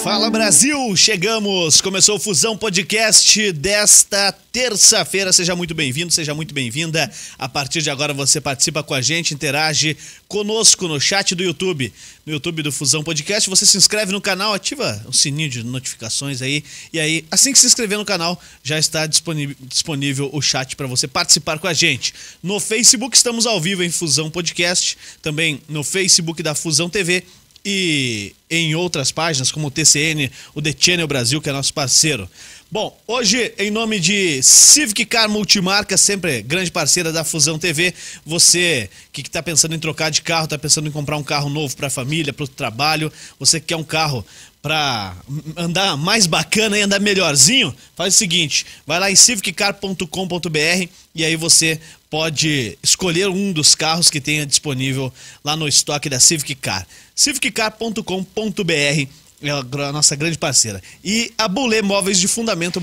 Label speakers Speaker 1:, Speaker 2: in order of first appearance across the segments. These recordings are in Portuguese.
Speaker 1: Fala Brasil, chegamos, começou o Fusão Podcast desta terça-feira, seja muito bem-vindo, seja muito bem-vinda. A partir de agora você participa com a gente, interage conosco no chat do YouTube, no YouTube do Fusão Podcast, você se inscreve no canal, ativa o sininho de notificações aí, e aí assim que se inscrever no canal já está disponível o chat para você participar com a gente. No Facebook estamos ao vivo em Fusão Podcast, também no Facebook da Fusão TV, e em outras páginas como o TCN, o The Channel Brasil, que é nosso parceiro. Bom, hoje, em nome de Civic Car Multimarca, sempre grande parceira da Fusão TV, você que está pensando em trocar de carro, está pensando em comprar um carro novo para a família, para o trabalho, você que quer um carro para andar mais bacana e andar melhorzinho, faz o seguinte, vai lá em civiccar.com.br e aí você pode escolher um dos carros que tenha disponível lá no estoque da Civic Car. civiccar.com.br é a nossa grande parceira. E a Bulê Móveis de Fundamento,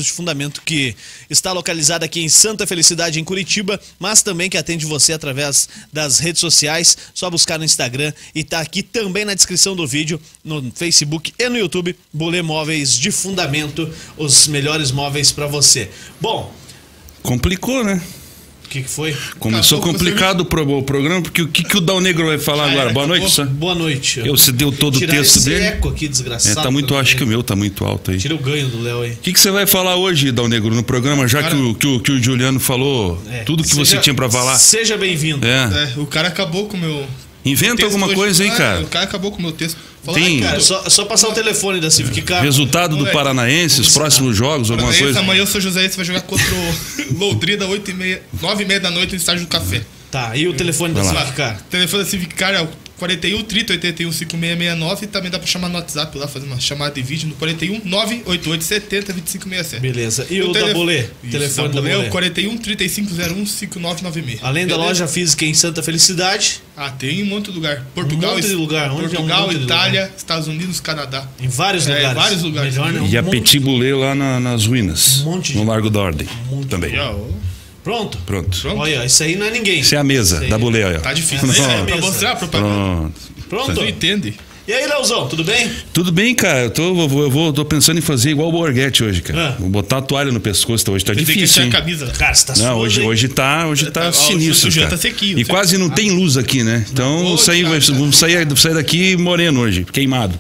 Speaker 1: que está localizada aqui em Santa Felicidade, em Curitiba, mas também que atende você através das redes sociais, só buscar no Instagram e tá aqui também na descrição do vídeo, no Facebook e no YouTube, Bulê Móveis de Fundamento, os melhores móveis para você. Bom...
Speaker 2: Complicou, né?
Speaker 1: O que foi?
Speaker 2: Começou complicado o programa, porque o que o Dal Negro vai falar agora? Boa noite, Sam.
Speaker 1: Boa noite.
Speaker 2: Você deu todo o texto dele.
Speaker 1: Eco aqui, desgraçado.
Speaker 2: Tá muito, acho que o meu tá muito alto aí.
Speaker 1: Tira o ganho do Léo aí.
Speaker 2: O que você vai falar hoje, Dal Negro, no programa, já cara, que o Juliano falou tudo que você tinha pra falar?
Speaker 1: Seja bem-vindo.
Speaker 3: O cara acabou com o meu...
Speaker 2: Inventa alguma coisa aí, cara.
Speaker 3: O cara acabou com o meu texto.
Speaker 2: Tem
Speaker 1: cara, só passar o telefone da Civic Car.
Speaker 2: Resultado do Paranaense, os próximos jogos, alguma coisa.
Speaker 3: Amanhã eu sou José, você vai jogar contra o Londrina, 9h30 da noite no estádio do Café.
Speaker 1: Tá, e o telefone da Civic Car?
Speaker 3: O telefone da Civic Car é o 41 30 81 5669 e também dá pra chamar no WhatsApp lá, fazer uma chamada de vídeo no 41 988 70 2567.
Speaker 1: Beleza. E o da Bulê?
Speaker 3: O telefone da Bulê é o 41 3501 5996.
Speaker 1: Além da loja física em Santa Felicidade.
Speaker 3: Tem um monte de lugar. Portugal,
Speaker 1: Onde
Speaker 3: Portugal,
Speaker 1: é um
Speaker 3: Itália,
Speaker 1: lugar?
Speaker 3: Estados Unidos, Canadá.
Speaker 1: Em vários lugares.
Speaker 3: Vários lugares.
Speaker 2: E a Petit Bulê lá nas ruínas. No Largo da Ordem. Também.
Speaker 1: Pronto.
Speaker 3: Olha,
Speaker 1: isso aí não é ninguém.
Speaker 2: Isso é a mesa da Bulê, olha.
Speaker 3: Tá difícil. Pra mostrar, propaganda.
Speaker 1: Pronto.
Speaker 3: Você entende?
Speaker 1: E aí, Leozão, tudo bem?
Speaker 2: Tudo bem, cara. Eu tô pensando em fazer igual o Borghetti hoje, cara. Vou botar a toalha no pescoço, hoje tá difícil, hein?
Speaker 3: Camisa.
Speaker 1: Cara, você tá
Speaker 2: não, hoje tá sinistro,
Speaker 3: o
Speaker 2: cara.
Speaker 3: Tá sequinho,
Speaker 2: e quase não tem luz aqui, né? Então vamos sair daqui moreno hoje, queimado.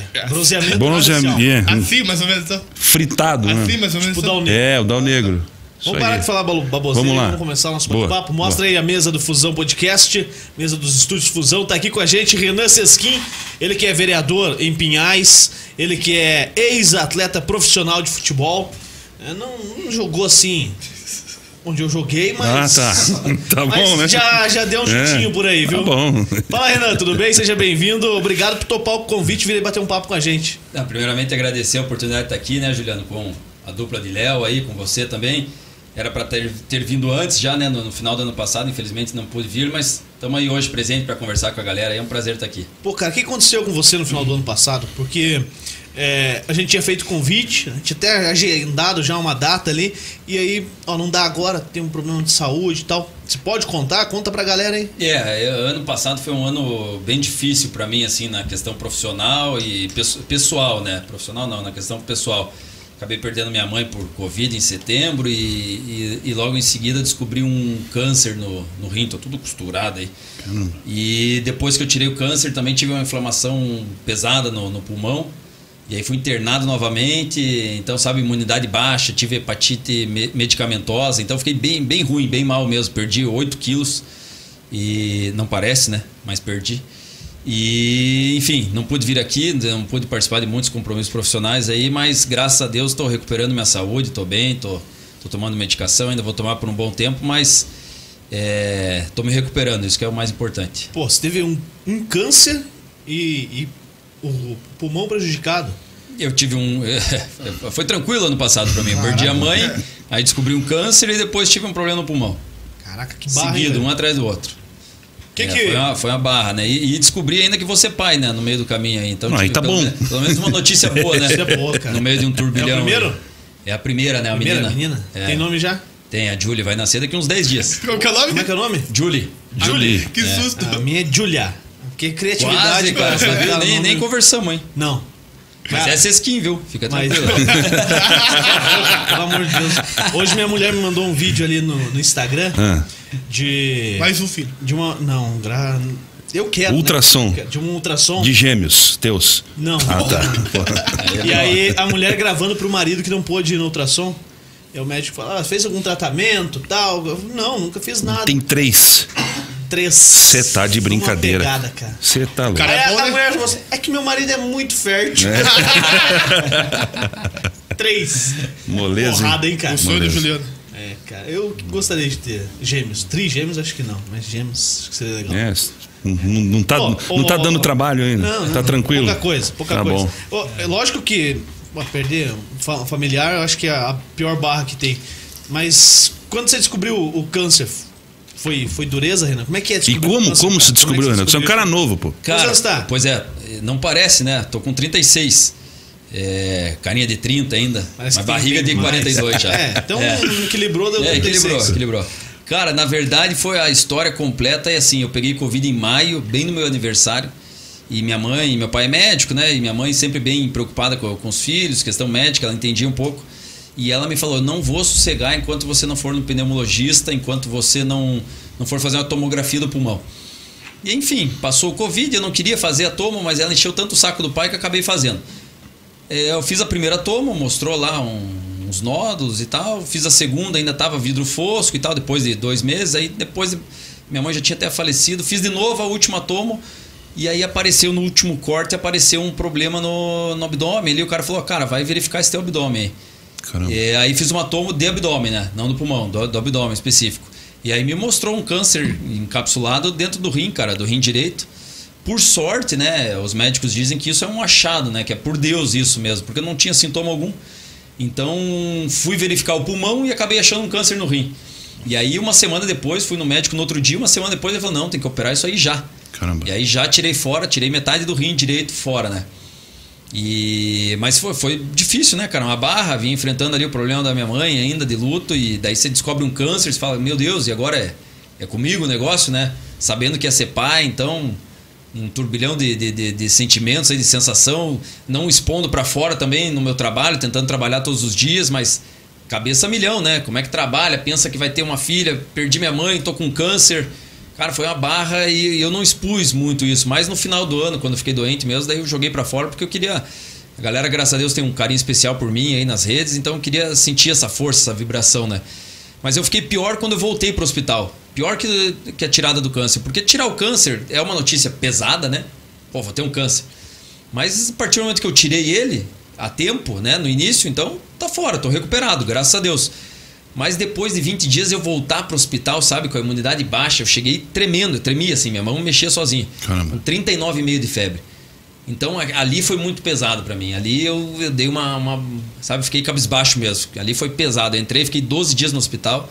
Speaker 1: Bronzeamento.
Speaker 3: Assim, mais ou menos.
Speaker 2: Fritado, né?
Speaker 3: Assim, mais ou menos.
Speaker 2: O Dal Negro.
Speaker 1: Vamos parar de falar baboseira, vamos começar o nosso bate-papo. Mostra aí a mesa do Fusão Podcast, mesa dos estúdios Fusão. Tá aqui com a gente Renan Sesquim, ele que é vereador em Pinhais, ele que é ex-atleta profissional de futebol. Não jogou assim onde eu joguei, mas...
Speaker 2: Tá bom, né?
Speaker 1: Já deu um chutinho por aí, viu?
Speaker 2: Tá bom.
Speaker 1: Fala, Renan, tudo bem? Seja bem-vindo. Obrigado por topar o convite e vir bater um papo com a gente.
Speaker 4: Primeiramente, agradecer a oportunidade de estar aqui, né, Juliano, com a dupla de Léo aí, com você também. Era para ter vindo antes já, né, no final do ano passado, infelizmente não pude vir, mas estamos aí hoje presente para conversar com a galera, é um prazer estar aqui.
Speaker 1: Pô, cara, o que aconteceu com você no final do ano passado? Porque a gente tinha feito convite, a gente até agendado já uma data ali, e aí, não dá agora, tem um problema de saúde e tal. Você pode contar? Conta pra galera aí.
Speaker 4: Ano passado foi um ano bem difícil para mim, assim, na questão profissional e pessoal, né? Profissional não, na questão pessoal. Acabei perdendo minha mãe por Covid em setembro e logo em seguida descobri um câncer no rim, tô tudo costurado aí. E depois que eu tirei o câncer também tive uma inflamação pesada no pulmão. E aí fui internado novamente, então sabe, imunidade baixa, tive hepatite medicamentosa, então fiquei bem ruim, bem mal mesmo. Perdi 8 quilos e não parece, né? Mas perdi. E, enfim, não pude vir aqui, não pude participar de muitos compromissos profissionais aí, mas graças a Deus estou recuperando minha saúde, estou bem, estou tomando medicação, ainda vou tomar por um bom tempo, mas estou me recuperando, isso que é o mais importante.
Speaker 1: Pô, você teve um câncer e o pulmão prejudicado.
Speaker 4: Eu tive foi tranquilo ano passado para mim, eu perdi a mãe, aí descobri um câncer e depois tive um problema no pulmão.
Speaker 1: Caraca, que barra.
Speaker 4: Seguido, um atrás do outro. Foi uma barra, né? E descobri ainda que vou ser pai, né? No meio do caminho aí. Então,
Speaker 2: aí tá bom.
Speaker 4: Pelo menos uma notícia boa, né?
Speaker 1: Notícia boa, cara.
Speaker 4: No meio de um turbilhão.
Speaker 1: É o primeiro?
Speaker 4: É a primeira, né? A menina.
Speaker 1: Tem nome já?
Speaker 4: Tem, a Julie vai nascer daqui uns 10 dias.
Speaker 3: Qual que é o nome?
Speaker 1: Como é que é o nome?
Speaker 4: Julie.
Speaker 3: Que susto.
Speaker 1: A minha é Julia. Que criatividade,
Speaker 4: quase, cara. Nem conversamos, hein?
Speaker 1: Não.
Speaker 4: Mas é skin, viu? Fica tranquilo.
Speaker 1: Pelo amor de Deus. Hoje minha mulher me mandou um vídeo ali no Instagram de...
Speaker 3: Mais um filho.
Speaker 1: De uma... Não, eu quero,
Speaker 2: ultrassom.
Speaker 1: Né? De um ultrassom.
Speaker 2: De gêmeos, teus.
Speaker 1: Não.
Speaker 2: Ah, tá.
Speaker 1: E aí a mulher gravando pro marido que não pôde ir no ultrassom. E o médico fala, fez algum tratamento, tal? Não, nunca fiz nada.
Speaker 2: Tem 3.
Speaker 1: 3.
Speaker 2: Você tá de brincadeira.
Speaker 1: Você
Speaker 2: tá louco.
Speaker 3: Cara,
Speaker 1: a mulher falou assim, é que meu marido é muito fértil. 3.
Speaker 2: Moleza.
Speaker 1: Porrada, hein, cara?
Speaker 3: O sonho do Juliano.
Speaker 1: É, cara, eu gostaria de ter gêmeos. Trigêmeos acho que não, mas gêmeos acho que seria legal.
Speaker 2: Não tá dando trabalho ainda.
Speaker 1: Não,
Speaker 2: tá tranquilo.
Speaker 1: Pouca coisa.
Speaker 2: Tá bom.
Speaker 1: É lógico que perder um familiar, eu acho que é a pior barra que tem. Mas quando você descobriu o câncer, foi dureza, Renan? Como é que é descobrir o câncer?
Speaker 2: Como se descobriu, Renan? Você é um cara novo, pô.
Speaker 4: Cara, pois é, não parece, né? Tô com 36. Carinha de 30 ainda. Mas barriga de 42 já.
Speaker 1: Então equilibrou, deu 36.
Speaker 4: Equilibrou. Cara, na verdade foi a história completa. E assim, eu peguei Covid em maio, bem no meu aniversário. E minha mãe, meu pai é médico, né? E minha mãe sempre bem preocupada com os filhos, questão médica, ela entendia um pouco. E ela me falou, não vou sossegar enquanto você não for no pneumologista, enquanto você não for fazer uma tomografia do pulmão. E enfim, passou o Covid, eu não queria fazer a tomo, mas ela encheu tanto o saco do pai que eu acabei fazendo. Eu fiz a primeira tomo, mostrou lá uns nódulos e tal. Fiz a segunda, ainda estava vidro fosco e tal, depois de 2 meses. Aí depois, minha mãe já tinha até falecido. Fiz de novo a última tomo. E aí apareceu no último corte, apareceu um problema no abdômen. Ali o cara falou, cara, vai verificar esse teu abdômen aí.
Speaker 2: Caramba.
Speaker 4: Aí fiz uma tomo de abdômen, né? Não do pulmão, do abdômen específico. E aí me mostrou um câncer encapsulado dentro do rim, cara, do rim direito. Por sorte, né? Os médicos dizem que isso é um achado, né? Que é por Deus isso mesmo, porque eu não tinha sintoma algum. Então fui verificar o pulmão e acabei achando um câncer no rim. E aí uma semana depois, fui no médico no outro dia, uma semana depois ele falou, não, tem que operar isso aí já.
Speaker 2: Caramba.
Speaker 4: E aí já tirei metade do rim direito fora, né? Mas foi difícil, né, cara? Uma barra, vim enfrentando ali o problema da minha mãe ainda, de luto, e daí você descobre um câncer, você fala, meu Deus, e agora é comigo o negócio, né? Sabendo que ia ser pai, então um turbilhão de sentimentos, aí, de sensação, não expondo pra fora também no meu trabalho, tentando trabalhar todos os dias, mas cabeça a milhão, né? Como é que trabalha? Pensa que vai ter uma filha, perdi minha mãe, tô com câncer. Cara, foi uma barra e eu não expus muito isso. Mas no final do ano, quando eu fiquei doente mesmo, daí eu joguei pra fora porque eu queria... A galera, graças a Deus, tem um carinho especial por mim aí nas redes, então eu queria sentir essa força, essa vibração, né? Mas eu fiquei pior quando eu voltei pro hospital. Pior que a tirada do câncer. Porque tirar o câncer é uma notícia pesada, né? Pô, vou ter um câncer. Mas a partir do momento que eu tirei ele, a tempo, né? No início, então tá fora, tô recuperado, graças a Deus. Mas depois de 20 dias eu voltar pro hospital, sabe, com a imunidade baixa, eu cheguei tremendo, eu tremia assim, minha mão mexia sozinha.
Speaker 2: Caramba.
Speaker 4: Com 39,5 de febre. Então ali foi muito pesado pra mim. Ali eu dei sabe, fiquei cabisbaixo mesmo. Ali foi pesado. Eu entrei, fiquei 12 dias no hospital.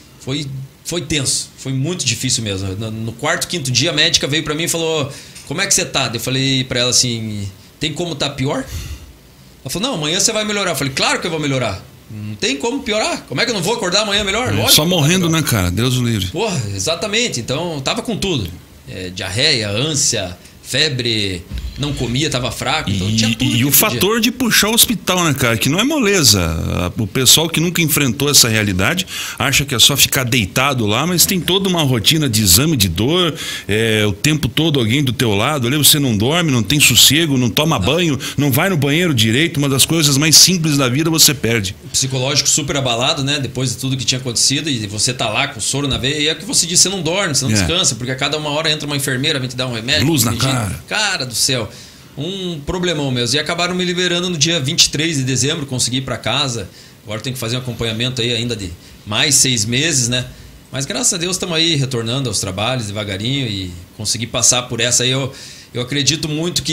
Speaker 4: Foi tenso, foi muito difícil mesmo. No 4º, 5º dia a médica veio pra mim e falou: como é que você tá? Eu falei pra ela assim: tem como tá pior? Ela falou: não, amanhã você vai melhorar. Eu falei: claro que eu vou melhorar. Não tem como piorar. Como é que eu não vou acordar amanhã melhor? Lógico,
Speaker 2: só morrendo, né, cara? Deus o livre.
Speaker 4: Porra, exatamente. Então, tava com tudo. Diarreia, ânsia, febre, não comia, tava fraco. Então, tinha tudo.
Speaker 2: E o fator de puxar o hospital, né, cara? Que não é moleza. O pessoal que nunca enfrentou essa realidade acha que é só ficar deitado lá, mas tem toda uma rotina de exame de dor, o tempo todo alguém do teu lado, ali você não dorme, não tem sossego, não toma banho, não vai no banheiro direito, uma das coisas mais simples da vida você perde.
Speaker 4: O psicológico super abalado, né? Depois de tudo que tinha acontecido, e você tá lá com soro na veia, e é o que você disse, você não dorme, você não descansa, porque a cada uma hora entra uma enfermeira, vem te dar um remédio.
Speaker 2: Luz na cara.
Speaker 4: Cara do céu. Um problemão mesmo. E acabaram me liberando no dia 23 de dezembro, consegui ir para casa. Agora tem que fazer um acompanhamento aí ainda de mais 6 meses, né? Mas graças a Deus estamos aí retornando aos trabalhos devagarinho e consegui passar por essa aí. Eu acredito muito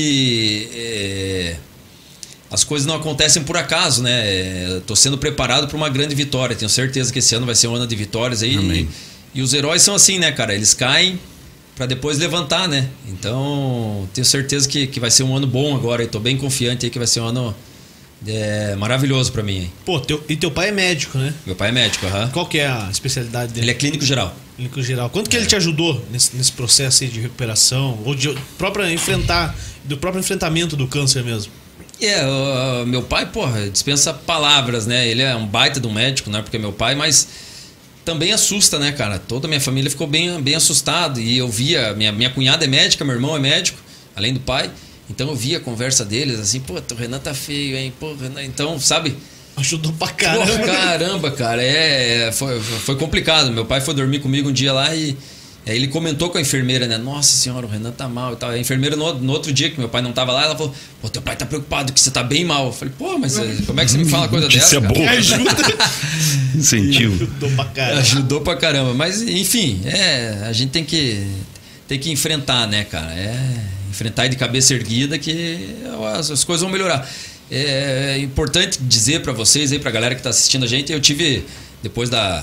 Speaker 4: que as coisas não acontecem por acaso, né? Estou sendo preparado para uma grande vitória. Tenho certeza que esse ano vai ser um ano de vitórias aí. E os heróis são assim, né, cara? Eles caem para depois levantar, né? Então, tenho certeza que vai ser um ano bom agora. Estou bem confiante aí que vai ser um ano maravilhoso para mim.
Speaker 1: Pô, teu pai é médico, né?
Speaker 4: Meu pai é médico, aham.
Speaker 1: Qual que é a especialidade dele?
Speaker 4: Ele é clínico geral.
Speaker 1: Clínico geral. Quanto que ele te ajudou nesse processo aí de recuperação? Ou do próprio enfrentamento do câncer mesmo?
Speaker 4: Meu pai, porra, dispensa palavras, né? Ele é um baita de um médico, não é porque é meu pai, mas também assusta, né, cara? Toda a minha família ficou bem assustada. E eu via, minha cunhada é médica, meu irmão é médico, além do pai. Então eu via a conversa deles assim, pô, o Renan tá feio, hein? Pô, Renan... Então, sabe?
Speaker 1: Ajudou pra caramba.
Speaker 4: Pô, caramba, cara. Foi complicado. Meu pai foi dormir comigo um dia lá e aí ele comentou com a enfermeira, né? Nossa senhora, o Renan tá mal e tal. A enfermeira, no outro dia que meu pai não tava lá, ela falou: pô, teu pai tá preocupado que você tá bem mal. Eu falei: pô, mas como é que você me fala uma coisa dessa?
Speaker 2: Isso é bom.
Speaker 1: Ajuda.
Speaker 2: Incentivo.
Speaker 1: Ajudou pra caramba.
Speaker 4: Ajudou pra caramba. Mas, enfim, a gente tem que enfrentar, né, cara? Enfrentar de cabeça erguida que as coisas vão melhorar. É importante dizer pra vocês aí, pra galera que tá assistindo a gente, eu tive, depois da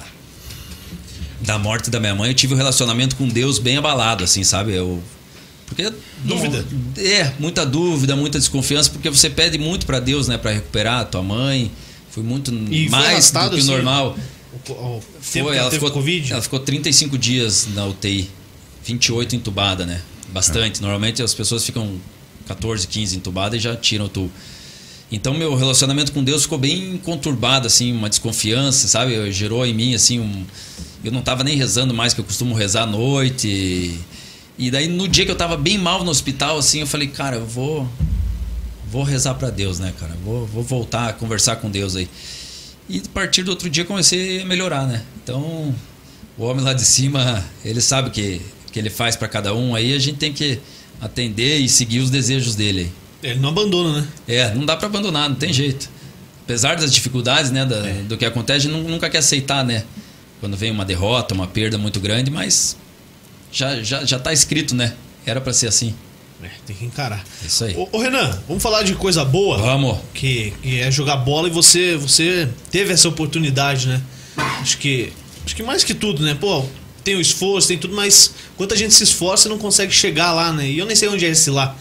Speaker 4: morte da minha mãe, eu tive um relacionamento com Deus bem abalado, assim, sabe? Porque
Speaker 1: Dúvida.
Speaker 4: Muita dúvida, muita desconfiança, porque você pede muito pra Deus, né, pra recuperar a tua mãe. Foi muito mais do que o normal.
Speaker 1: Ela ficou Covid?
Speaker 4: Ela ficou 35 dias na UTI, 28 entubada, né? Bastante. Normalmente as pessoas ficam 14, 15 entubadas e já tiram o tubo. Então meu relacionamento com Deus ficou bem conturbado, assim, uma desconfiança, sabe? Gerou em mim, assim, eu não estava nem rezando mais, que eu costumo rezar à noite. E daí no dia que eu estava bem mal no hospital, assim, eu falei: cara, eu vou rezar para Deus, né, cara? Vou voltar a conversar com Deus aí. E a partir do outro dia comecei a melhorar, né? Então o homem lá de cima, ele sabe o que ele faz para cada um, aí a gente tem que atender e seguir os desejos dele aí.
Speaker 1: Ele não abandona, né?
Speaker 4: Não dá pra abandonar, não tem jeito. Apesar das dificuldades, né, do que acontece, a gente nunca quer aceitar, né? Quando vem uma derrota, uma perda muito grande, mas já tá escrito, né? Era pra ser assim.
Speaker 1: Tem que encarar.
Speaker 4: Isso aí.
Speaker 1: Ô Renan, vamos falar de coisa boa?
Speaker 4: Vamos.
Speaker 1: Que é jogar bola, e você teve essa oportunidade, né? Acho que mais que tudo, né? Pô, tem o esforço, tem tudo, mas quanta gente se esforça e não consegue chegar lá, né? E eu nem sei onde é esse lá.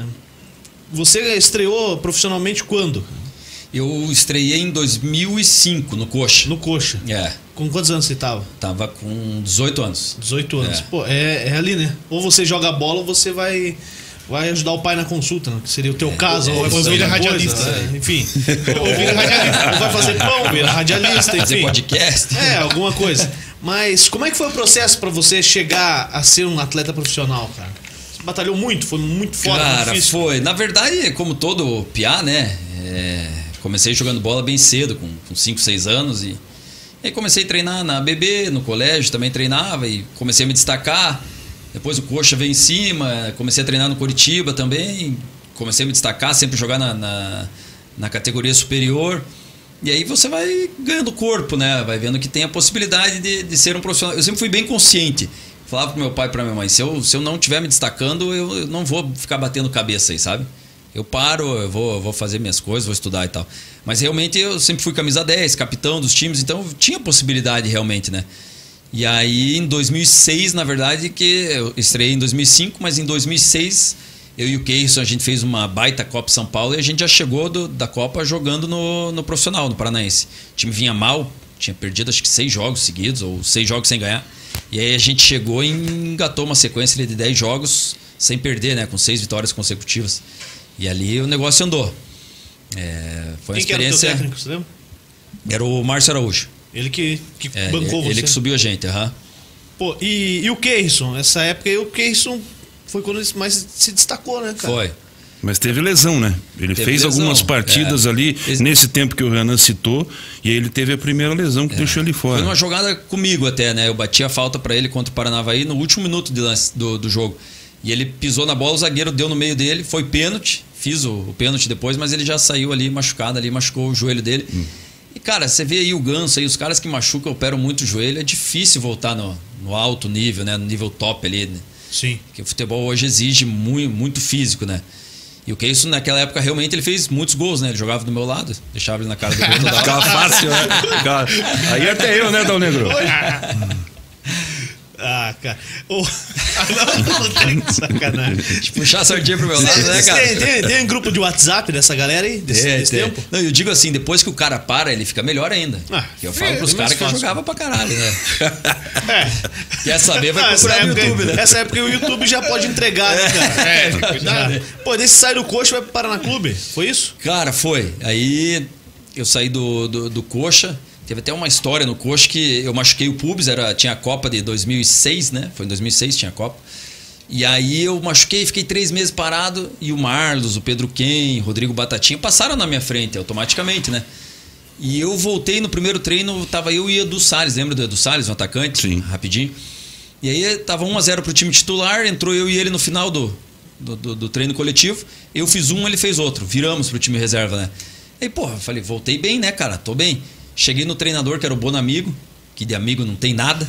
Speaker 1: Você estreou profissionalmente quando?
Speaker 4: Eu estreiei em 2005 no Coxa.
Speaker 1: No Coxa? Com quantos anos você tava?
Speaker 4: Tava com 18 anos.
Speaker 1: 18 anos. Pô, é ali, né? Ou você joga bola ou você vai ajudar o pai na consulta, né? Que seria o teu caso.
Speaker 3: Ou vira radialista.
Speaker 1: Enfim. Ou vira radialista. Ou vai fazer pão, vira radialista, enfim.
Speaker 4: Fazer podcast.
Speaker 1: Alguma coisa. Mas como é que foi o processo pra você chegar a ser um atleta profissional, cara? Você batalhou muito? Foi muito forte?
Speaker 4: Cara,
Speaker 1: muito
Speaker 4: foi. Na verdade, como todo piá, né? Comecei jogando bola bem cedo, com 5, 6 anos. E aí comecei a treinar na BB, no colégio também treinava. E comecei a me destacar. Depois o Coxa veio em cima. Comecei a treinar no Coritiba também. Comecei a me destacar, sempre jogar na categoria superior. E aí você vai ganhando corpo, né? Vai vendo que tem a possibilidade de ser um profissional. Eu sempre fui bem consciente. Falava pro meu pai e pra minha mãe: se eu não estiver me destacando, eu não vou ficar batendo cabeça aí, sabe? Eu paro, eu vou fazer minhas coisas, vou estudar e tal. Mas realmente eu sempre fui camisa 10, capitão dos times, então tinha possibilidade realmente, né? E aí em 2006, na verdade, que eu estreiei em 2005, mas em 2006 eu e o Keirson, a gente fez uma baita Copa São Paulo e a gente já chegou da Copa jogando no profissional, no Paranaense. O time vinha mal, tinha perdido acho que 6 jogos seguidos, ou 6 jogos sem ganhar. E aí a gente chegou e engatou uma sequência de 10 jogos sem perder, né? Com 6 vitórias consecutivas. E ali o negócio andou. Foi uma experiência.
Speaker 1: Quem era o teu técnico, você lembra?
Speaker 4: Era o Márcio Araújo.
Speaker 1: Ele que bancou você.
Speaker 4: Ele que subiu a gente,
Speaker 1: Pô, e o Keirson? Essa época aí o Keirson foi quando ele mais se destacou, né, cara?
Speaker 4: Foi.
Speaker 2: Mas teve lesão, né? Ele fez algumas partidas ali, nesse tempo que o Renan citou, e aí ele teve a primeira lesão que deixou ele fora.
Speaker 4: Foi uma jogada comigo até, né? Eu bati a falta pra ele contra o Paranavaí no último minuto de lance do jogo. E ele pisou na bola, o zagueiro deu no meio dele, foi pênalti, fiz o pênalti depois, mas ele já saiu ali machucado, ali machucou o joelho dele. E cara, você vê aí o Ganso, aí, os caras que machucam, operam muito o joelho, é difícil voltar no alto nível, né? No nível top ali. Né?
Speaker 1: Sim.
Speaker 4: Porque o futebol hoje exige muito físico, né? E o Keirson naquela época realmente ele fez muitos gols, né? Ele jogava do meu lado, deixava ele na cara do gol toda hora.
Speaker 2: Ficava fácil, né? Aí até eu, né, Dal Negro?
Speaker 1: Ah, cara. Não tem sacanagem.
Speaker 4: Puxar a sardinha pro meu lado, né, cara?
Speaker 1: Tem um grupo de WhatsApp dessa galera aí, desse tempo?
Speaker 4: Não, eu digo assim, depois que o cara para, ele fica melhor ainda. Que eu falo pros caras que eu jogava pra caralho, né? Quer saber, vai procurar no YouTube, né?
Speaker 1: Nessa época o YouTube já pode entregar, né, cara?
Speaker 4: Cuidado.
Speaker 1: Pô, desse sai do Coxa e vai pro Paraná Clube, foi isso?
Speaker 4: Cara, foi. Aí eu saí do Coxa. Teve até uma história no Coxa que eu machuquei o pubis, tinha a Copa de 2006, né? Foi em 2006, tinha a Copa. E aí eu machuquei, fiquei 3 meses parado e o Marlos, o Pedro Ken, Rodrigo Batatinha passaram na minha frente automaticamente, né? E eu voltei no primeiro treino, tava eu e Edu Salles, lembra do Edu Salles, um atacante?
Speaker 2: Sim.
Speaker 4: Rapidinho. E aí tava 1-0 pro time titular, entrou eu e ele no final do treino coletivo. Eu fiz um, ele fez outro. Viramos pro time reserva, né? Aí, porra, eu falei, voltei bem, né, cara? Tô bem. Cheguei no treinador, que era o Bonamigo, que de amigo não tem nada.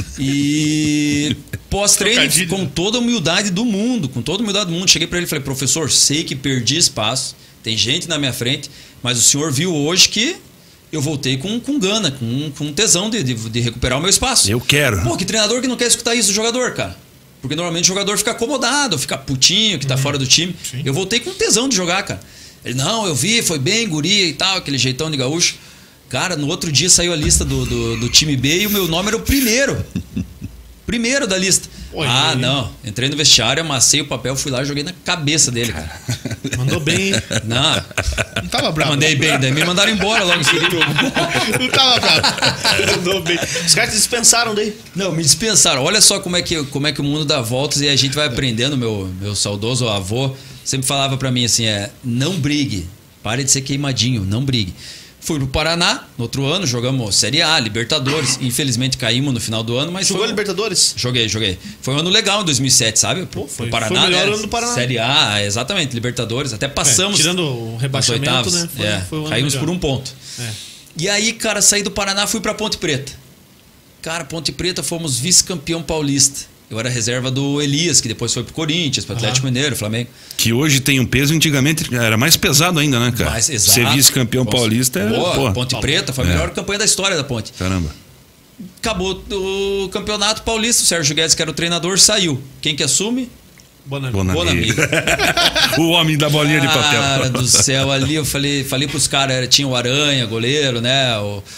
Speaker 4: E pós-treino, com toda a humildade do mundo, cheguei pra ele e falei, professor, sei que perdi espaço, tem gente na minha frente, mas o senhor viu hoje que eu voltei com gana, com tesão de recuperar o meu espaço.
Speaker 2: Eu quero.
Speaker 4: Pô, que treinador que não quer escutar isso do jogador, cara? Porque normalmente o jogador fica acomodado, fica putinho, que tá fora do time. Sim. Eu voltei com tesão de jogar, cara. Ele, não, eu vi, foi bem, guria e tal, aquele jeitão de gaúcho. Cara, no outro dia saiu a lista do time B e o meu nome era o primeiro. Primeiro da lista. Oi, não. Entrei no vestiário, amassei o papel, fui lá e joguei na cabeça dele, cara.
Speaker 1: Mandou bem, hein?
Speaker 4: Não tava bravo. Mandei bem, daí me mandaram embora logo em seguida.
Speaker 1: Não tava bravo. Mandou bem. Os caras te dispensaram daí?
Speaker 4: Não, me dispensaram. Olha só como é que o mundo dá voltas e a gente vai aprendendo. Meu saudoso avô sempre falava pra mim assim, não brigue. Pare de ser queimadinho, não brigue. Fui pro Paraná, no outro ano, jogamos Série A, Libertadores. Infelizmente caímos no final do ano, mas
Speaker 1: jogou Libertadores?
Speaker 4: Joguei. Foi um ano legal em 2007, sabe?
Speaker 1: Pô, foi o Paraná, foi o melhor ano do Paraná.
Speaker 4: Série A, exatamente, Libertadores. Até passamos.
Speaker 1: Tirando o rebaixamento, né?
Speaker 4: Foi um caímos por um ponto. E aí, cara, saí do Paraná, fui pra Ponte Preta. Cara, Ponte Preta fomos vice-campeão paulista. Eu era reserva do Elias, que depois foi pro Corinthians, pro Atlético Mineiro, Flamengo. Que
Speaker 2: hoje tem um peso, antigamente era mais pesado ainda, né, cara?
Speaker 4: Exato.
Speaker 2: Ser vice-campeão paulista
Speaker 4: é... Ponte Preta foi a melhor campanha da história da Ponte.
Speaker 2: Caramba.
Speaker 4: Acabou o campeonato paulista, o Sérgio Guedes, que era o treinador, saiu. Quem que assume?
Speaker 2: Bonamigo. O homem da bolinha de papel.
Speaker 4: Cara do céu, ali eu falei pros caras, tinha o Aranha, goleiro, né?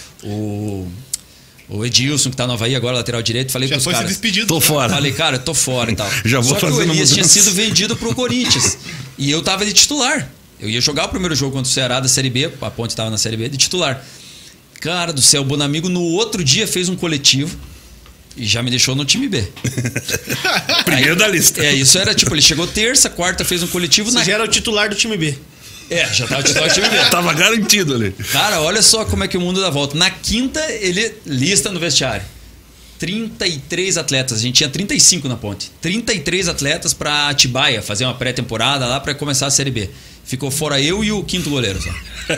Speaker 4: O Edilson, que tá no Havaí agora, lateral direito, falei pros caras. Já foi se despedido.
Speaker 2: Tô fora.
Speaker 4: Falei, cara, tô fora e tal.
Speaker 2: Já vou
Speaker 4: Só que o Elias
Speaker 2: mudança.
Speaker 4: tinha sido vendido pro Corinthians. E eu tava de titular. Eu ia jogar o primeiro jogo contra o Ceará da Série B, a Ponte tava na Série B, de titular. Cara do céu, o Bonamigo no outro dia fez um coletivo e já me deixou no time B.
Speaker 2: Primeiro da lista.
Speaker 4: Isso era tipo, ele chegou terça, quarta fez um coletivo.
Speaker 1: Você já era o titular do time B.
Speaker 4: Já tava titular do time B.
Speaker 2: Tava garantido ali.
Speaker 4: Cara, olha só como é que o mundo dá volta. Na quinta, ele lista no vestiário. 33 atletas. A gente tinha 35 na Ponte. 33 atletas pra Atibaia, fazer uma pré-temporada lá pra começar a Série B. Ficou fora eu e o quinto goleiro só.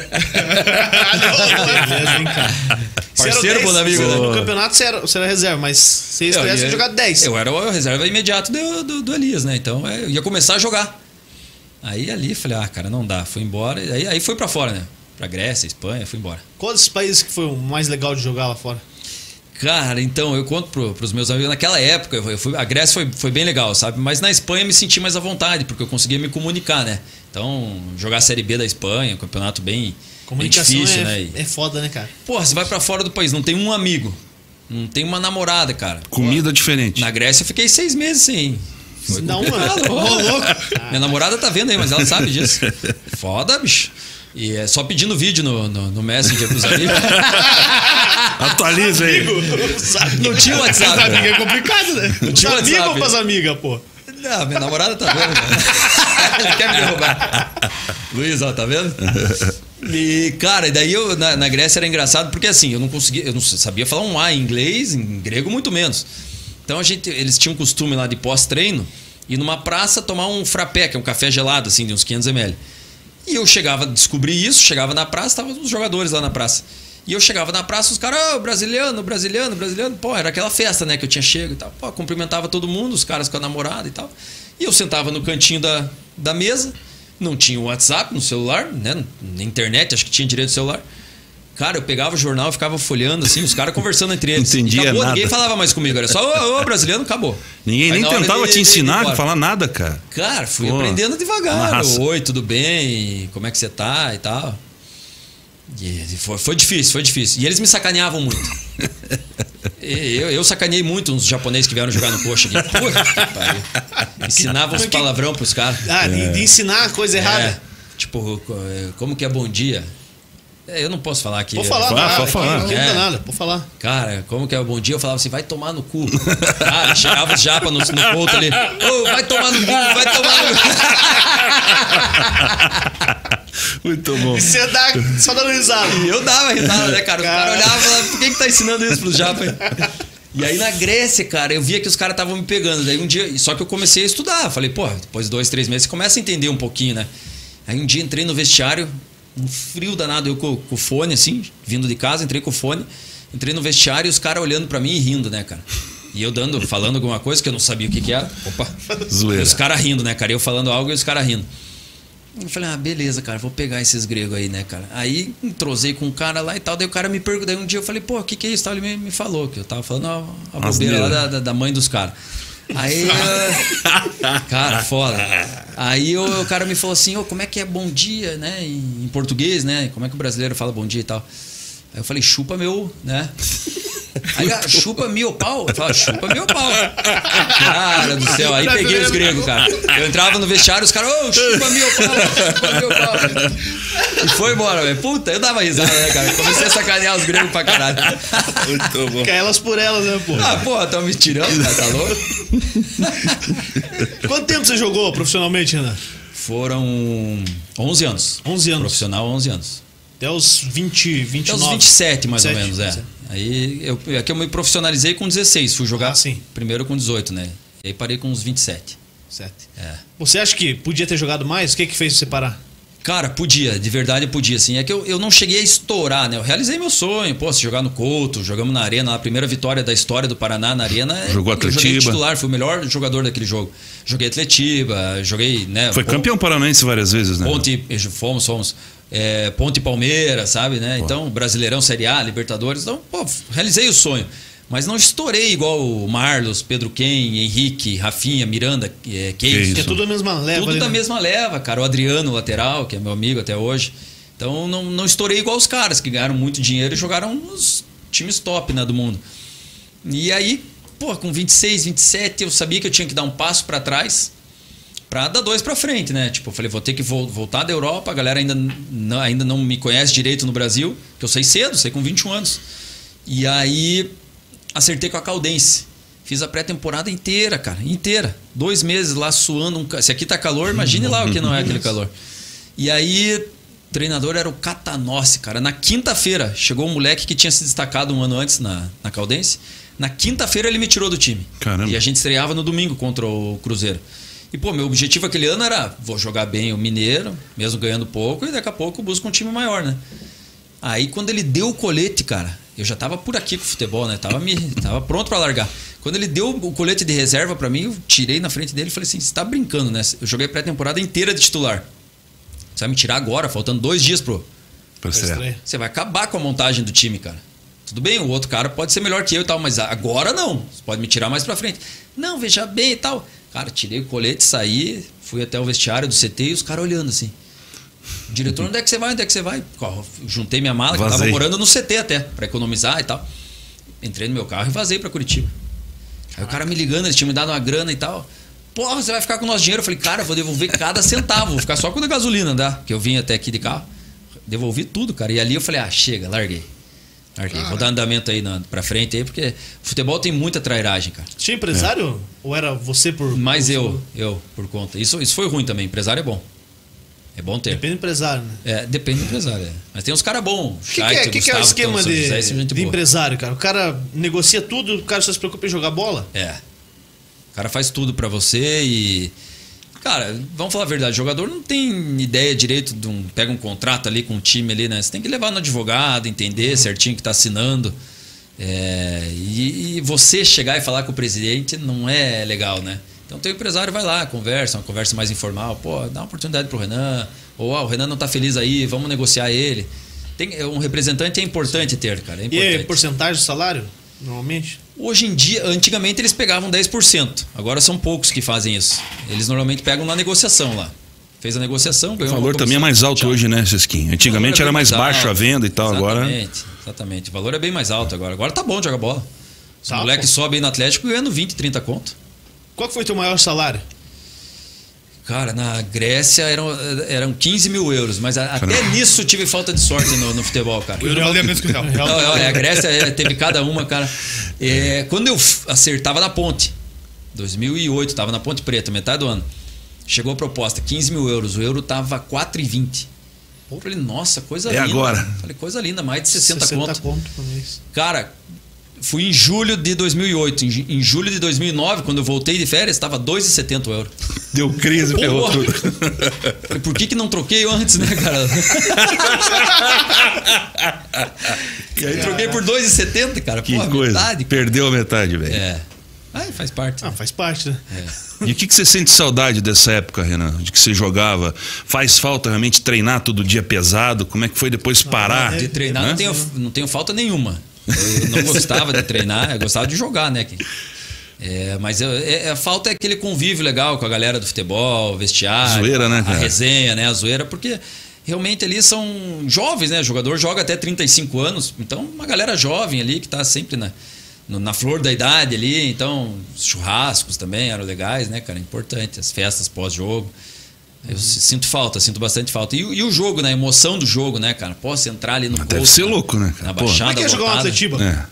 Speaker 4: Parceiro, bom amigo.
Speaker 1: No campeonato você era reserva, mas você ia jogar 10.
Speaker 4: Eu era o reserva imediato do Elias, né? Então eu ia começar a jogar. Aí ali falei, cara, não dá. Fui embora. Aí foi pra fora, né? Pra Grécia, Espanha, fui embora.
Speaker 1: Qual dos países que foi o mais legal de jogar lá fora?
Speaker 4: Cara, então, eu conto pros meus amigos, naquela época, a Grécia foi bem legal, sabe? Mas na Espanha eu me senti mais à vontade, porque eu conseguia me comunicar, né? Então, jogar a Série B da Espanha, um campeonato bem difícil, né?
Speaker 1: É foda, né, cara?
Speaker 4: Porra, você vai pra fora do país, não tem um amigo, não tem uma namorada, cara.
Speaker 2: Comida diferente.
Speaker 4: Na Grécia eu fiquei 6 meses sem...
Speaker 1: Não, mano. Louco.
Speaker 4: Minha namorada tá vendo aí, mas ela sabe disso. Foda, bicho. E é só pedindo vídeo no Messenger pros amigos.
Speaker 2: Atualiza aí.
Speaker 4: Não tinha WhatsApp.
Speaker 1: Pras amigas é complicado, né?
Speaker 4: Não tinha
Speaker 1: WhatsApp. Amigo ou pras amigas, pô?
Speaker 4: Não, minha namorada tá vendo. Ele quer me derrubar. Luiz, ó, tá vendo? E, cara, daí eu na Grécia era engraçado porque assim, eu não sabia falar um A em inglês, em grego muito menos. Então eles tinham um costume lá de pós-treino ir numa praça tomar um frappé, que é um café gelado, assim, de uns 500 ml. E eu descobri isso, chegava na praça, estavam os jogadores lá na praça. E eu chegava na praça, os caras, brasiliano. Pô, era aquela festa, né, que eu tinha chego e tal. Pô, cumprimentava todo mundo, os caras com a namorada e tal. E eu sentava no cantinho da mesa, não tinha o WhatsApp no celular, né, na internet, acho que tinha direito ao celular. Cara, eu pegava o jornal e ficava folheando, assim, os caras conversando entre eles.
Speaker 2: Não entendia
Speaker 4: acabou,
Speaker 2: nada.
Speaker 4: Ninguém falava mais comigo, era só o brasileiro, acabou.
Speaker 2: Ninguém
Speaker 4: Aí,
Speaker 2: nem
Speaker 4: na hora
Speaker 2: tentava
Speaker 4: de-
Speaker 2: te ensinar,
Speaker 4: de- de-
Speaker 2: falar nada, cara.
Speaker 4: Cara, fui
Speaker 2: Pô,
Speaker 4: aprendendo
Speaker 2: na
Speaker 4: devagar.
Speaker 2: raça.
Speaker 4: Oi, tudo bem? Como é que você tá e tal. E foi difícil. E eles me sacaneavam muito. Eu sacaneei muito uns japoneses que vieram jogar no coxa aqui. Puta que pariu. Ensinava uns palavrão pros caras.
Speaker 1: De ensinar coisa errada.
Speaker 4: Tipo, como que é bom dia? Eu não posso falar aqui.
Speaker 1: Pode falar,
Speaker 2: Pode falar.
Speaker 1: Não muda nada, pode falar.
Speaker 4: Cara, como que é o bom dia? Eu falava assim, vai tomar no cu. Cara, chegava os japa no ponto ali. Ô, vai tomar no cu, vai tomar no cu.
Speaker 2: Muito bom.
Speaker 1: E você dá só dando risada.
Speaker 4: E eu dava risada, né, cara? Os caras olhavam e falavam, por que tá ensinando isso pros japa? E aí na Grécia, cara, eu via que os caras estavam me pegando. Daí um dia, só que eu comecei a estudar. Falei, pô, depois de 2, 3 meses você começa a entender um pouquinho, né? Aí um dia entrei no vestiário, um frio danado, eu com o fone, assim, vindo de casa, entrei com o fone, entrei no vestiário e os caras olhando pra mim e rindo, né, cara? E eu falando alguma coisa que eu não sabia o que era. Opa!
Speaker 2: Zoeira.
Speaker 4: E os caras rindo, né, cara? Eu falando algo e os caras rindo. Eu falei, beleza, cara, vou pegar esses gregos aí, né, cara? Aí entrosei com um cara lá e tal, daí o cara me perguntou, daí um dia eu falei, pô, o que é isso? Ele me falou, que eu tava falando a bobeira lá da mãe dos caras. Aí, cara, foda. Aí o cara me falou assim, como é que é bom dia, né, em português, né? Como é que o brasileiro fala bom dia e tal? Aí eu falei, chupa meu, né? Aí, chupa meu pau? Eu falava, chupa meu pau. Cara do céu, aí peguei os gregos, cara. Eu entrava no vestiário, os caras, chupa meu pau. E foi embora, velho. Puta, eu dava risada, né, cara? Comecei a sacanear os gregos pra caralho.
Speaker 2: Muito bom.
Speaker 1: Fica elas por elas, né, pô?
Speaker 4: Porra, tão me tirando, cara, tá louco?
Speaker 1: Quanto tempo você jogou profissionalmente, Renan?
Speaker 4: Foram 11 anos.
Speaker 1: 11 anos.
Speaker 4: Profissional, 11 anos.
Speaker 1: Até os 20, 29.
Speaker 4: Até os 27, mais
Speaker 1: 27,
Speaker 4: ou menos,
Speaker 1: 27.
Speaker 4: Aí aqui eu me profissionalizei com 16. Fui jogar
Speaker 1: sim.
Speaker 4: primeiro com 18, né? E aí parei com uns 27.
Speaker 1: 7.
Speaker 4: É.
Speaker 1: Você acha que podia ter jogado mais? O que fez você parar?
Speaker 4: Cara, podia, de verdade podia, sim. É que eu não cheguei a estourar, né? Eu realizei meu sonho, pô, se jogar no Couto, jogamos na Arena, a primeira vitória da história do Paraná na Arena.
Speaker 2: Jogou
Speaker 4: Eu joguei
Speaker 2: Atletiba.
Speaker 4: titular, fui o melhor jogador daquele jogo. Joguei Atletiba, joguei, né?
Speaker 2: Foi campeão paranaense várias vezes, né?
Speaker 4: Ponte, fomos. Ponte e Palmeiras, sabe, né? Então, Brasileirão, Série A, Libertadores. Então, pô, realizei o sonho. Mas não estourei igual o Marlos, Pedro Ken, Henrique, Rafinha, Miranda, Keis.
Speaker 1: Que é tudo a mesma leva.
Speaker 4: Tudo
Speaker 1: ali,
Speaker 4: da
Speaker 1: né?
Speaker 4: mesma leva, cara. O Adriano, lateral, que é meu amigo até hoje. Então não estourei igual os caras que ganharam muito dinheiro e jogaram nos times top, né, do mundo. E aí, pô, com 26, 27, eu sabia que eu tinha que dar um passo pra trás pra dar 2 pra frente, né? Tipo, eu falei, vou ter que voltar da Europa, a galera ainda não me conhece direito no Brasil, que eu sei cedo, sei com 21 anos. E aí acertei com a Caldense. Fiz a pré-temporada inteira, cara. Inteira. 2 meses lá suando. Se aqui tá calor, imagine lá o que não é aquele calor. E aí, o treinador era o Catanossi, cara. Na quinta-feira, chegou um moleque que tinha se destacado um ano antes na Caldense. Na quinta-feira ele me tirou do time.
Speaker 2: Caramba.
Speaker 4: E a gente estreava no domingo contra o Cruzeiro. E, pô, meu objetivo aquele ano era, vou jogar bem o Mineiro, mesmo ganhando pouco, e daqui a pouco busco um time maior, né? Aí, quando ele deu o colete, cara, eu já tava por aqui com o futebol, né? Tava pronto pra largar. Quando ele deu o colete de reserva pra mim, eu tirei na frente dele e falei assim, você tá brincando, né? Eu joguei a pré-temporada inteira de titular. Você vai me tirar agora, faltando 2 dias
Speaker 2: Pra ser.
Speaker 4: Você vai acabar com a montagem do time, cara. Tudo bem, o outro cara pode ser melhor que eu e tal, mas agora não. Você pode me tirar mais pra frente. Não, veja bem e tal. Cara, tirei o colete, saí, fui até o vestiário do CT e os caras olhando assim. Diretor, onde é que você vai? Onde é que você vai? Juntei minha mala, que eu tava morando no CT até, pra economizar e tal. Entrei no meu carro e vazei pra Curitiba. Aí o cara me ligando, eles tinham me dado uma grana e tal. Porra, você vai ficar com o nosso dinheiro? Eu falei, cara, eu vou devolver cada centavo, vou ficar só com a gasolina, tá? Que eu vim até aqui de carro. Devolvi tudo, cara. E ali eu falei, chega, larguei. Vou dar andamento aí pra frente aí, porque futebol tem muita trairagem, cara.
Speaker 1: Tinha empresário? Ou era você por...
Speaker 4: Mas eu por conta. Isso foi ruim também. Empresário é bom. É bom ter.
Speaker 1: Depende do empresário, né?
Speaker 4: Depende do empresário. Mas tem uns caras bons.
Speaker 1: O que é o esquema de empresário, cara? O cara negocia tudo, o cara só se preocupa em jogar bola?
Speaker 4: O cara faz tudo pra você e... Cara, vamos falar a verdade, o jogador não tem ideia direito de pega um contrato ali com um time ali, né? Você tem que levar no advogado, entender certinho que tá assinando. E você chegar e falar com o presidente não é legal, né? Então teu empresário vai lá, uma conversa mais informal. Pô, dá uma oportunidade pro Renan. Ou o Renan não tá feliz aí, vamos negociar ele. Um representante é importante ter, cara. É
Speaker 1: E
Speaker 4: importante.
Speaker 1: porcentagem do salário, normalmente?
Speaker 4: Hoje em dia, antigamente eles pegavam 10%. Agora são poucos que fazem isso. Eles normalmente pegam na negociação lá. Fez a negociação,
Speaker 2: O
Speaker 4: ganhou
Speaker 2: valor
Speaker 4: uma
Speaker 2: também é
Speaker 4: comissão.
Speaker 2: mais alto
Speaker 4: Tchau.
Speaker 2: hoje, né, Sesquinho? Antigamente era mais baixo a venda e tal, agora...
Speaker 4: Exatamente. O valor é bem mais alto agora. Agora tá bom de jogar bola. Os
Speaker 1: Tá,
Speaker 4: moleques
Speaker 1: pô.
Speaker 4: sobem aí no Atlético ganhando 20, 30 conto.
Speaker 1: Qual que foi o teu maior salário?
Speaker 4: Cara, na Grécia eram 15 mil euros, mas até nisso tive falta de sorte no futebol, cara.
Speaker 3: O euro valia menos que o real.
Speaker 4: Não, a Grécia teve cada uma, cara. Quando eu acertava na Ponte, 2008, tava na Ponte Preta, metade do ano. Chegou a proposta, 15 mil euros. O euro tava 4,20. Eu falei, nossa, coisa linda.
Speaker 2: Agora?
Speaker 4: Falei, coisa linda, mais de 60 conto.
Speaker 1: conto por mês.
Speaker 4: Cara, fui em julho de 2008. Em julho de 2009, quando eu voltei de férias, estava 2,70 euros.
Speaker 2: Deu crise, ferrou
Speaker 4: Porra!
Speaker 2: tudo.
Speaker 4: Falei, por que não troquei antes, né, cara? E aí troquei por 2,70, cara.
Speaker 2: Que
Speaker 4: Pô,
Speaker 2: coisa.
Speaker 4: metade.
Speaker 2: Perdeu a metade, velho.
Speaker 4: É. Aí faz parte.
Speaker 1: Ah, faz parte, né?
Speaker 2: E o que você sente saudade dessa época, Renan? De que você jogava? Faz falta realmente treinar todo dia pesado? Como é que foi depois parar?
Speaker 4: De treinar
Speaker 2: Né?
Speaker 4: não tenho falta nenhuma. Eu não gostava de treinar, eu gostava de jogar, né? Mas a falta é aquele convívio legal com a galera do futebol, vestiário,
Speaker 2: Zoeira, né,
Speaker 4: a
Speaker 2: cara?
Speaker 4: resenha, né? A zoeira, porque realmente ali são jovens, né? O jogador joga até 35 anos, então uma galera jovem ali que tá sempre na flor da idade ali, então os churrascos também eram legais, né, cara? Importante, as festas pós-jogo. Eu sinto bastante falta. E o jogo, né? A emoção do jogo, né, cara? Posso entrar ali no
Speaker 2: Deve
Speaker 4: posto,
Speaker 2: ser
Speaker 4: cara,
Speaker 2: louco, né, cara?
Speaker 4: na
Speaker 2: Pô.
Speaker 4: baixada
Speaker 1: Como é que é jogar um
Speaker 4: lotada.
Speaker 1: Atletiba?
Speaker 2: É.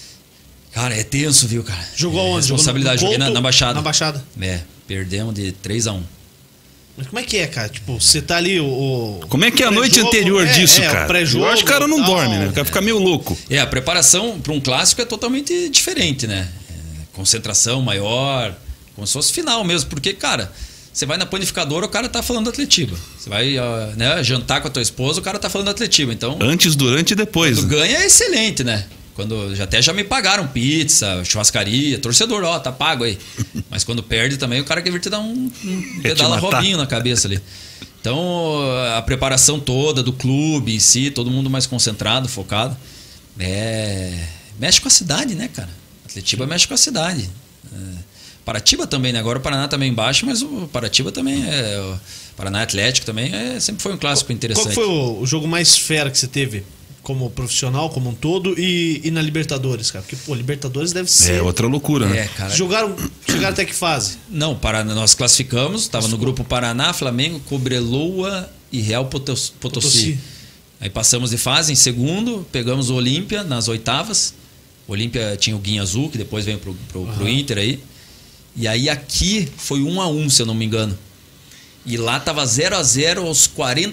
Speaker 4: Cara, é tenso, viu, cara?
Speaker 1: Jogou onde? Jogou
Speaker 4: Responsabilidade,
Speaker 1: no
Speaker 4: joguei
Speaker 1: Couto?
Speaker 4: na Baixada.
Speaker 1: Na Baixada.
Speaker 4: Perdemos de 3-1.
Speaker 1: Mas como é que é, cara? Tipo, você tá ali
Speaker 2: Como é que é a noite
Speaker 1: pré-jogo?
Speaker 2: anterior disso,
Speaker 1: o
Speaker 2: cara?
Speaker 1: pré-jogo
Speaker 2: Eu acho que o cara não
Speaker 1: e tal.
Speaker 2: dorme, né? O cara fica meio louco.
Speaker 4: A preparação para um clássico é totalmente diferente, né? Concentração maior, como se fosse final mesmo. Porque, cara, você vai na panificadora, o cara tá falando do Atletiba. Você vai jantar com a tua esposa, o cara tá falando do Atletiba. Então,
Speaker 2: Antes, durante e depois.
Speaker 4: quando
Speaker 2: Né?
Speaker 4: ganha é excelente, né? Quando já me pagaram pizza, churrascaria, torcedor, tá pago aí. Mas quando perde também, o cara quer vir te dar um pedala
Speaker 2: matar.
Speaker 4: Robinho na cabeça ali. Então, a preparação toda do clube em si, todo mundo mais concentrado, focado. Mexe com a cidade, né, cara? Atletiba mexe com a cidade. Paratiba também, né? Agora o Paraná também embaixo, mas o Paratiba também o Paraná Atlético também sempre foi um clássico interessante.
Speaker 1: Qual que foi o jogo mais fera que você teve como profissional, como um todo, e na Libertadores, cara? Porque, pô, Libertadores deve ser...
Speaker 2: É outra loucura, né?
Speaker 4: Cara.
Speaker 1: Chegaram até que fase?
Speaker 4: Não, nós classificamos, estava no grupo Paraná, Flamengo, Cobreloa e Real Potosí. Aí passamos de fase em segundo, pegamos o Olímpia nas oitavas. O Olímpia tinha o Guinha Azul, que depois veio pro Inter aí. E aí aqui foi 1-1, se eu não me engano. E lá tava 0-0 aos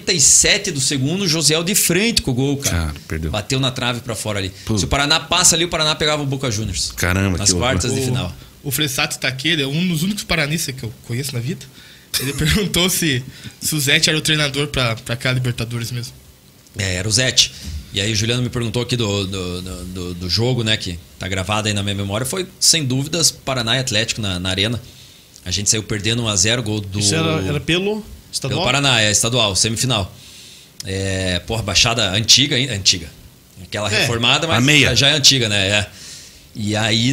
Speaker 4: 47 do segundo, o Josiel de frente com o gol, cara.
Speaker 2: Perdeu.
Speaker 4: Bateu na trave pra fora ali.
Speaker 2: Pô.
Speaker 4: Se o Paraná passa ali, o Paraná pegava o Boca Juniors.
Speaker 2: Caramba,
Speaker 4: nas
Speaker 2: que
Speaker 4: quartas
Speaker 2: loucura.
Speaker 4: de final.
Speaker 3: O Fressato Taqueira é um dos únicos paranistas que eu conheço na vida. Ele perguntou se o Zete era o treinador pra aquela Libertadores mesmo.
Speaker 4: Era o Zete. E aí o Juliano me perguntou aqui do jogo, né, que tá gravado aí na minha memória. Foi, sem dúvidas, Paraná e Atlético na Arena. A gente saiu perdendo 1-0, gol do...
Speaker 1: Isso era pelo estadual?
Speaker 4: Pelo Paraná, estadual, semifinal. Baixada antiga ainda. Antiga. Aquela reformada, mas
Speaker 2: a meia.
Speaker 4: já é antiga, né? E aí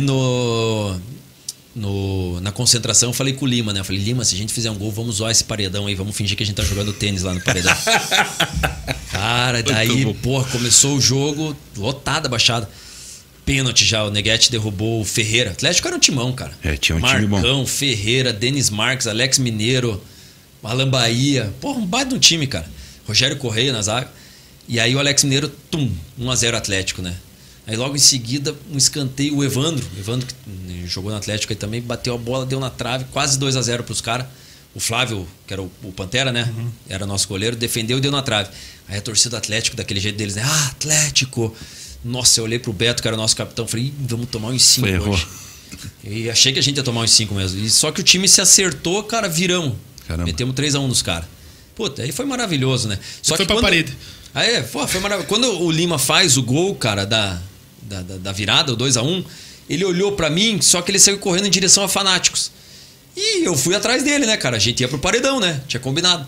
Speaker 4: na concentração eu falei com o Lima, né? Eu falei, Lima, se a gente fizer um gol, vamos zoar esse paredão aí, vamos fingir que a gente tá jogando tênis lá no paredão. Cara, daí, começou o jogo, lotada a baixada. Pênalti já, o Neguete derrubou o Ferreira. O Atlético era um timão, cara.
Speaker 2: Tinha um time bom.
Speaker 4: Marcão, Ferreira, Denis Marques, Alex Mineiro, Alan Bahia. Um baita de um time, cara. Rogério Correia na zaga. E aí o Alex Mineiro, 1-0 Atlético, né? Aí logo em seguida, um escanteio, o Evandro que jogou no Atlético aí também, bateu a bola, deu na trave, quase 2-0 pros caras. O Flávio, que era o Pantera, né? Era nosso goleiro, defendeu e deu na trave. Aí a torcida do Atlético, daquele jeito deles, né? Atlético! Nossa, eu olhei pro Beto, que era o nosso capitão, falei, vamos tomar uns 5 hoje. E achei que a gente ia tomar uns 5 mesmo. E só que o time se acertou, cara, viramos.
Speaker 2: Caramba.
Speaker 4: Metemos 3-1 nos caras. Puta, aí foi maravilhoso, né? Só
Speaker 3: foi
Speaker 4: que
Speaker 3: pra parede.
Speaker 4: Aí, foi maravilhoso. Quando o Lima faz o gol, cara, da virada, o 2-1, ele olhou pra mim, só que ele saiu correndo em direção a Fanáticos. E eu fui atrás dele, né, cara? A gente ia pro paredão, né? Tinha combinado.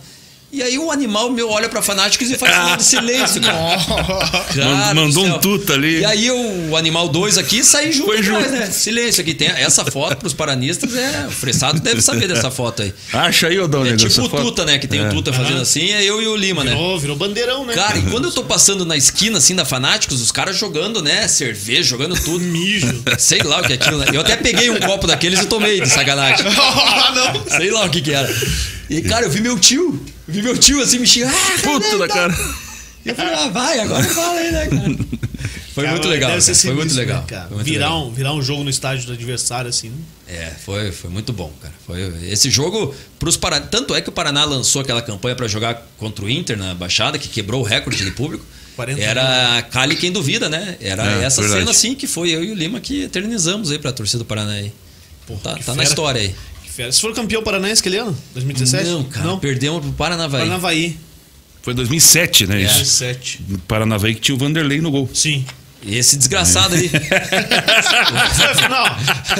Speaker 5: E aí o animal meu olha pra Fanáticos e faz sinal de silêncio, cara. Cara
Speaker 2: mandou um tuta ali.
Speaker 5: E aí o animal 2 aqui sai junto,
Speaker 2: Foi junto.
Speaker 5: né? Silêncio aqui. Tem essa foto pros paranistas, o Fressado deve saber dessa foto aí.
Speaker 2: Acha aí, ô Dona.
Speaker 5: É tipo o Tuta, né? Que tem o Tuta fazendo assim, é eu e o Lima, né?
Speaker 1: Virou bandeirão, né?
Speaker 5: Cara, e quando eu tô passando na esquina, assim, da Fanáticos, os caras jogando, né? Cerveja, jogando tudo.
Speaker 1: Mijo.
Speaker 5: Sei lá o que é aquilo, né? Eu até peguei um copo daqueles e tomei de sacanagem.
Speaker 3: Não.
Speaker 5: Sei lá o que era. E, cara, eu vi meu tio assim me xingar.
Speaker 2: Puta da cara.
Speaker 5: E eu falei, vai, agora fala aí, né, cara? Foi
Speaker 1: Cara,
Speaker 5: muito legal,
Speaker 1: deve ser
Speaker 5: cara. Foi muito
Speaker 1: sinistro,
Speaker 5: legal.
Speaker 1: né, cara?
Speaker 5: Foi muito
Speaker 1: Virar
Speaker 5: legal.
Speaker 1: um jogo no estádio do adversário, assim.
Speaker 5: Foi muito bom, cara. Esse jogo pros Paraná. Tanto é que o Paraná lançou aquela campanha pra jogar contra o Inter na Baixada, que quebrou o recorde de público.
Speaker 1: 40
Speaker 5: Era Cali quem duvida, né? Era essa
Speaker 2: verdade.
Speaker 5: cena assim que foi eu e o Lima que eternizamos aí pra torcida do Paraná aí.
Speaker 1: Porra, que
Speaker 5: Tá na
Speaker 1: fera.
Speaker 5: história aí.
Speaker 1: Que fera. Você foi campeão paranaense aquele ano? 2017?
Speaker 5: Não, cara, perdemos pro Paranavaí.
Speaker 1: Paranavaí.
Speaker 2: Foi 2007, né? Isso.
Speaker 1: 2017.
Speaker 2: No Paranavaí que tinha o Vanderlei no gol.
Speaker 1: Sim.
Speaker 5: E esse desgraçado aí.
Speaker 1: Foi a final.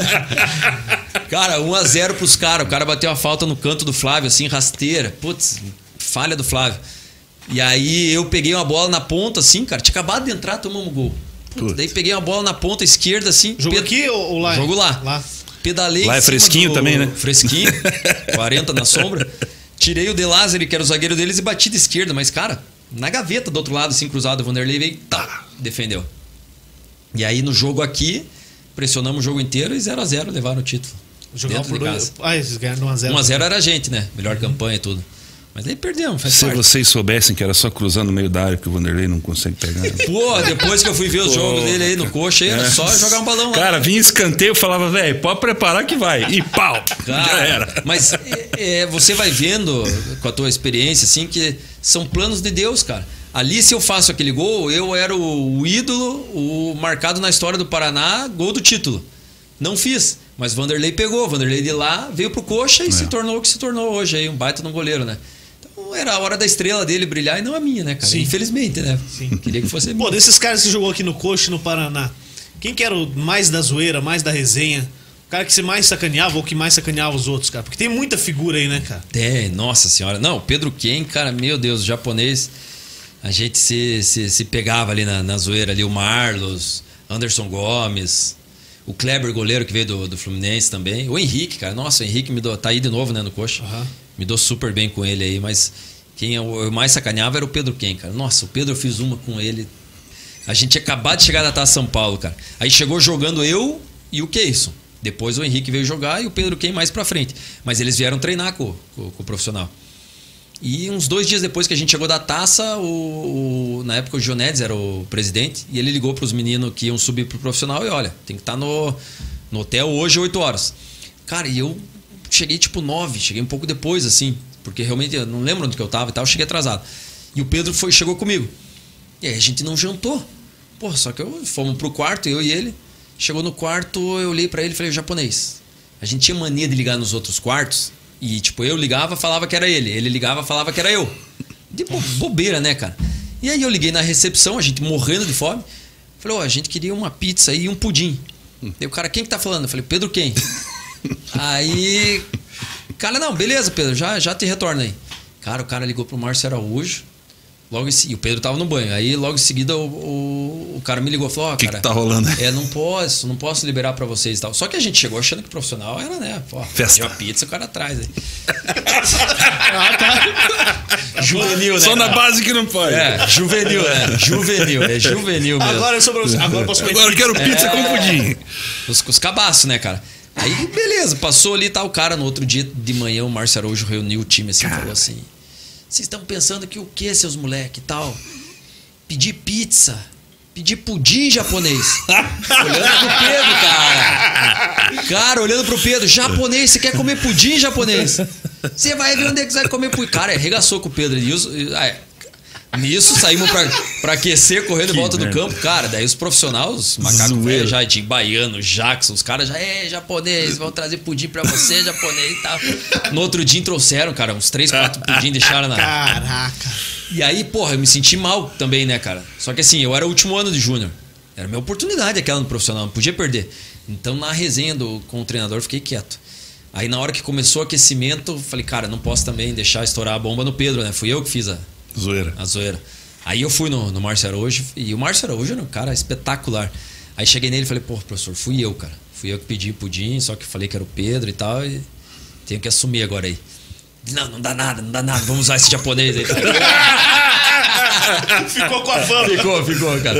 Speaker 5: Cara, 1-0 pros caras. O cara bateu a falta no canto do Flávio, assim, rasteira. Putz, falha do Flávio. E aí eu peguei uma bola na ponta, assim, cara. Tinha acabado de entrar, tomamos gol. Putz, daí peguei uma bola na ponta esquerda, assim.
Speaker 1: Jogo aqui ou lá?
Speaker 5: Jogo lá.
Speaker 1: Lá.
Speaker 5: Pedalei
Speaker 2: Lá
Speaker 5: em
Speaker 2: é
Speaker 5: cima
Speaker 2: fresquinho também, né?
Speaker 5: Fresquinho. 40 na sombra. Tirei o De Lázari, que era o zagueiro deles, e bati de esquerda. Mas, cara, na gaveta do outro lado, assim, cruzado, o Vanderlei veio, defendeu. E aí no jogo aqui, pressionamos o jogo inteiro e 0-0 levaram o título.
Speaker 1: Jogaram
Speaker 5: dentro
Speaker 1: por
Speaker 5: de
Speaker 1: dois.
Speaker 5: casa.
Speaker 1: Eles ganharam 1-0.
Speaker 5: 1-0 era a gente, né? Melhor campanha e tudo. Mas aí perdemos, faz
Speaker 2: Se
Speaker 5: parte.
Speaker 2: vocês soubessem que era só cruzar no meio da área que o Vanderlei não consegue pegar.
Speaker 5: Pô, depois que eu fui ver os jogos dele aí no coxa, aí era só jogar um balão lá.
Speaker 2: Cara, vinha escanteio, eu falava, velho, pode preparar que vai. E pau! Já era.
Speaker 5: Mas você vai vendo com a tua experiência, assim, que são planos de Deus, cara. Ali, se eu faço aquele gol, eu era o ídolo, o marcado na história do Paraná, gol do título. Não fiz, mas Vanderlei pegou. Vanderlei de lá veio pro coxa e se tornou o que se tornou hoje aí, um baita no goleiro, né? Então era a hora da estrela dele brilhar e não a minha, né, cara?
Speaker 1: Sim.
Speaker 5: Infelizmente, né?
Speaker 1: Sim.
Speaker 5: Queria que fosse a minha.
Speaker 1: Pô, desses caras que jogou aqui no Coxa e no Paraná, quem que era o mais da zoeira, mais da resenha? O cara que você mais sacaneava ou que mais sacaneava os outros, cara? Porque tem muita figura aí, né, cara?
Speaker 5: Nossa senhora. Não, Pedro Ken, cara, meu Deus, japonês. A gente se pegava ali na zoeira ali, o Marlos, Anderson Gomes, o Kleber, goleiro que veio do Fluminense também. O Henrique, cara. Nossa, o Henrique tá aí de novo, né, no Coxa.
Speaker 1: Uhum.
Speaker 5: Me dou super bem com ele aí, mas quem eu mais sacaneava era o Pedro Ken, cara. Nossa, o Pedro, eu fiz uma com ele. A gente tinha acabado de chegar da Taça São Paulo, cara. Aí chegou jogando eu e o Keyson. Depois o Henrique veio jogar e o Pedro Ken mais pra frente. Mas eles vieram treinar com o profissional. E uns 2 dias depois que a gente chegou da taça, na época o Jonedes era o presidente, e ele ligou pros meninos que iam subir pro profissional e olha, tem que estar no hotel hoje 8 horas. Cara, e eu cheguei tipo 9, cheguei um pouco depois, assim, porque realmente eu não lembro onde que eu tava e tal, eu cheguei atrasado. E o Pedro chegou comigo. E aí a gente não jantou. Pô, só que fomos pro quarto, eu e ele. Chegou no quarto, eu olhei pra ele e falei, japonês. A gente tinha mania de ligar nos outros quartos. E tipo, eu ligava, falava que era ele. Ele ligava, falava que era eu. De bobeira, né, cara? E aí eu liguei na recepção, a gente morrendo de fome. Falei, a gente queria uma pizza e um pudim. Daí o cara, quem que tá falando? Eu falei, Pedro quem? Aí... Cara, não, beleza, Pedro, já te retorno aí. Cara, o cara ligou pro Márcio Araújo. Logo e o Pedro tava no banho. Aí logo em seguida o cara me ligou e falou, cara,
Speaker 2: que tá rolando?
Speaker 5: Não posso liberar pra vocês e tal. Só que a gente chegou achando que o profissional era, né? Pô,
Speaker 2: festa.
Speaker 5: Uma pizza, o cara atrás aí. Juvenil, né?
Speaker 2: Só na base que não pode.
Speaker 5: Juvenil, né? Juvenil mesmo.
Speaker 1: Agora eu sou profissional. Agora eu posso comer
Speaker 2: Agora eu quero pizza com pudim.
Speaker 5: Os cabaços, né, cara? Aí, beleza, passou ali, tá o cara. No outro dia de manhã, o Márcio Araújo reuniu o time assim, falou assim: vocês estão pensando que o que, seus moleque e tal? Pedir pizza, pedir pudim japonês. Olhando pro Pedro, cara. Cara, olhando pro Pedro, japonês, você quer comer pudim japonês? Você vai ver onde é que você vai comer pudim. Cara, arregaçou com o Pedro. Nisso saímos pra aquecer, correndo em volta do campo. Cara, daí os profissionais, os macacos velhos, já de baiano, Jackson, os caras já, japonês, vão trazer pudim pra você, japonês e tal. No outro dia trouxeram, cara, uns 3, 4 pudim, deixaram na...
Speaker 1: Caraca.
Speaker 5: E aí, porra, eu me senti mal também, né, cara? Só que assim, eu era o último ano de júnior. Era a minha oportunidade aquela no profissional, não podia perder. Então, na resenha com o treinador, fiquei quieto. Aí na hora que começou o aquecimento, falei, cara, não posso também deixar estourar a bomba no Pedro, né? Fui eu que fiz a zoeira. Aí eu fui no Márcio Araújo, e o Márcio Araújo era um cara espetacular. Aí cheguei nele e falei, pô, professor, fui eu, cara. Fui eu que pedi pudim, só que falei que era o Pedro e tal, e tenho que assumir agora aí. Não dá nada, vamos usar esse japonês aí.
Speaker 1: Ficou com a fama.
Speaker 5: Ficou, cara.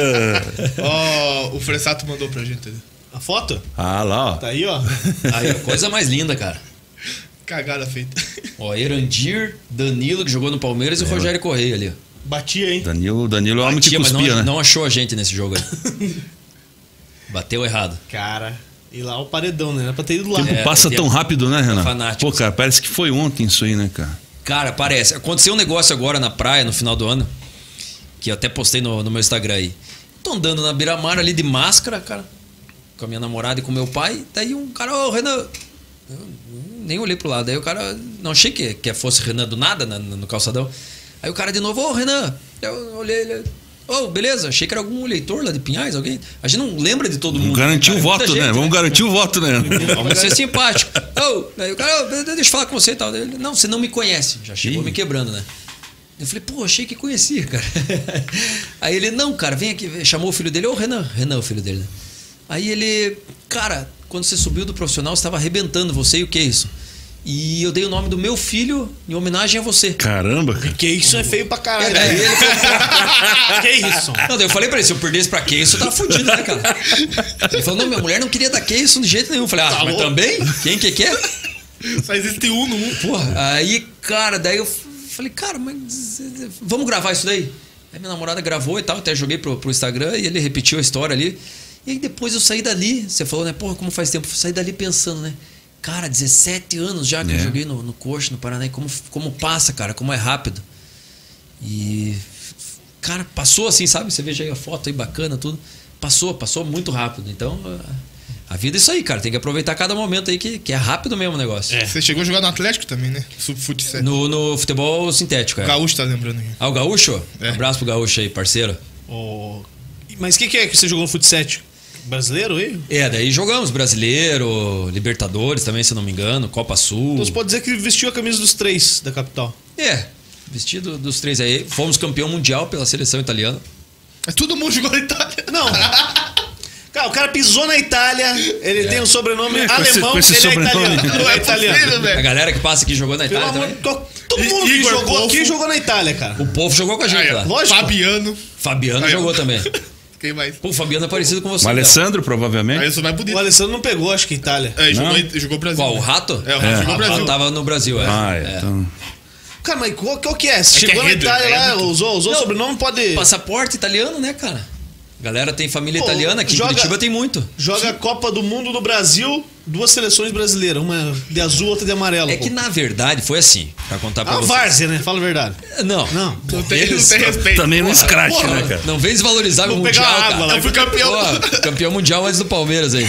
Speaker 3: Ó, o Fressato mandou pra gente.
Speaker 1: A foto?
Speaker 2: Ah, lá, ó.
Speaker 1: Tá aí, ó.
Speaker 5: Aí, coisa mais linda, cara.
Speaker 3: Cagada feita.
Speaker 5: Ó, Erandir, Danilo, que jogou no Palmeiras, e o Rogério Correia ali, ó.
Speaker 1: Batia, hein?
Speaker 2: Danilo é o homem que
Speaker 5: Batia, mas
Speaker 2: cuspia, né?
Speaker 5: não achou a gente nesse jogo aí. Bateu errado.
Speaker 1: Cara, e lá o paredão, né? Era pra ter ido lá.
Speaker 2: O tempo passa tão rápido, né, Renan?
Speaker 5: Fanático.
Speaker 2: Pô, cara, parece que foi ontem isso aí, né, cara?
Speaker 5: Cara, parece. Aconteceu um negócio agora na praia, no final do ano, que eu até postei no meu Instagram aí. Tô andando na beira-mar ali de máscara, cara, com a minha namorada e com meu pai. Daí um cara, ô, Renan... Eu nem olhei pro lado. Aí o cara... Não achei que fosse Renan do nada no calçadão. Aí o cara de novo, ô, Renan... Eu olhei ele... Ô, beleza, achei que era algum eleitor lá de Pinhais, alguém. A gente não lembra de todo mundo.
Speaker 2: Vamos garantir
Speaker 5: cara,
Speaker 2: o voto,
Speaker 5: gente,
Speaker 2: né? Vamos garantir o voto, né?
Speaker 5: Vamos ser simpático. Aí o cara, deixa eu falar com você e tal. Ele, não, você não me conhece. Já chegou me quebrando, né? Eu falei, pô, achei que conhecia, cara. Aí ele, não, cara, vem aqui. Chamou o filho dele, ô, Renan. Renan, o filho dele, né? Aí ele, cara, quando você subiu do profissional, você estava arrebentando você e o que é isso? E eu dei o nome do meu filho em homenagem a você.
Speaker 2: Caramba, cara.
Speaker 1: Que isso é feio pra caralho.
Speaker 5: Daí ele falou,
Speaker 1: que isso?
Speaker 5: Não, daí eu falei pra ele, se eu perdesse pra que isso, eu tava fudido, né, cara? Ele falou, não, minha mulher não queria dar que isso de jeito nenhum. Eu falei,
Speaker 1: Tá
Speaker 5: mas
Speaker 1: louco.
Speaker 5: também? Quem que quer?
Speaker 3: Só existe um no mundo.
Speaker 5: Porra, aí, cara, daí eu falei, cara, mas vamos gravar isso daí? Aí minha namorada gravou e tal, até joguei pro Instagram e ele repetiu a história ali. E aí depois eu saí dali, você falou, né, porra, como faz tempo? Eu saí dali pensando, né? Cara, 17 anos já que eu joguei no Coxa, no Paraná, e como passa, cara, como é rápido. E, cara, passou assim, sabe? Você veja aí a foto aí bacana, tudo. Passou muito rápido. Então, a vida é isso aí, cara. Tem que aproveitar cada momento aí que é rápido mesmo o negócio.
Speaker 3: Você chegou a jogar no Atlético também, né? Subfute 7.
Speaker 5: No futebol sintético,
Speaker 3: O Gaúcho tá lembrando aqui.
Speaker 5: Ah, o Gaúcho?
Speaker 3: É.
Speaker 5: Um abraço pro Gaúcho aí, parceiro.
Speaker 1: Mas o que é que você jogou no Fut 7? Brasileiro aí?
Speaker 5: Daí jogamos Brasileiro, Libertadores também, se eu não me engano, Copa Sul.
Speaker 1: Então você pode dizer que vestiu a camisa dos 3 da capital.
Speaker 5: Vestido dos 3 aí. Fomos campeão mundial pela seleção italiana.
Speaker 3: Todo mundo jogou na Itália.
Speaker 1: Não. Cara, o cara pisou na Itália, ele tem um sobrenome alemão,
Speaker 2: com esse
Speaker 1: ele
Speaker 2: sobrenome.
Speaker 1: é italiano.
Speaker 3: Não é possível,
Speaker 5: A
Speaker 3: velho.
Speaker 5: galera que passa aqui jogou na
Speaker 1: Pelo
Speaker 5: Itália
Speaker 1: amor
Speaker 5: também.
Speaker 1: todo mundo que
Speaker 3: Igor
Speaker 1: jogou
Speaker 3: Polfo.
Speaker 1: aqui jogou na Itália, cara.
Speaker 5: O povo jogou com a gente lá.
Speaker 1: Lógico.
Speaker 3: Fabiano
Speaker 5: Jogou também.
Speaker 3: Quem mais?
Speaker 5: Pô, o Fabiano é parecido com você.
Speaker 2: O
Speaker 5: então.
Speaker 2: Alessandro, provavelmente.
Speaker 3: Aí eu sou mais bonito.
Speaker 1: O Alessandro não pegou, acho que Itália.
Speaker 3: Jogou Brasil.
Speaker 5: Qual, o Rato?
Speaker 3: É, o Rato jogou
Speaker 5: O
Speaker 3: Brasil.
Speaker 5: Rato tava no Brasil,
Speaker 2: Então...
Speaker 1: Cara, mas qual que é? Você
Speaker 3: que
Speaker 1: chegou
Speaker 3: é
Speaker 1: na
Speaker 3: Header,
Speaker 1: Itália
Speaker 3: é
Speaker 1: lá,
Speaker 3: muito-
Speaker 1: usou o sobrenome, pode...
Speaker 5: Passaporte italiano, né, cara? Galera tem família
Speaker 1: Pô,
Speaker 5: italiana, aqui em
Speaker 1: joga-
Speaker 5: Curitiba tem muito.
Speaker 1: Joga a Copa do Mundo no Brasil, 2 seleções brasileiras, uma de azul, outra de amarelo.
Speaker 5: É
Speaker 1: pô.
Speaker 5: que na verdade foi assim, pra contar pra
Speaker 1: Ah,
Speaker 5: vocês.
Speaker 1: várzea, né? Fala a verdade.
Speaker 5: Não.
Speaker 1: Não.
Speaker 3: Não tem respeito.
Speaker 2: Também no scratch,
Speaker 1: porra.
Speaker 2: né, cara?
Speaker 5: Não vem desvalorizar meu
Speaker 1: Vou pegar
Speaker 5: mundial,
Speaker 1: uma água
Speaker 5: cara.
Speaker 1: lá.
Speaker 3: Eu fui campeão.
Speaker 5: Pô, campeão mundial antes do Palmeiras aí.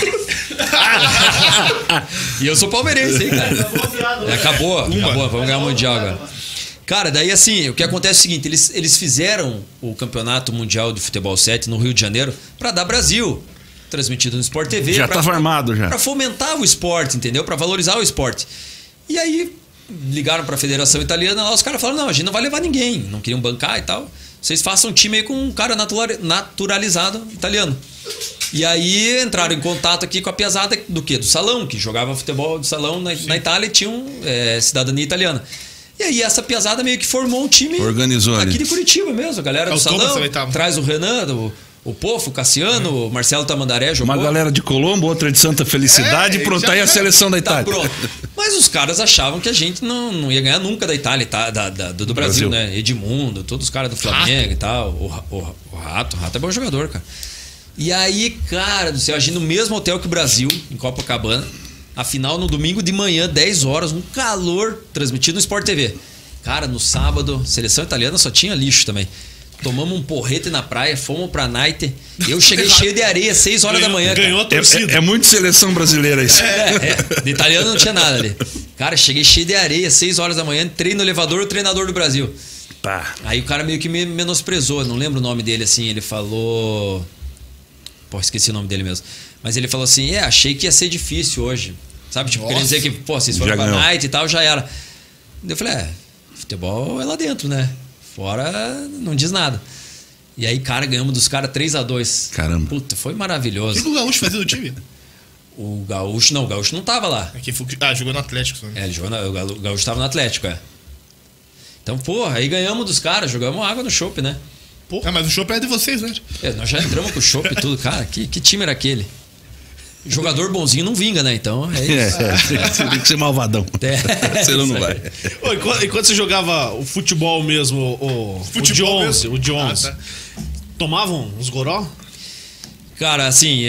Speaker 5: E eu sou palmeirense, hein, cara. Acabou, vamos ganhar o mundial agora. Cara, daí assim, o que acontece é o seguinte, eles fizeram o Campeonato Mundial de Futebol 7 no Rio de Janeiro pra dar Brasil, transmitido no Sport TV.
Speaker 2: Já tava armado, já.
Speaker 5: Pra fomentar o esporte, entendeu? Pra valorizar o esporte. E aí ligaram pra Federação Italiana, lá os caras falaram, não, a gente não vai levar ninguém, não queriam bancar e tal. Vocês façam um time aí com um cara naturalizado italiano. E aí entraram em contato aqui com a piazada do quê? Do salão, que jogava futebol de salão na Itália e tinham cidadania italiana. E aí essa piazada meio que formou um time
Speaker 2: Organizou
Speaker 5: aqui
Speaker 2: ali.
Speaker 5: de Curitiba mesmo. A galera do
Speaker 3: O Thomas
Speaker 5: salão
Speaker 3: também tava.
Speaker 5: traz o Renan, o Pofo, o Cassiano, o Marcelo Tamandaré jogou.
Speaker 2: Uma galera de Colombo, outra de Santa Felicidade,
Speaker 3: É,
Speaker 2: e pronto,
Speaker 3: já
Speaker 2: aí a
Speaker 3: era.
Speaker 2: seração da
Speaker 5: Tá
Speaker 2: Itália.
Speaker 5: pronto. Mas os caras achavam que a gente não ia ganhar nunca da Itália, tá? Do Brasil, né? Edmundo, todos os caras do Flamengo e tal. O Rato é bom jogador, cara. E aí, cara do céu, a gente no mesmo hotel que o Brasil, em Copacabana. A final no domingo de manhã, 10 horas, um calor, transmitido no Sport TV. Cara, no sábado, seleção italiana só tinha lixo também. Tomamos um porrete na praia, fomos pra night. Eu cheguei cheio de areia, 6 horas da manhã.
Speaker 1: Ganhou a
Speaker 5: Cara.
Speaker 1: torcida.
Speaker 2: É muito seleção brasileira isso.
Speaker 5: De italiano não tinha nada ali. Cara, cheguei cheio de areia, 6 horas da manhã, entrei no elevador, o treinador do Brasil.
Speaker 2: Pá.
Speaker 5: Aí o cara meio que me menosprezou, não lembro o nome dele assim, ele falou... Pô, esqueci o nome dele mesmo. Mas ele falou assim, achei que ia ser difícil hoje. Sabe? Tipo,
Speaker 3: Nossa.
Speaker 5: querendo dizer que, pô, vocês foram
Speaker 2: Já
Speaker 5: pra
Speaker 2: ganhou.
Speaker 5: night e tal, já era. Daí eu falei, futebol é lá dentro, né? Fora não diz nada. E aí, cara, ganhamos dos caras 3-2.
Speaker 2: Caramba.
Speaker 5: Puta, foi
Speaker 3: O que
Speaker 5: maravilhoso.
Speaker 3: que o Gaúcho fazia no time?
Speaker 5: O Gaúcho não tava lá.
Speaker 3: Jogou no Atlético. Só, né?
Speaker 5: Ele jogou o Gaúcho tava no Atlético, Então, porra, aí ganhamos dos caras, jogamos água no chopp, né?
Speaker 3: Mas o chopp é de vocês, né?
Speaker 5: Nós já entramos com o chopp e tudo. Cara, que time era aquele? Jogador bonzinho não vinga, né? Então, é isso.
Speaker 2: Você tem que ser malvadão. Senão não vai.
Speaker 1: Ô, e quando você jogava o futebol mesmo, o de 11,
Speaker 3: Tá.
Speaker 1: tomavam uns goró?
Speaker 5: Cara, assim,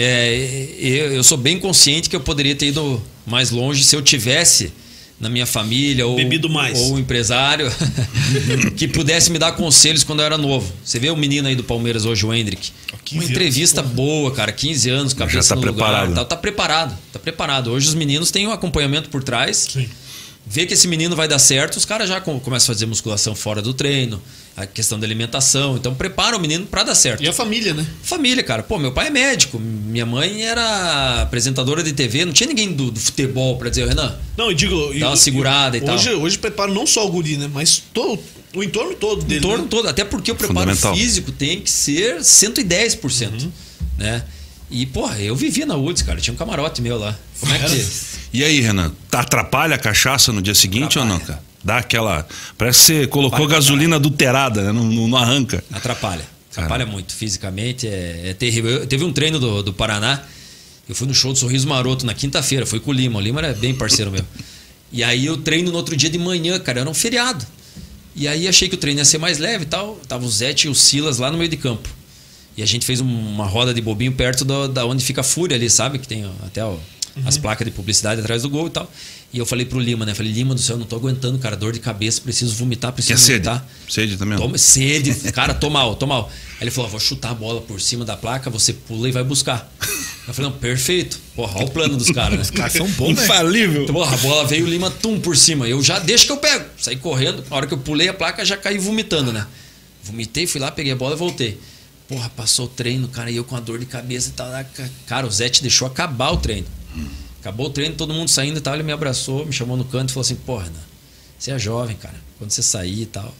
Speaker 5: eu sou bem consciente que eu poderia ter ido mais longe se eu tivesse na minha família ou
Speaker 1: Bebido mais.
Speaker 5: um empresário que pudesse me dar conselhos quando eu era novo. Você vê o menino aí do Palmeiras hoje, o Hendrick.
Speaker 3: 15
Speaker 5: Uma entrevista boa, cara, 15 anos, cabeça
Speaker 2: Já tá
Speaker 5: no
Speaker 2: preparado.
Speaker 5: lugar, tá preparado. Hoje os meninos têm um acompanhamento por trás.
Speaker 1: Sim.
Speaker 5: Vê que esse menino vai dar certo, os caras já começam a fazer musculação fora do treino, a questão da alimentação. Então prepara o menino pra dar certo.
Speaker 1: E a família, né?
Speaker 5: Família, cara. Pô, meu pai é médico, minha mãe era apresentadora de TV, não tinha ninguém do futebol pra dizer, Renan,
Speaker 1: Não, eu digo...
Speaker 5: dá uma segurada e tal.
Speaker 1: Hoje preparo não só o guri, né? Mas o entorno todo dele.
Speaker 5: O entorno
Speaker 1: né?
Speaker 5: todo, até porque o preparo
Speaker 2: Fundamental.
Speaker 5: físico tem que ser 110%, né? E, porra, eu vivia na UDS, cara, tinha um camarote meu lá. Como é que...
Speaker 2: E aí, Renan, atrapalha a cachaça no dia seguinte ou não, cara? Dá aquela... Parece que você colocou gasolina adulterada, né? Não arranca.
Speaker 5: Atrapalha muito, fisicamente é terrível. Teve um treino do Paraná, eu fui no show do Sorriso Maroto na quinta-feira, fui com o Lima era bem parceiro meu. E aí eu treino no outro dia de manhã, cara, era um feriado. E aí achei que o treino ia ser mais leve e tal, tava o Zete e o Silas lá no meio de campo. E a gente fez uma roda de bobinho perto da onde fica a Fúria ali, sabe? Que tem até as placas de publicidade atrás do gol e tal. E eu falei pro Lima, né? Falei, Lima do céu, não tô aguentando, cara, dor de cabeça, preciso vomitar,
Speaker 2: Quer
Speaker 5: preciso
Speaker 2: sede?
Speaker 5: vomitar.
Speaker 2: Sede também?
Speaker 5: Toma, sede, cara, tô mal. Aí ele falou, vou chutar a bola por cima da placa, você pula e vai buscar. Eu falei, não, perfeito. Porra, olha o plano dos caras, né? Os
Speaker 3: caras são bons, né?
Speaker 2: Infalível.
Speaker 5: Então, porra, a bola veio, o Lima, por cima. Eu já, deixa que eu pego. Saí correndo, na hora que eu pulei a placa, já caí vomitando, né? Vomitei, fui lá, peguei a bola e voltei. Porra, passou o treino, cara, e eu com a dor de cabeça e tal. Cara, o Zete deixou acabar o treino. Acabou o treino, todo mundo saindo e tal. Ele me abraçou, me chamou no canto e falou assim: porra, Renan, você é jovem, cara. Quando você sair e tal,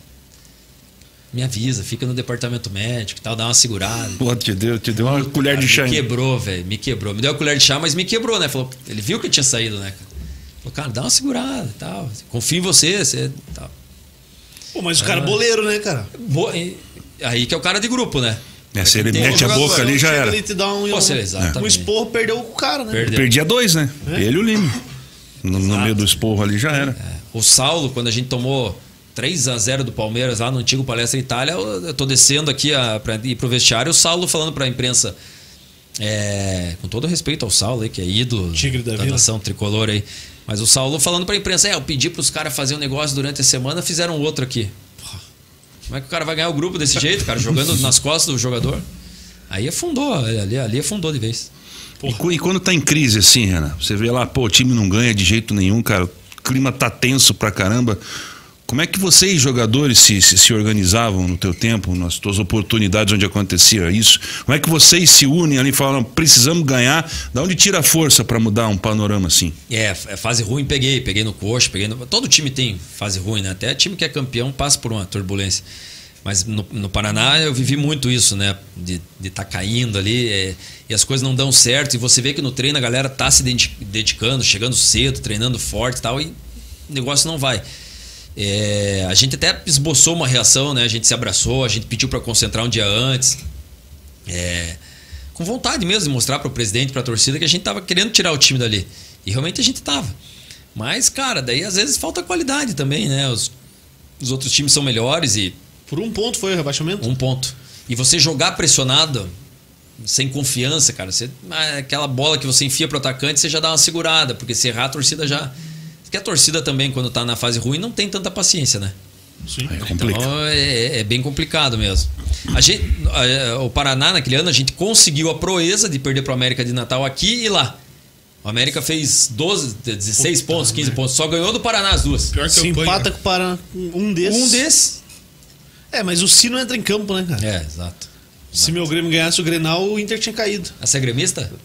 Speaker 5: me avisa, fica no departamento médico e tal, dá uma segurada.
Speaker 2: Pô, te deu uma colher de chá.
Speaker 5: Me quebrou, velho, me quebrou. Me deu a colher de chá, mas me quebrou, né? Falou, ele viu que eu tinha saído, né, cara? Falou, cara, dá uma segurada e tal. Confio em você tal.
Speaker 1: Pô, mas o cara é boleiro, né, cara?
Speaker 5: Aí que é o cara de grupo, né?
Speaker 2: Se ele
Speaker 5: Tem
Speaker 2: mete a
Speaker 5: jogador,
Speaker 2: boca ali, já
Speaker 1: Chega
Speaker 2: era.
Speaker 1: ali e te dá um
Speaker 5: exatamente.
Speaker 1: esporro, perdeu o cara, né?
Speaker 5: Perdeu.
Speaker 2: Perdia 2, né? Ele e o Lima. No meio do esporro ali já era.
Speaker 5: O Saulo, quando a gente tomou 3-0 do Palmeiras lá no antigo Palestra Itália, eu tô descendo aqui pra ir pro vestiário, o Saulo falando pra imprensa, com todo respeito ao Saulo aí, que é ídolo
Speaker 1: Tigre da
Speaker 5: da
Speaker 1: Vila.
Speaker 5: nação tricolor aí, mas o Saulo falando pra imprensa, eu pedi pros caras fazer um negócio durante a semana, fizeram outro aqui. Porra, como é que o cara vai ganhar o grupo desse jeito, cara, jogando nas costas do jogador? Aí afundou, ali afundou de vez.
Speaker 2: E quando tá em crise assim, Renan, você vê lá, pô, o time não ganha de jeito nenhum, cara, o clima tá tenso pra caramba. Como é que vocês, jogadores, se organizavam no teu tempo, nas tuas oportunidades onde acontecia isso? Como é que vocês se unem ali e falam, precisamos ganhar? Da onde tira a força pra mudar um panorama assim?
Speaker 5: Fase ruim peguei no coxo, todo time tem fase ruim, né? Até time que é campeão passa por uma turbulência. Mas no Paraná eu vivi muito isso, né? De estar caindo ali e as coisas não dão certo. E você vê que no treino a galera tá se dedicando, chegando cedo, treinando forte e tal, e o negócio não vai. A gente até esboçou uma reação, né? A gente se abraçou, a gente pediu para concentrar um dia antes. Com vontade mesmo de mostrar para o presidente, para a torcida, que a gente tava querendo tirar o time dali. E realmente a gente tava. Mas, cara, daí às vezes falta qualidade também, né? Os outros times são melhores e...
Speaker 1: Por um ponto foi o rebaixamento?
Speaker 5: 1 ponto. E você jogar pressionado, sem confiança, cara, aquela bola que você enfia pro atacante, você já dá uma segurada, porque se errar a torcida já... Porque a torcida também, quando tá na fase ruim, não tem tanta paciência, né?
Speaker 1: Sim.
Speaker 5: Então é bem complicado mesmo. O Paraná, naquele ano, a gente conseguiu a proeza de perder pro América de Natal aqui e lá. O América fez 16 pontos, 15 pontos. Só ganhou do Paraná as duas.
Speaker 3: Pior
Speaker 1: Se
Speaker 3: campanha.
Speaker 1: empata com o Paraná um desses. Mas o Si não entra em campo, né, cara?
Speaker 5: Exato.
Speaker 1: Se meu Grêmio ganhasse o Grenal, o Inter tinha caído.
Speaker 5: Você é gremista?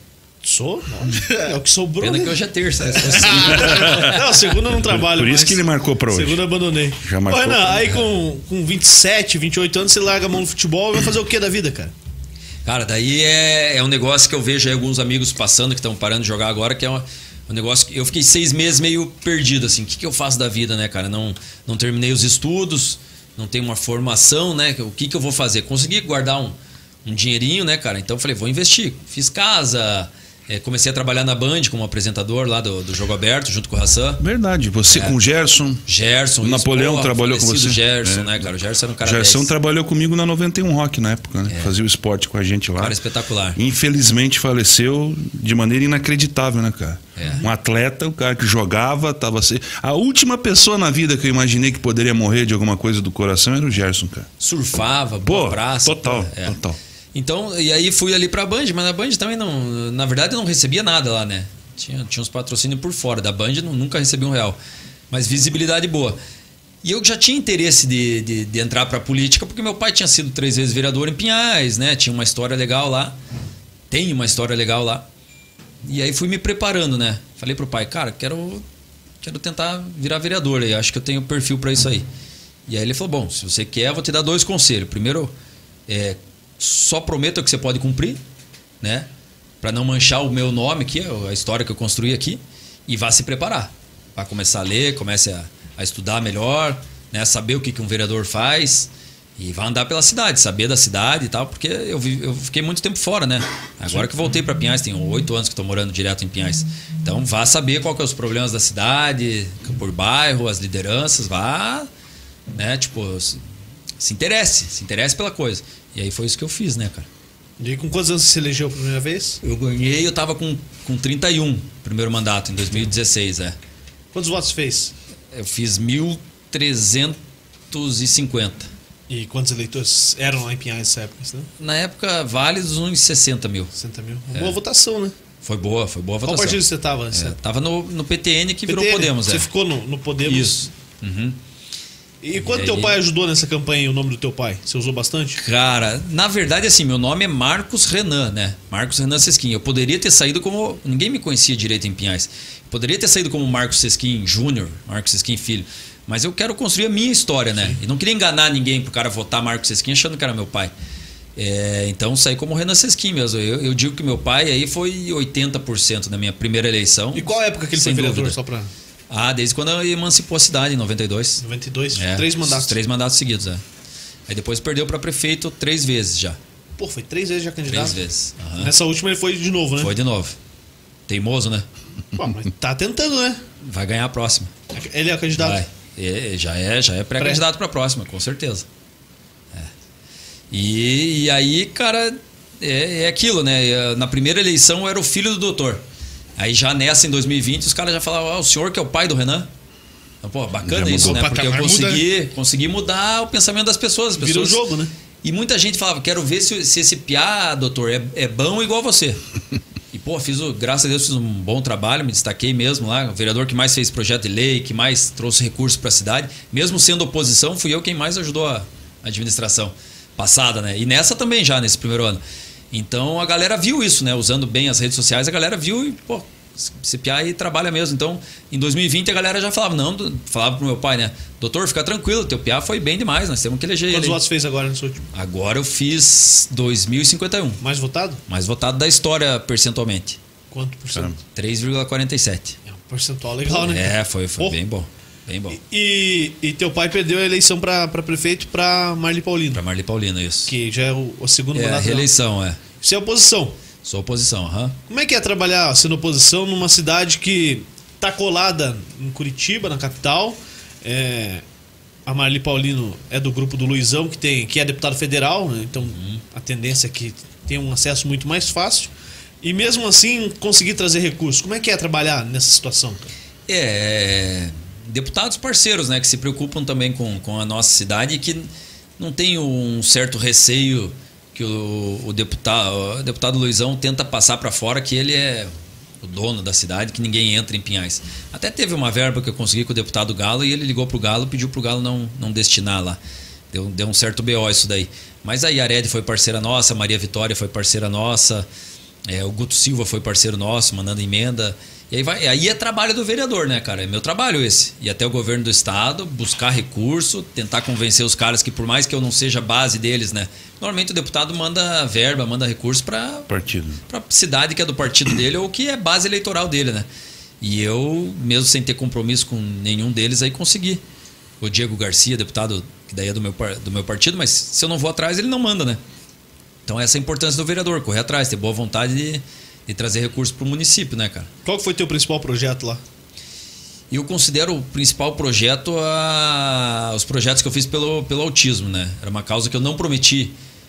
Speaker 1: Sou? É o que sobrou.
Speaker 5: Pena
Speaker 1: né?
Speaker 5: que hoje é terça.
Speaker 1: Não, segunda eu não trabalho.
Speaker 2: Por isso
Speaker 1: mais.
Speaker 2: que ele marcou pra hoje.
Speaker 1: Segunda eu abandonei.
Speaker 2: Já marcou.
Speaker 1: Ô, Renan, aí com 27, 28 anos, você larga a mão no futebol e vai fazer o que da vida, cara?
Speaker 5: Cara, daí é um negócio que eu vejo aí alguns amigos passando que estão parando de jogar agora, que é um negócio que eu fiquei 6 meses meio perdido, assim. O que eu faço da vida, né, cara? Não terminei os estudos, não tenho uma formação, né? O que eu vou fazer? Consegui guardar um dinheirinho, né, cara? Então eu falei, vou investir. Fiz casa, comecei a trabalhar na Band como apresentador lá do Jogo Aberto, junto com o Hassan.
Speaker 2: Verdade, você com o Gerson.
Speaker 5: Gerson,
Speaker 2: O Napoleão trabalhou com você.
Speaker 5: Gerson,
Speaker 2: É.
Speaker 5: né, cara? O Gerson era um cara
Speaker 2: Gerson
Speaker 5: 10.
Speaker 2: trabalhou comigo na 91 Rock na época, né? Fazia o esporte com a gente lá.
Speaker 5: Cara espetacular.
Speaker 2: Infelizmente faleceu de maneira inacreditável, né, cara?
Speaker 5: É.
Speaker 2: Um atleta, o cara que jogava, tava a última pessoa na vida que eu imaginei que poderia morrer de alguma coisa do coração era o Gerson, cara.
Speaker 5: Surfava,
Speaker 2: Pô,
Speaker 5: boa praça.
Speaker 2: total,
Speaker 5: É.
Speaker 2: total.
Speaker 5: Então, e aí fui ali pra Band, mas na Band também não. Na verdade, eu não recebia nada lá, né? Tinha uns patrocínios por fora. Da Band nunca recebi R$1. Mas visibilidade boa. E eu já tinha interesse de entrar pra política, porque meu pai tinha sido 3 vezes vereador em Pinhais, né? Tinha uma história legal lá. Tem uma história legal lá. E aí fui me preparando, né? Falei pro pai, cara, quero tentar virar vereador aí. Acho que eu tenho perfil pra isso aí. E aí ele falou, bom, se você quer, eu vou te dar 2 conselhos. Primeiro, só prometo que você pode cumprir, né? Para não manchar o meu nome aqui, a história que eu construí aqui, e vá se preparar. Vá começar a ler, comece a estudar melhor, né? Saber o que um vereador faz e vá andar pela cidade, saber da cidade e tal, porque eu fiquei muito tempo fora, né? Agora que voltei para Pinhais, tenho 8 anos que estou morando direto em Pinhais. Então vá saber qual que é os problemas da cidade, por bairro, as lideranças, vá, né? Tipo, se interesse pela coisa. E aí foi isso que eu fiz, né, cara?
Speaker 1: E aí, com quantos anos você se elegeu pela primeira vez?
Speaker 5: Eu ganhei, eu tava com 31, primeiro mandato, em 2016,
Speaker 1: Quantos votos fez?
Speaker 5: Eu fiz 1.350.
Speaker 1: E quantos eleitores eram lá em Pinhais nessa época? Né?
Speaker 5: Na época, válidos uns 60 mil.
Speaker 1: 60 mil. Uma boa votação, né?
Speaker 5: Foi boa votação.
Speaker 1: Qual partido você estava?
Speaker 5: Tava no PTN que virou
Speaker 1: PTN,
Speaker 5: Podemos.
Speaker 1: Você ficou no Podemos?
Speaker 5: Isso. Uhum.
Speaker 1: E quanto teu pai ajudou nessa campanha, o nome do teu pai? Você usou bastante?
Speaker 5: Cara, na verdade, assim, meu nome é Marcos Renan, né? Marcos Renan Sesquim. Eu poderia ter saído como... Ninguém me conhecia direito em Pinhais. Poderia ter saído como Marcos Sesquim Júnior, Marcos Sesquim Filho. Mas eu quero construir a minha história, né? Sim. E não queria enganar ninguém pro cara votar Marcos Sesquim achando que era meu pai. Então saí como Renan Sesquim mesmo. Eu digo que meu pai aí foi 80% na minha primeira eleição.
Speaker 1: E qual época que ele foi vereador? Só pra...
Speaker 5: desde quando emancipou a cidade, em 92.
Speaker 1: 92? 3 mandatos.
Speaker 5: 3 mandatos seguidos, Aí depois perdeu para prefeito 3 vezes já.
Speaker 1: Pô, foi 3 vezes já candidato?
Speaker 5: 3 vezes. Uhum.
Speaker 1: Nessa última ele foi de novo, né?
Speaker 5: Foi de novo. Teimoso, né?
Speaker 1: Pô, mas tá tentando, né?
Speaker 5: Vai ganhar a próxima.
Speaker 1: Ele é o candidato?
Speaker 5: Vai. Já é pré-candidato para a próxima, com certeza. E aí, cara, é aquilo, né? Na primeira eleição eu era o filho do doutor. Aí já nessa, em 2020, os caras já falavam, o senhor que é o pai do Renan? Então, pô, bacana isso, né? Porque eu consegui mudar o pensamento das pessoas.
Speaker 1: Virou o jogo, né?
Speaker 5: E muita gente falava, quero ver se esse piá, doutor, é bom igual você. E, pô, graças a Deus, fiz um bom trabalho, me destaquei mesmo lá. O vereador que mais fez projeto de lei, que mais trouxe recursos para a cidade. Mesmo sendo oposição, fui eu quem mais ajudou a administração passada, né? E nessa também já, nesse primeiro ano. Então a galera viu isso, né? Usando bem as redes sociais, a galera viu e, pô, esse piá aí trabalha mesmo. Então, em 2020 a galera já falava, falava pro meu pai, né? Doutor, fica tranquilo, teu piá foi bem demais, nós temos que eleger ele.
Speaker 1: Quantos votos fez agora nesse último?
Speaker 5: Agora eu fiz 2.051.
Speaker 1: Mais votado?
Speaker 5: Mais votado da história percentualmente.
Speaker 1: Quanto por cento?
Speaker 5: 3,47.
Speaker 1: É um percentual legal, né?
Speaker 5: Foi bem bom. Bem bom.
Speaker 1: E teu pai perdeu a eleição para prefeito para Marli Paulino.
Speaker 5: Para Marli Paulino, isso.
Speaker 1: Que já é o segundo mandato.
Speaker 5: A reeleição,
Speaker 1: Você é oposição?
Speaker 5: Sou oposição, aham.
Speaker 1: Como é que é trabalhar sendo oposição numa cidade que tá colada em Curitiba, na capital? A Marli Paulino é do grupo do Luizão, que é deputado federal, né? Então a tendência é que tenha um acesso muito mais fácil. E mesmo assim conseguir trazer recursos. Como é que é trabalhar nessa situação?
Speaker 5: Deputados parceiros, né, que se preocupam também com a nossa cidade e que não tem um certo receio que o deputado Luizão tenta passar para fora, que ele é o dono da cidade, que ninguém entra em Pinhais. Até teve uma verba que eu consegui com o deputado Galo e ele ligou pro Galo, pediu pro Galo não destinar lá. Deu um certo BO isso daí. Mas a Yared foi parceira nossa, a Maria Vitória foi parceira nossa. O Guto Silva foi parceiro nosso, mandando emenda. E aí é trabalho do vereador, né, cara? É meu trabalho esse. Ir até o governo do estado, buscar recurso, tentar convencer os caras que, por mais que eu não seja base deles, né? Normalmente o deputado manda verba, manda recurso para cidade que é do partido dele ou que é base eleitoral dele, né? E eu, mesmo sem ter compromisso com nenhum deles, aí consegui. O Diego Garcia, deputado, que daí é do meu partido, mas se eu não vou atrás, ele não manda, né? Então essa é a importância do vereador, correr atrás, ter boa vontade de trazer recursos para o município, né, cara?
Speaker 1: Qual foi teu principal projeto lá?
Speaker 5: Eu considero o principal projeto os projetos que eu fiz pelo autismo, né? Era uma causa que eu não prometi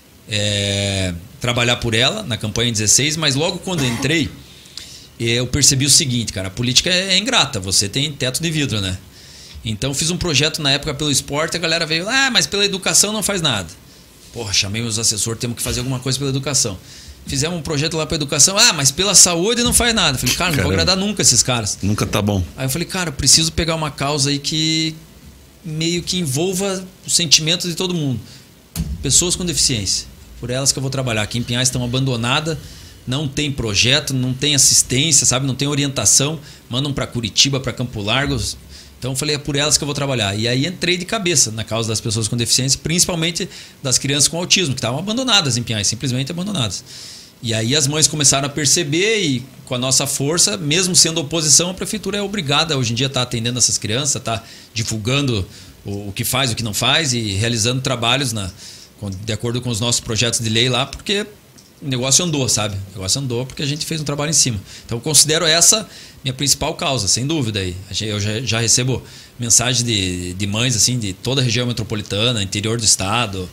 Speaker 5: trabalhar por ela na campanha 16, mas logo quando eu entrei, eu percebi o seguinte, cara, a política é ingrata, você tem teto de vidro, né? Então eu fiz um projeto na época pelo esporte, a galera veio, mas pela educação não faz nada. Porra, chamei os assessores, temos que fazer alguma coisa pela educação. Fizemos um projeto lá para educação, mas pela saúde não faz nada. Falei, cara, não vou agradar nunca esses caras.
Speaker 2: Nunca tá bom.
Speaker 5: Aí eu falei, cara, eu preciso pegar uma causa aí que meio que envolva o sentimento de todo mundo. Pessoas com deficiência. Por elas que eu vou trabalhar. Aqui em Pinhais estão abandonadas, não tem projeto, não tem assistência, sabe? Não tem orientação. Mandam para Curitiba, para Campo Largo. Então eu falei, é por elas que eu vou trabalhar. E aí entrei de cabeça na causa das pessoas com deficiência, principalmente das crianças com autismo, que estavam abandonadas em Pinhais, simplesmente abandonadas. E aí as mães começaram a perceber e com a nossa força, mesmo sendo oposição, a prefeitura é obrigada hoje em dia a estar atendendo essas crianças, estar divulgando o que faz, o que não faz e realizando trabalhos de acordo com os nossos projetos de lei lá, porque o negócio andou, sabe? O negócio andou porque a gente fez um trabalho em cima. Então eu considero essa minha principal causa, sem dúvida. Aí. Eu já recebo mensagens de mães assim, de toda a região metropolitana, interior do estado.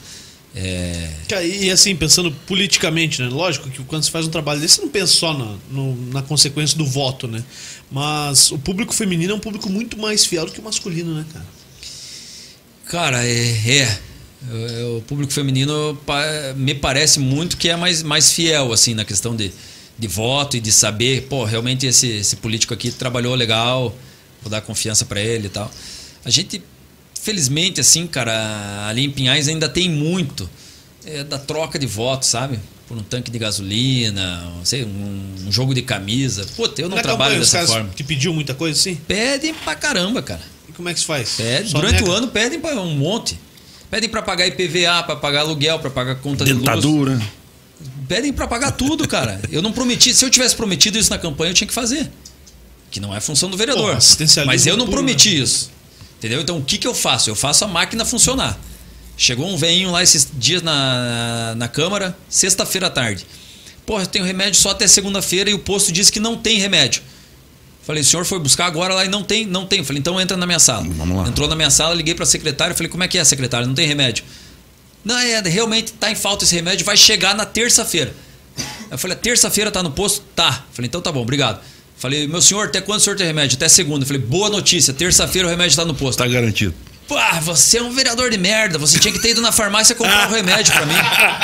Speaker 1: E assim, pensando politicamente, né? Lógico que quando você faz um trabalho desse, você não pensa só na consequência do voto, né? Mas o público feminino é um público muito mais fiel do que o masculino, né, cara?
Speaker 5: Cara, o público feminino me parece muito que é mais fiel, assim, na questão de voto e de saber, realmente esse político aqui trabalhou legal, vou dar confiança para ele e tal. A gente, felizmente, assim, cara, ali em Pinhais ainda tem muito da troca de votos, sabe? Por um tanque de gasolina, não sei, um jogo de camisa. Eu não trabalho dessa forma.
Speaker 1: Que pediu muita coisa assim?
Speaker 5: Pedem pra caramba, cara.
Speaker 1: E como é que se faz?
Speaker 5: Durante o ano pedem pra um monte. Pedem pra pagar IPVA, pra pagar aluguel, pra pagar conta de luz.
Speaker 2: Dentadura.
Speaker 5: Pedem pra pagar tudo, cara. Eu não prometi. Se eu tivesse prometido isso na campanha, eu tinha que fazer. Que não é função do vereador. Mas eu não prometi isso. Entendeu? Então o que eu faço? Eu faço a máquina funcionar. Chegou um velhinho lá esses dias na Câmara, sexta-feira à tarde. Eu tenho remédio só até segunda-feira e o posto disse que não tem remédio. Falei, o senhor foi buscar agora lá e não tem? Não tem. Falei, então entra na minha sala.
Speaker 2: Vamos lá.
Speaker 5: Entrou na minha sala, liguei pra secretária, falei, como é que é, secretária? Não tem remédio? Não, realmente tá em falta esse remédio, vai chegar na terça-feira. Eu falei, terça-feira tá no posto? Tá. Falei, então tá bom, obrigado. Falei, meu senhor, até quando o senhor tem remédio? Até segunda. Falei, boa notícia, terça-feira o remédio tá no posto.
Speaker 2: Tá garantido.
Speaker 5: Você é um vereador de merda, você tinha que ter ido na farmácia comprar um remédio pra mim.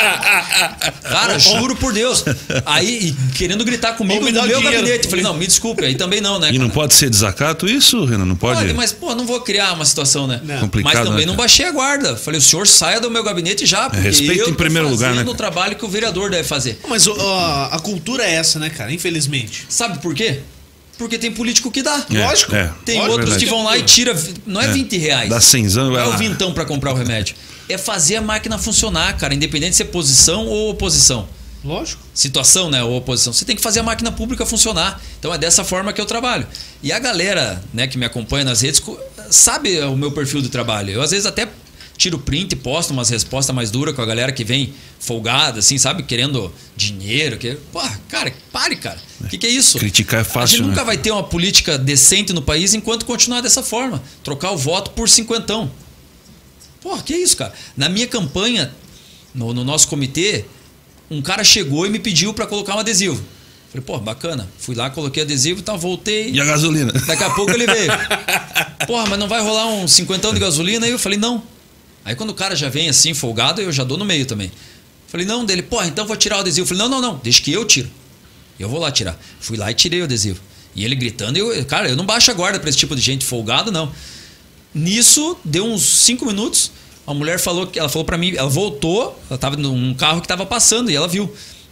Speaker 5: Cara, juro por Deus. Aí, querendo gritar comigo no meu gabinete. Falei, não, me desculpe, aí também não, né?
Speaker 2: E não pode ser desacato isso, Renan? Não pode?
Speaker 5: Olha, mas, não vou criar uma situação, né?
Speaker 2: Complicado,
Speaker 5: mas também
Speaker 2: né,
Speaker 5: não baixei a guarda. Falei, o senhor saia do meu gabinete já, porque
Speaker 2: respeito em primeiro lugar, né?
Speaker 5: O trabalho que o vereador deve fazer.
Speaker 1: Mas a cultura é essa, né, cara? Infelizmente.
Speaker 5: Sabe por quê? Porque tem político que dá.
Speaker 1: Lógico.
Speaker 5: Tem outros que vão lá e tira. Não é 20 reais.
Speaker 2: Dá 100 anos,
Speaker 5: não
Speaker 2: vai
Speaker 5: é
Speaker 2: lá.
Speaker 5: o vintão pra comprar o remédio. É fazer a máquina funcionar, cara. Independente se é posição ou oposição.
Speaker 1: Lógico.
Speaker 5: Situação, né? Ou oposição. Você tem que fazer a máquina pública funcionar. Então é dessa forma que eu trabalho. E a galera, né, que me acompanha nas redes sabe o meu perfil de trabalho. Eu às vezes até tiro print e posto umas respostas mais duras com a galera que vem folgada, assim, sabe? Querendo dinheiro. Cara, pare, cara. O que é isso?
Speaker 2: Criticar é fácil,
Speaker 5: A gente nunca
Speaker 2: né?
Speaker 5: vai ter uma política decente no país enquanto continuar dessa forma. Trocar o voto por cinquentão. Que isso, cara? Na minha campanha, no nosso comitê, um cara chegou e me pediu pra colocar um adesivo. Falei, bacana. Fui lá, coloquei adesivo e tal, voltei.
Speaker 2: E a gasolina?
Speaker 5: Daqui a pouco ele veio. Mas não vai rolar um cinquentão de gasolina? Aí eu falei, não. Aí quando o cara já vem assim, folgado, eu já dou no meio também. Falei, não, dele, então vou tirar o adesivo. Falei, não, deixa que eu tiro. Eu vou lá tirar. Fui lá e tirei o adesivo. E ele gritando, eu não baixo a guarda pra esse tipo de gente folgado, não. Nisso, deu uns 5 minutos, a mulher falou pra mim, ela voltou, ela tava num carro que tava passando e ela viu.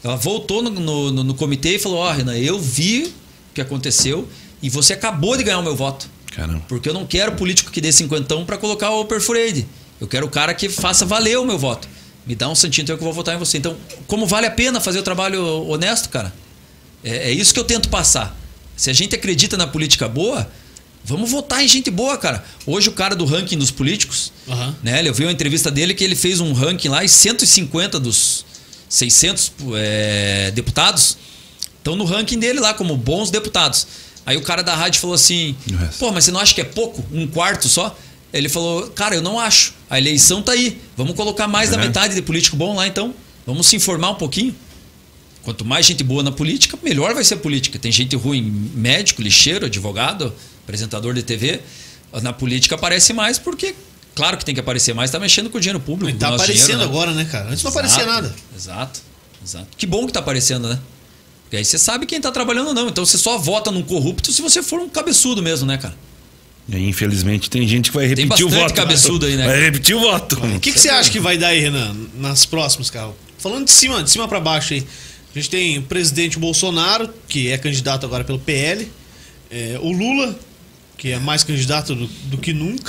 Speaker 5: Ela voltou no comitê e falou: Renan, eu vi o que aconteceu e você acabou de ganhar o meu voto.
Speaker 2: Caramba.
Speaker 5: Porque eu não quero político que dê 50 para colocar o Perfureide. Eu quero o cara que faça valer o meu voto. Me dá um santinho então que eu vou votar em você. Então, como vale a pena fazer o trabalho honesto, cara? É isso que eu tento passar. Se a gente acredita na política boa, vamos votar em gente boa, cara. Hoje o cara do ranking dos políticos, né? Eu vi uma entrevista dele que ele fez um ranking lá e 150 dos 600 deputados estão no ranking dele lá como bons deputados. Aí o cara da rádio falou assim: pô, mas você não acha que é pouco? 1/4 só? Ele falou: cara, eu não acho. A eleição tá aí. Vamos colocar mais da metade de político bom lá então. Vamos se informar um pouquinho. Quanto mais gente boa na política, melhor vai ser a política. Tem gente ruim, médico, lixeiro, advogado, apresentador de TV. Na política aparece mais porque, claro que tem que aparecer mais, tá mexendo com o dinheiro público.
Speaker 1: E tá aparecendo dinheiro, agora, né, cara? Antes não aparecia nada.
Speaker 5: Exato. Que bom que tá aparecendo, né? Porque aí você sabe quem tá trabalhando ou não. Então você só vota num corrupto se você for um cabeçudo mesmo, né, cara?
Speaker 2: E aí, infelizmente, tem gente que vai repetir o voto.
Speaker 5: Tem bastante cabeçudo aí, né?
Speaker 2: Vai repetir o voto.
Speaker 1: O que você acha que vai dar aí, Renan, nas próximas, cara? Falando de cima pra baixo aí. A gente tem o presidente Bolsonaro, que é candidato agora pelo PL. O Lula, que é mais candidato do que nunca.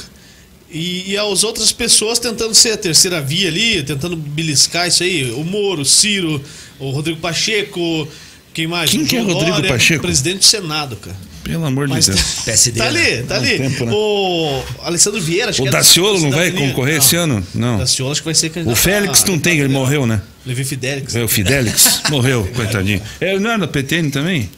Speaker 1: E as outras pessoas tentando ser a terceira via ali, tentando beliscar isso aí. O Moro, o Ciro, o Rodrigo Pacheco... Quem mais?
Speaker 2: Quem que é Rodrigo Pacheco?
Speaker 1: Presidente do Senado, cara.
Speaker 2: Pelo amor de Deus.
Speaker 5: PSD.
Speaker 1: Tá ali, tá ali.
Speaker 2: Tempo, né?
Speaker 1: O Alessandro Vieira, acho
Speaker 2: o
Speaker 1: que
Speaker 2: Daciolo não vai concorrer esse ano? Não.
Speaker 1: O Daciolo acho que vai ser candidato.
Speaker 2: O Félix não tem, ele morreu, né?
Speaker 1: Levi Fidelix.
Speaker 2: O Fidelix morreu, coitadinho. Não era da PTN também?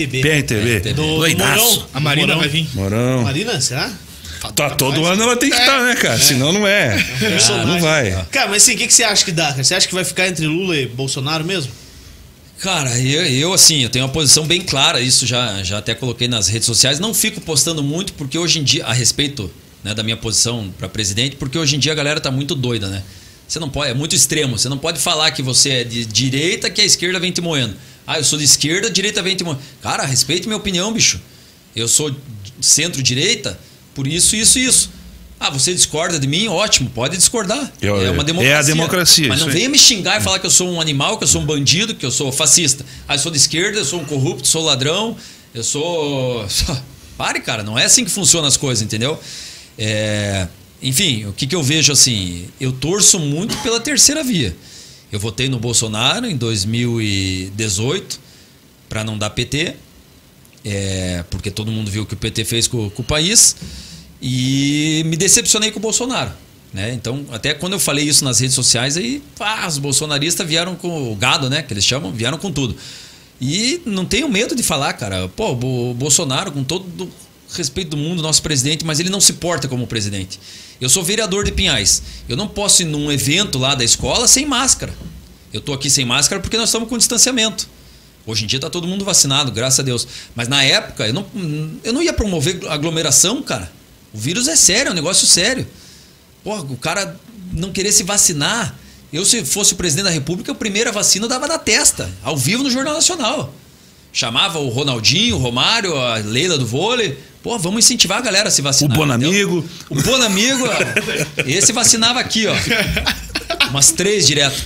Speaker 1: PRTB.
Speaker 2: Doidaço.
Speaker 3: A Marina vai vir.
Speaker 2: Morão.
Speaker 1: Marina, será?
Speaker 2: Todo ano ela tem que estar, né, cara? Senão não é. Não vai.
Speaker 1: Cara, mas assim, o que você acha que dá? Você acha que vai ficar entre Lula e Bolsonaro mesmo?
Speaker 5: Cara, eu tenho uma posição bem clara, isso já até coloquei nas redes sociais. Não fico postando muito, porque hoje em dia, a respeito, né, da minha posição para presidente, porque hoje em dia a galera tá muito doida, né? Você não pode, é muito extremo. Você não pode falar que você é de direita, que a esquerda vem te moendo. Eu sou de esquerda, a direita vem te moendo. Cara, respeite minha opinião, bicho. Eu sou centro-direita, por isso, isso. Você discorda de mim? Ótimo, pode discordar. É uma democracia.
Speaker 2: É a democracia.
Speaker 5: Mas não venha me xingar e falar que eu sou um animal, que eu sou um bandido, que eu sou fascista. Eu sou de esquerda, eu sou um corrupto, sou ladrão, eu sou... Pare, cara, não é assim que funcionam as coisas, entendeu? Enfim, o que eu vejo assim? Eu torço muito pela terceira via. Eu votei no Bolsonaro em 2018 para não dar PT, porque todo mundo viu o que o PT fez com o país. E me decepcionei com o Bolsonaro, né? Então, até quando eu falei isso nas redes sociais, aí os bolsonaristas vieram com o gado, né? Que eles chamam, vieram com tudo. E não tenho medo de falar, cara. Pô, o Bolsonaro, com todo o respeito do mundo, nosso presidente, mas ele não se porta como presidente. Eu sou vereador de Pinhais. Eu não posso ir num evento lá da escola sem máscara. Eu tô aqui sem máscara porque nós estamos com distanciamento. Hoje em dia tá todo mundo vacinado, graças a Deus. Mas na época, eu não ia promover aglomeração, cara. O vírus é sério, é um negócio sério. Porra, o cara não querer se vacinar. Eu, se fosse o presidente da República, a primeira vacina eu dava na testa, ao vivo no Jornal Nacional. Chamava o Ronaldinho, o Romário, a Leila do vôlei. Pô, vamos incentivar a galera a se vacinar.
Speaker 2: O Bonamigo.
Speaker 5: O Bonamigo, esse vacinava aqui, ó. Umas 3 direto.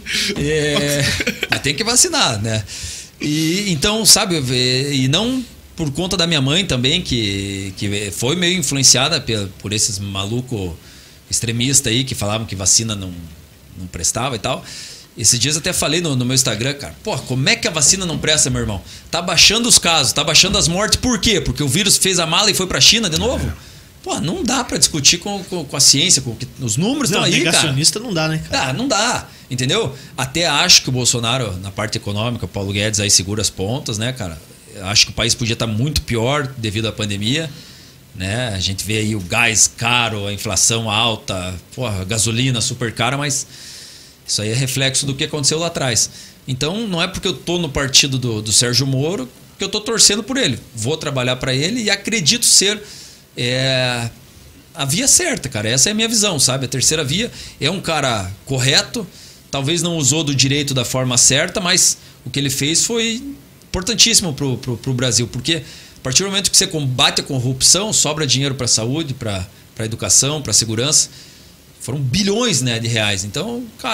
Speaker 5: Mas tem que vacinar, né? E, então, sabe, e não... Por conta da minha mãe também, que foi meio influenciada por esses malucos extremistas aí que falavam que vacina não prestava e tal. Esses dias até falei no meu Instagram, cara, pô, como é que a vacina não presta, meu irmão? Tá baixando os casos, tá baixando as mortes, por quê? Porque o vírus fez a mala e foi pra China de novo? Pô, não dá pra discutir com a ciência, os números estão aí, cara.
Speaker 1: Negacionista não dá, né, cara?
Speaker 5: Não dá, entendeu? Até acho que o Bolsonaro, na parte econômica, o Paulo Guedes aí segura as pontas, né, cara? Acho que o país podia estar muito pior devido à pandemia, né? A gente vê aí o gás caro, a inflação alta, porra, a gasolina super cara, mas isso aí é reflexo do que aconteceu lá atrás. Então não é porque eu tô no partido do Sérgio Moro que eu tô torcendo por ele. Vou trabalhar para ele e acredito ser a via certa, cara. Essa é a minha visão, sabe? A terceira via é um cara correto, talvez não usou do direito da forma certa, mas o que ele fez foi importantíssimo pro Brasil, porque a partir do momento que você combate a corrupção, sobra dinheiro para a saúde, para a educação, para a segurança. Foram bilhões, né, de reais. Então, cara,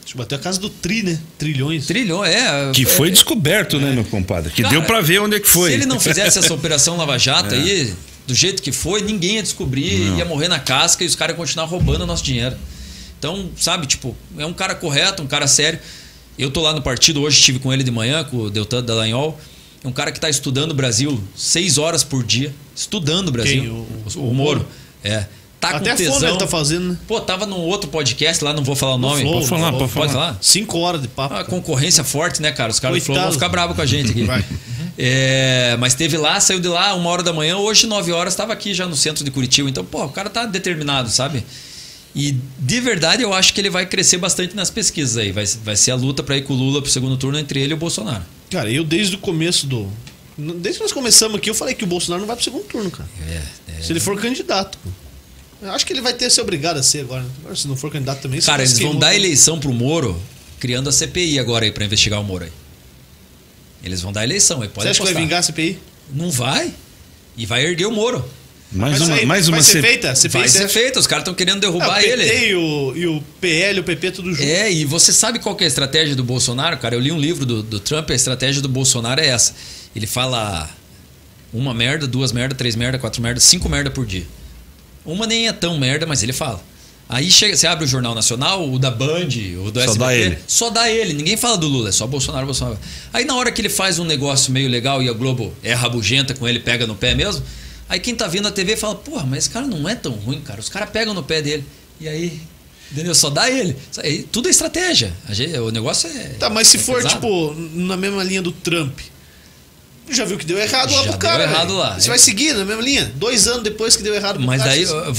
Speaker 1: Acho que bateu a casa do tri, né? Trilhões.
Speaker 5: Trilhões,
Speaker 2: Que foi descoberto, né, meu compadre? Que
Speaker 5: Cara,
Speaker 2: deu pra ver onde é que foi.
Speaker 5: Se ele não fizesse essa operação Lava Jato aí, do jeito que foi, ninguém ia descobrir, ia morrer na casca e os caras iam continuar roubando o nosso dinheiro. Então, sabe, tipo, é um cara correto, um cara sério. Eu tô lá no partido, hoje estive com ele de manhã, com o Deltan Dallagnol. É um cara que tá estudando o Brasil 6 horas por dia. Estudando o Brasil.
Speaker 1: Quem?
Speaker 5: O Moro. Tá
Speaker 1: Até
Speaker 5: com tesão.
Speaker 1: fome ele tá fazendo, né?
Speaker 5: Pô, tava num outro podcast lá, não vou falar o nome.
Speaker 2: Pode falar, pode falar.
Speaker 5: Pode falar?
Speaker 1: 5 horas de papo.
Speaker 5: A concorrência forte, né, cara? Os caras do Flow
Speaker 1: Coitado.
Speaker 5: vão ficar bravos com a gente aqui.
Speaker 1: Vai.
Speaker 5: Mas teve lá, saiu de lá 1 hora da manhã, hoje 9 horas estava aqui já no centro de Curitiba. Então, pô, o cara tá determinado, sabe? E de verdade eu acho que ele vai crescer bastante nas pesquisas aí. Vai ser a luta para ir com o Lula pro segundo turno entre ele e o Bolsonaro.
Speaker 1: Cara, eu desde o começo desde que nós começamos aqui, eu falei que o Bolsonaro não vai pro segundo turno, cara. Se ele for candidato, pô. Eu acho que ele vai ter ser obrigado a ser agora. Agora, se não for candidato também...
Speaker 5: Cara, eles vão dar eleição pro Moro, criando a CPI agora aí pra investigar o Moro aí. Eles vão dar eleição aí, pode
Speaker 1: Você acha
Speaker 5: apostar.
Speaker 1: que vai vingar a CPI?
Speaker 5: Não vai. E vai erguer o Moro.
Speaker 2: Mais
Speaker 1: Vai
Speaker 2: uma
Speaker 1: ser feita? A CPI
Speaker 5: Vai ser
Speaker 1: certo?
Speaker 5: feita, os caras estão querendo derrubar
Speaker 1: o PT
Speaker 5: ele.
Speaker 1: e o PL, o PP, tudo junto.
Speaker 5: E você sabe qual que é a estratégia do Bolsonaro, cara? Eu li um livro do Trump, a estratégia do Bolsonaro é essa. Ele fala 1 merda, 2 merda, 3 merda, 4 merda, 5 merda por dia. Uma nem é tão merda, mas ele fala. Aí chega, você abre o Jornal Nacional, o da Band, o do SBT,
Speaker 2: dá ele.
Speaker 5: só dá ele. Ninguém fala do Lula, é só Bolsonaro. Aí na hora que ele faz um negócio meio legal e a Globo é rabugenta com ele, pega no pé mesmo, aí quem tá vendo a TV fala, porra, mas esse cara não é tão ruim, cara. Os caras pegam no pé dele. E aí, entendeu? Só dá ele. Tudo é estratégia. O negócio é...
Speaker 1: Tá, mas se for,
Speaker 5: pesado.
Speaker 1: tipo, na mesma linha do Trump, já viu que deu errado lá
Speaker 5: Já
Speaker 1: pro cara.
Speaker 5: deu errado
Speaker 1: velho.
Speaker 5: lá.
Speaker 1: Você vai seguir na mesma linha? 2 anos depois que deu errado pro
Speaker 5: Mas
Speaker 1: cara.
Speaker 5: daí
Speaker 1: você-
Speaker 5: eu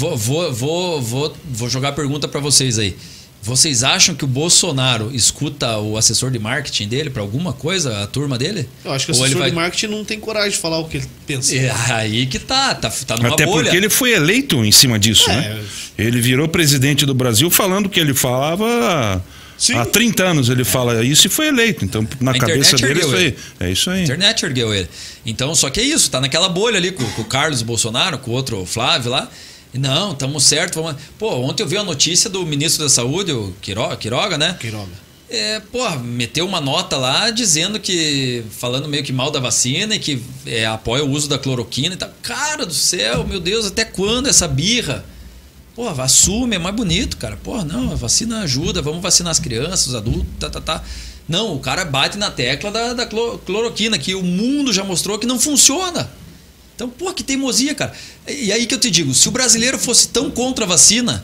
Speaker 5: vou jogar a pergunta pra vocês aí. Vocês acham que o Bolsonaro escuta o assessor de marketing dele pra alguma coisa, a turma dele?
Speaker 1: Eu acho que o
Speaker 5: Ou ele
Speaker 1: assessor
Speaker 5: vai...
Speaker 1: de marketing não tem coragem de falar o que ele pensa.
Speaker 5: É aí que tá numa
Speaker 2: Até
Speaker 5: bolha.
Speaker 2: porque ele foi eleito em cima disso, né? Ele virou presidente do Brasil falando o que ele falava
Speaker 1: Sim.
Speaker 2: há 30 anos. Ele fala isso e foi eleito. Então, na
Speaker 5: A
Speaker 2: cabeça
Speaker 5: internet
Speaker 2: dele,
Speaker 5: ergueu
Speaker 2: foi.
Speaker 5: ele.
Speaker 2: É isso aí.
Speaker 5: A internet ergueu ele. Então, só que é isso, tá naquela bolha ali com o Carlos Bolsonaro, com o outro o Flávio lá. E não, estamos certo. Vamos... Pô, ontem eu vi a notícia do ministro da Saúde, o Quiroga, né?
Speaker 1: Quiroga.
Speaker 5: Meteu uma nota lá dizendo que, falando meio que mal da vacina e que apoia o uso da cloroquina e tal. Cara do céu, meu Deus, até quando essa birra? Pô, assume, é mais bonito, cara. Pô, não, a vacina ajuda, vamos vacinar as crianças, os adultos, tá. Não, o cara bate na tecla da cloroquina, que o mundo já mostrou que não funciona. Então, pô, que teimosia, cara. E aí que eu te digo, se o brasileiro fosse tão contra a vacina,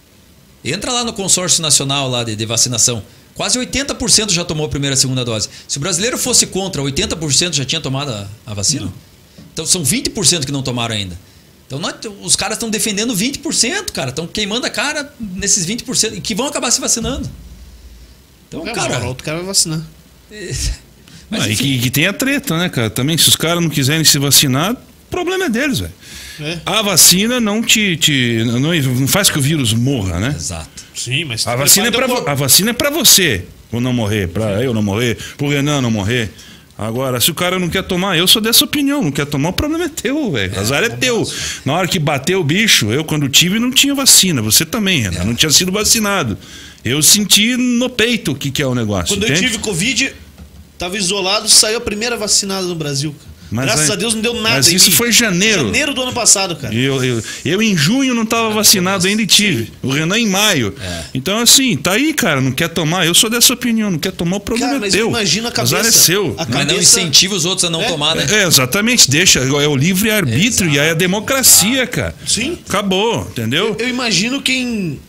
Speaker 5: entra lá no consórcio nacional lá de vacinação. Quase 80% já tomou a primeira e a segunda dose. Se o brasileiro fosse contra, 80% já tinha tomado a vacina. Não. Então são 20% que não tomaram ainda. Então os caras estão defendendo 20%, cara. Estão queimando a cara nesses 20% que vão acabar se vacinando. Então, cara...
Speaker 1: O outro cara vai vacinar.
Speaker 5: Mas,
Speaker 2: E que tem a treta, né, cara? Também, se os caras não quiserem se vacinar, o problema é deles, velho. A vacina não não faz que o vírus morra, né?
Speaker 5: Exato.
Speaker 1: Sim, mas...
Speaker 2: A vacina é pra você não morrer, pra eu não morrer, pro Renan não morrer. Agora, se o cara não quer tomar, eu sou dessa opinião, não quer tomar, o problema é teu, velho. Azar é teu. Na hora que bateu o bicho, eu quando tive não tinha vacina. Você também, Renan, não tinha sido vacinado. Eu senti no peito o que é o negócio.
Speaker 1: Quando
Speaker 2: entende?
Speaker 1: eu tive Covid, tava isolado, saiu a primeira vacinada no Brasil, cara.
Speaker 2: Mas
Speaker 1: Graças a Deus não deu nada.
Speaker 2: Mas
Speaker 1: em
Speaker 2: isso
Speaker 1: mim.
Speaker 2: foi em janeiro.
Speaker 1: Janeiro do ano passado, cara.
Speaker 2: Eu em junho não estava vacinado ainda e tive. O Renan em maio. Então, assim, tá aí, cara. Não quer tomar. Eu sou dessa opinião. Não quer tomar, o problema
Speaker 1: Cara,
Speaker 2: é
Speaker 1: mas
Speaker 2: teu.
Speaker 1: imagina a cabeça.
Speaker 2: Azar é seu.
Speaker 5: Mas não incentiva os outros a não tomar, né?
Speaker 2: Exatamente. Deixa. É o livre-arbítrio e aí a democracia, cara.
Speaker 1: Sim.
Speaker 2: Acabou, entendeu?
Speaker 1: Eu imagino quem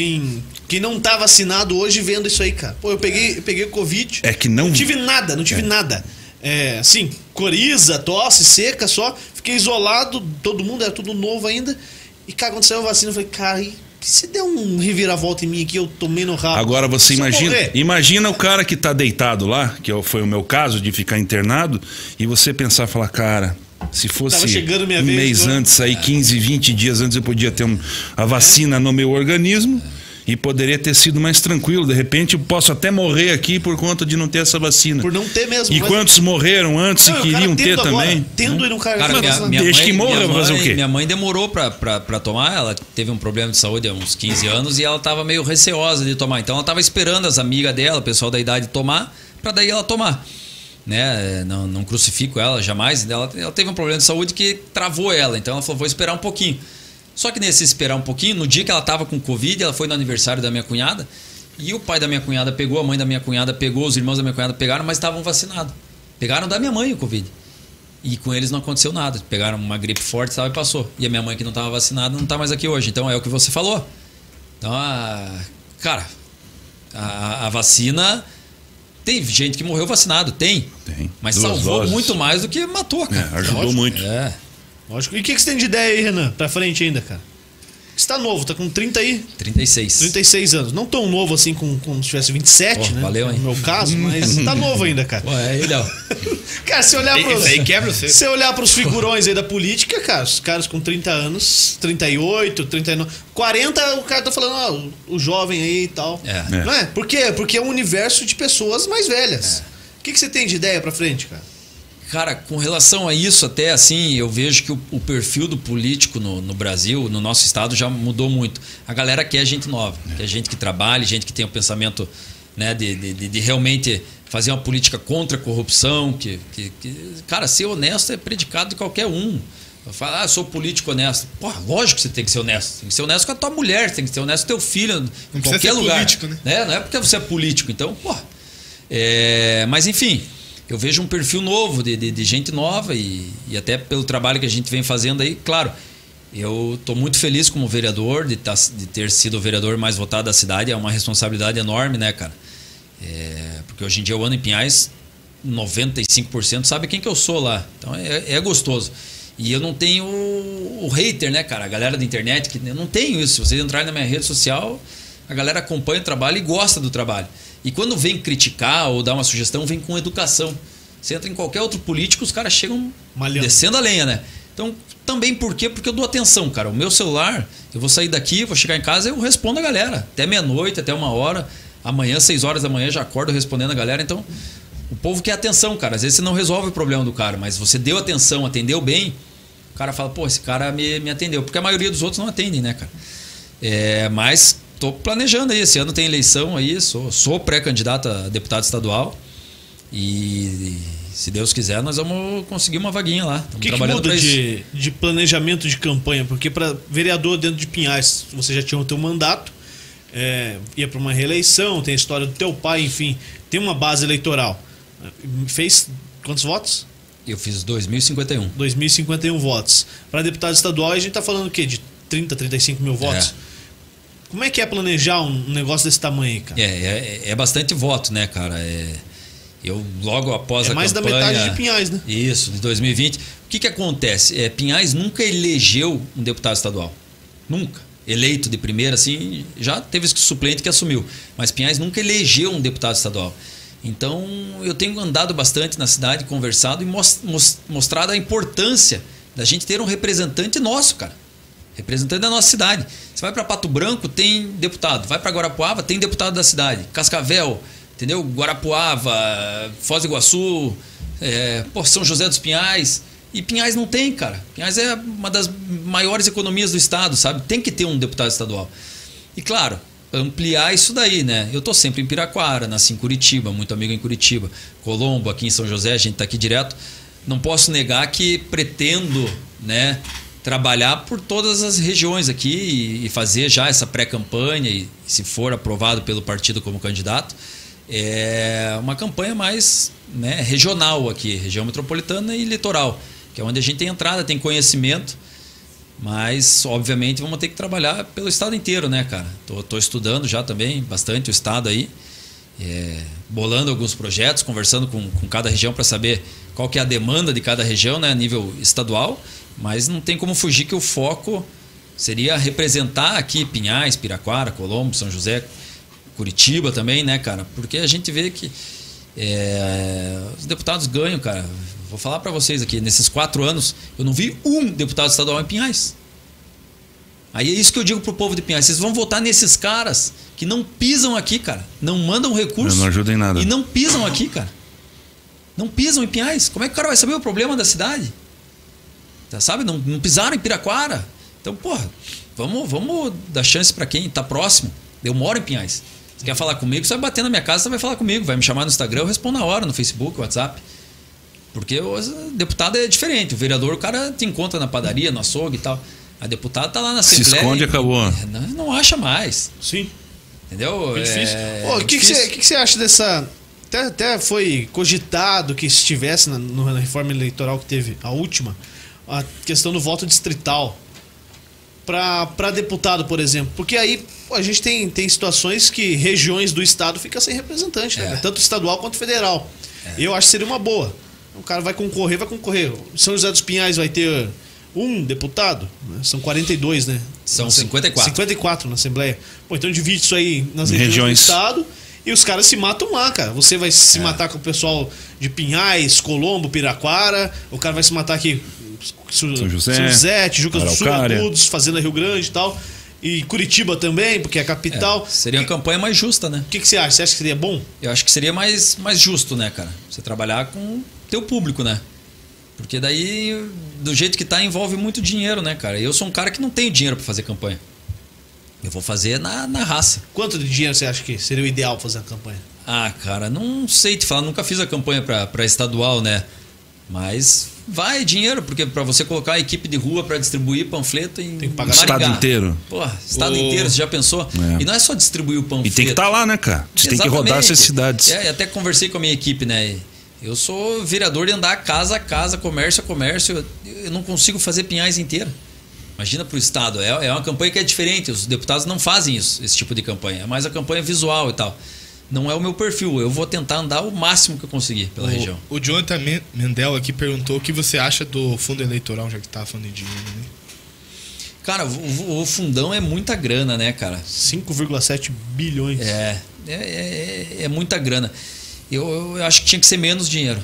Speaker 1: não tá vacinado hoje vendo isso aí, cara. Pô, eu peguei Covid.
Speaker 2: É que não...
Speaker 1: Não tive nada. Assim, coriza, tosse, seca só. Fiquei isolado, todo mundo, era tudo novo ainda. E, cara, quando saiu a vacina, eu falei, cara, e se der um reviravolta em mim aqui, eu tomei no rabo.
Speaker 2: Agora você
Speaker 1: Se eu
Speaker 2: imagina,
Speaker 1: morrer?
Speaker 2: imagina o cara que tá deitado lá, que foi o meu caso de ficar internado, e você pensar, falar, cara, se fosse
Speaker 1: Tava chegando minha
Speaker 2: um
Speaker 1: vez,
Speaker 2: mês
Speaker 1: então.
Speaker 2: antes, aí 15, 20 dias antes eu podia ter a vacina no meu organismo, E poderia ter sido mais tranquilo. De repente, eu posso até morrer aqui por conta de não ter essa vacina.
Speaker 1: Por não ter mesmo.
Speaker 2: E
Speaker 1: mas...
Speaker 2: quantos morreram antes e queriam ter também?
Speaker 1: Tendo e não cara.
Speaker 5: Cara,
Speaker 2: Deixa que morra, vai fazer o quê?
Speaker 5: Minha mãe demorou pra tomar, ela teve um problema de saúde há uns 15 anos e ela tava meio receosa de tomar. Então ela tava esperando as amigas dela, o pessoal da idade tomar, pra daí ela tomar. Né? Não crucifico ela jamais. Ela teve um problema de saúde que travou ela. Então ela falou, vou esperar um pouquinho. Só que nesse esperar um pouquinho, no dia que ela tava com Covid, ela foi no aniversário da minha cunhada e o pai da minha cunhada pegou, a mãe da minha cunhada pegou, os irmãos da minha cunhada pegaram, mas estavam vacinados. Pegaram da minha mãe o Covid. E com eles não aconteceu nada. Pegaram uma gripe forte e passou. E a minha mãe que não estava vacinada não está mais aqui hoje. Então é o que você falou. Então, cara, a vacina... Tem gente que morreu vacinado, tem. Mas
Speaker 2: 2
Speaker 5: salvou
Speaker 2: doses.
Speaker 5: muito mais do que matou, cara.
Speaker 2: Ajudou
Speaker 1: Lógico.
Speaker 2: muito.
Speaker 1: Lógico. E o que você tem de ideia aí, Renan? Pra frente ainda, cara? Você tá novo, tá com 30 aí? 36 anos. Não tão novo assim como se tivesse 27, né?
Speaker 5: Valeu, hein?
Speaker 1: No meu caso, mas tá novo ainda, cara.
Speaker 5: Ele, ó.
Speaker 1: Cara, se olhar
Speaker 3: Isso aí quebra você.
Speaker 1: Se olhar pros figurões aí da política, cara, os caras com 30 anos, 38, 39, 40, o cara tá falando, o jovem aí e tal. Não é? Por quê? Porque é um universo de pessoas mais velhas. O que você tem de ideia pra frente, cara?
Speaker 5: Cara, com relação a isso, até assim, eu vejo que o perfil do político no Brasil, no nosso estado, já mudou muito. A galera quer gente nova, quer gente que trabalhe, gente que tenha o pensamento, né, de realmente fazer uma política contra a corrupção. Cara, ser honesto é predicado de qualquer um. Falar, sou político honesto. Porra, lógico que você tem que ser honesto. Tem que ser honesto com a tua mulher, tem que ser honesto com teu filho, em qualquer lugar.
Speaker 3: Político, né?
Speaker 5: Não é porque você é político. Então, porra. Mas enfim, eu vejo um perfil novo de gente nova e até pelo trabalho que a gente vem fazendo aí, claro, eu estou muito feliz como vereador de ter sido o vereador mais votado da cidade. É uma responsabilidade enorme, né, cara? Porque hoje em dia eu ando em Pinhais, 95% sabe quem que eu sou lá. Então é gostoso. E eu não tenho o hater, né, cara? A galera da internet, que eu não tenho isso. Se vocês entrarem na minha rede social, a galera acompanha o trabalho e gosta do trabalho. E quando vem criticar ou dar uma sugestão, vem com educação. Você entra em qualquer outro político, os caras chegam descendo a lenha, né? Então, também por quê? Porque eu dou atenção, cara. O meu celular, eu vou sair daqui, vou chegar em casa e eu respondo a galera. Até meia-noite, até 1h. Amanhã, 6 horas da manhã, já acordo respondendo a galera. Então, o povo quer atenção, cara. Às vezes você não resolve o problema do cara, mas você deu atenção, atendeu bem, o cara fala, pô, esse cara me atendeu. Porque a maioria dos outros não atendem, né, cara? Mas tô planejando aí. Esse ano tem eleição aí, sou pré-candidato a deputado estadual. E se Deus quiser, nós vamos conseguir uma vaguinha lá.
Speaker 1: O que muda de planejamento de campanha? Porque para vereador dentro de Pinhais, você já tinha o teu mandato, ia para uma reeleição, tem a história do teu pai, enfim, tem uma base eleitoral. Fez quantos votos?
Speaker 5: Eu fiz 2.051.
Speaker 1: 2.051 votos. Para deputado estadual, a gente tá falando o quê? De 30, 35 mil votos? Como é que é planejar um negócio desse tamanho aí, cara?
Speaker 5: É bastante voto, né, cara? Eu logo após a campanha...
Speaker 1: mais da metade de Pinhais, né?
Speaker 5: Isso, de 2020. O que acontece? Pinhais nunca elegeu um deputado estadual. Nunca. Eleito de primeira, assim, já teve suplente que assumiu. Mas Pinhais nunca elegeu um deputado estadual. Então, eu tenho andado bastante na cidade, conversado e mostrado a importância da gente ter um representante nosso, cara. Representante da nossa cidade. Você vai para Pato Branco, tem deputado. Vai para Guarapuava, tem deputado da cidade. Cascavel, entendeu? Guarapuava, Foz do Iguaçu, São José dos Pinhais. E Pinhais não tem, cara. Pinhais é uma das maiores economias do estado, sabe? Tem que ter um deputado estadual. E claro, ampliar isso daí, né? Eu tô sempre em Piraquara, nasci em Curitiba, muito amigo em Curitiba. Colombo, aqui em São José, a gente tá aqui direto. Não posso negar que pretendo, né, trabalhar por todas as regiões aqui e fazer já essa pré-campanha e, se for aprovado pelo partido como candidato, uma campanha mais, né, regional aqui, região metropolitana e litoral, que é onde a gente tem entrada, tem conhecimento, mas obviamente vamos ter que trabalhar pelo estado inteiro, né, cara? Tô estudando já também bastante o estado aí, bolando alguns projetos, conversando com cada região para saber qual que é a demanda de cada região, né, a nível estadual. Mas não tem como fugir que o foco seria representar aqui Pinhais, Piraquara, Colombo, São José, Curitiba também, né, cara? Porque a gente vê que os deputados ganham, cara. Vou falar para vocês aqui, nesses 4 anos, eu não vi um deputado estadual em Pinhais. Aí é isso que eu digo pro povo de Pinhais. Vocês vão votar nesses caras que não pisam aqui, cara. Não mandam recurso.
Speaker 2: Não ajudam em nada.
Speaker 5: E não pisam aqui, cara. Não pisam em Pinhais. Como é que o cara vai saber o problema da cidade? Sabe? Não pisaram em Piraquara. Então, porra, vamos dar chance pra quem tá próximo. Eu moro em Pinhais. Você quer falar comigo, você vai bater na minha casa, você vai falar comigo. Vai me chamar no Instagram, eu respondo na hora, no Facebook, WhatsApp. Porque o deputado é diferente. O vereador, o cara te encontra na padaria, no açougue e tal. A deputada tá lá na Assembleia.
Speaker 2: Se esconde e acabou.
Speaker 5: Não acha mais.
Speaker 1: Sim.
Speaker 5: Entendeu?
Speaker 1: É difícil. O que você acha dessa... Até foi cogitado que estivesse na reforma eleitoral que teve, a última, a questão do voto distrital para deputado, por exemplo. Porque aí a gente tem situações que regiões do estado ficam sem representante, né? Tanto estadual quanto federal. Eu acho que seria uma boa. O cara vai concorrer. São José dos Pinhais vai ter um deputado, né? São 42, né?
Speaker 5: São 54.
Speaker 1: 54 na Assembleia. Pô, então divide isso aí nas regiões do estado e os caras se matam lá, cara. Você vai se matar com o pessoal de Pinhais, Colombo, Piraquara. O cara vai se matar aqui São José, Tijucas do Sul, Agudos, Fazenda Rio Grande e tal. E Curitiba também, porque é a capital.
Speaker 5: Seria uma campanha mais justa, né?
Speaker 1: O que você acha? Você acha que seria bom?
Speaker 5: Eu acho que seria mais justo, né, cara? Você trabalhar com o teu público, né? Porque daí, do jeito que tá, envolve muito dinheiro, né, cara? Eu sou um cara que não tenho dinheiro pra fazer campanha. Eu vou fazer na raça.
Speaker 1: Quanto de dinheiro você acha que seria o ideal fazer a campanha?
Speaker 5: Ah, cara, não sei te falar. Nunca fiz a campanha pra estadual, né? Mas vai dinheiro, porque pra você colocar a equipe de rua pra distribuir panfleto em
Speaker 2: tem que pagar o estado inteiro.
Speaker 5: Porra, estado inteiro, você já pensou? E não é só distribuir o panfleto.
Speaker 2: E tem que estar lá, né, cara? Você tem que rodar essas cidades.
Speaker 5: Até conversei com a minha equipe, né? Eu sou vereador de andar casa a casa, comércio a comércio. Eu não consigo fazer Pinhais inteira. Imagina pro estado. É uma campanha que é diferente. Os deputados não fazem esse tipo de campanha. É mais a campanha visual e tal. Não é o meu perfil. Eu vou tentar andar o máximo que eu conseguir pela região.
Speaker 3: O Jonathan Mendel aqui perguntou o que você acha do fundo eleitoral, já que tá falando de dinheiro, né?
Speaker 5: Cara, o fundão é muita grana, né, cara?
Speaker 1: 5,7 bilhões.
Speaker 5: É muita grana. Eu acho que tinha que ser menos dinheiro.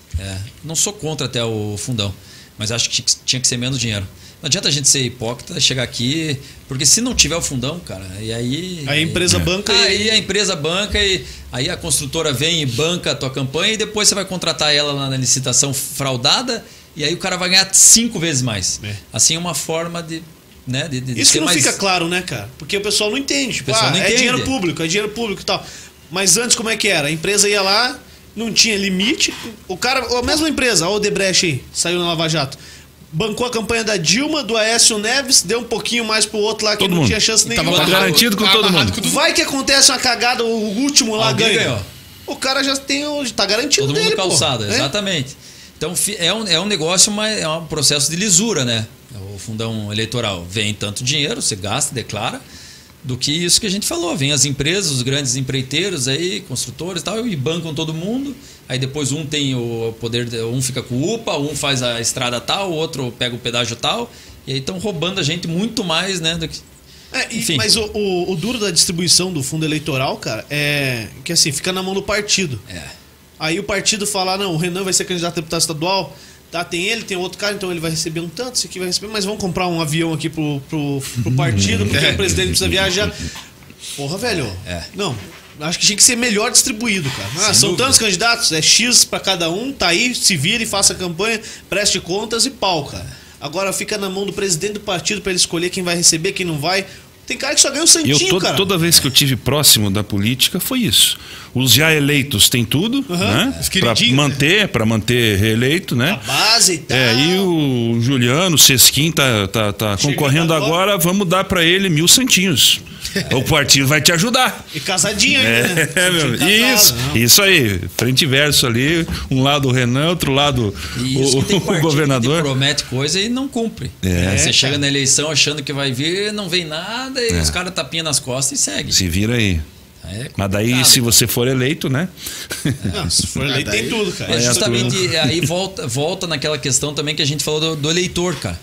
Speaker 5: Não sou contra até o fundão, mas acho que tinha que ser menos dinheiro. Não adianta a gente ser hipócrita, chegar aqui, porque se não tiver o fundão, cara, e aí...
Speaker 1: Aí a empresa banca...
Speaker 5: Aí a empresa banca e aí a construtora vem e banca a tua campanha e depois você vai contratar ela na licitação fraudada e aí o cara vai ganhar 5 vezes mais. Assim é uma forma de... Né,
Speaker 1: isso que não fica claro, né, cara? Porque o pessoal não entende. Tipo, não entende. É dinheiro público e tal. Mas antes como é que era? A empresa ia lá, não tinha limite. O cara, a mesma empresa, a Odebrecht aí, saiu na Lava Jato. Bancou a campanha da Dilma, do Aécio Neves, deu um pouquinho mais pro outro lá que
Speaker 2: todo
Speaker 1: não
Speaker 2: mundo
Speaker 1: tinha chance nenhuma.
Speaker 2: Tava garantido com todo mundo.
Speaker 1: Vai que acontece uma cagada, o último lá ganha. O cara já tá garantido
Speaker 5: todo
Speaker 1: dele,
Speaker 5: mundo calçado,
Speaker 1: pô.
Speaker 5: Exatamente. Então é um negócio, mas é um processo de lisura, né? O fundão eleitoral vem tanto dinheiro, você gasta, declara, do que isso que a gente falou. Vem as empresas, os grandes empreiteiros aí, construtores e tal, e bancam todo mundo. Aí depois um tem o poder, um fica com o UPA, um faz a estrada tal, o outro pega o pedágio tal. E aí estão roubando a gente muito mais, né? Do que...
Speaker 1: Enfim. Mas o duro da distribuição do fundo eleitoral, cara, é que assim, fica na mão do partido. Aí o partido fala, não, o Renan vai ser candidato a deputado estadual, tá, tem ele, tem outro cara, então ele vai receber um tanto, esse aqui vai receber, mas vamos comprar um avião aqui pro partido, porque o presidente precisa viajar. Porra, velho. Não, acho que tinha que ser melhor distribuído, cara. São tantos candidatos, é X pra cada um, tá aí, se vira e faça a campanha, preste contas e pau, cara. Agora fica na mão do presidente do partido pra ele escolher quem vai receber, quem não vai. Tem cara que só ganha um santinho, cara.
Speaker 2: Toda vez que eu tive próximo da política foi isso. Os já eleitos têm tudo, né? Para manter reeleito, né?
Speaker 1: A base e tal.
Speaker 2: E o Juliano, o Sesquim tá concorrendo agora, vamos dar para ele 1.000 santinhos. O partido vai te ajudar.
Speaker 1: E casadinho ainda,
Speaker 2: né? Isso aí. Frente e verso ali, um lado o Renan, outro lado o governador.
Speaker 5: Que promete coisa e não cumpre. Você chega na eleição achando que vai vir, não vem nada, e os caras tapinham nas costas e segue.
Speaker 2: Se vira aí. Mas daí, se você for eleito, né?
Speaker 1: Não, se for eleito, tem tudo, cara.
Speaker 5: Justamente aí volta naquela questão também que a gente falou do eleitor, cara.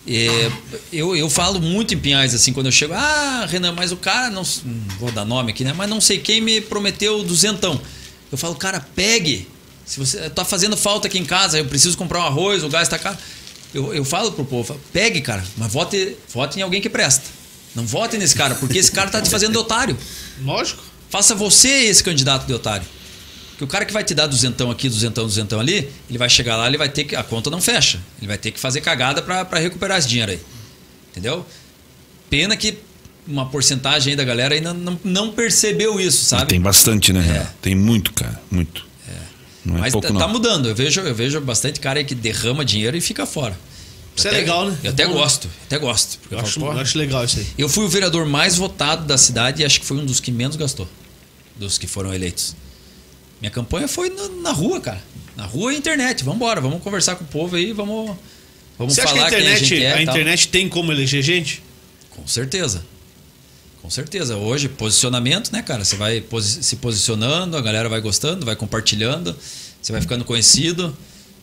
Speaker 5: Eu falo muito em Pinhais, assim, quando eu chego, Renan, mas o cara, não vou dar nome aqui, né? Mas não sei quem me prometeu 200. Eu falo, cara, pegue. Se você tá fazendo falta aqui em casa, eu preciso comprar um arroz, o gás tá caro. Eu falo pro povo, pegue, cara, mas vote em alguém que presta. Não vote nesse cara, porque esse cara tá te fazendo de otário.
Speaker 1: Lógico.
Speaker 5: Faça você esse candidato de otário. Porque o cara que vai te dar duzentão aqui, duzentão ali, ele vai chegar lá, ele vai ter que... A conta não fecha. Ele vai ter que fazer cagada pra recuperar esse dinheiro aí. Entendeu? Pena que uma porcentagem aí da galera ainda não percebeu isso, sabe?
Speaker 2: Tem bastante, né? Tem muito, cara. Muito. Não é
Speaker 5: Mas
Speaker 2: pouco,
Speaker 5: tá
Speaker 2: não.
Speaker 5: mudando. Eu vejo bastante cara aí que derrama dinheiro e fica fora.
Speaker 1: Isso é legal, né?
Speaker 5: Eu até gosto. Porque
Speaker 1: Eu acho legal isso aí.
Speaker 5: eu fui o vereador mais votado da cidade e acho que foi um dos que menos gastou. Dos que foram eleitos. Minha campanha foi na rua, cara. Na rua e internet. Vamos embora, vamos conversar com o povo aí, vamos
Speaker 1: Você
Speaker 5: falar
Speaker 1: acha que
Speaker 5: quem a gente é
Speaker 1: a
Speaker 5: e tal.
Speaker 1: internet tem como eleger gente?
Speaker 5: Com certeza. Com certeza. Hoje, posicionamento, né, cara? Você vai se posicionando, a galera vai gostando, vai compartilhando, você vai ficando conhecido,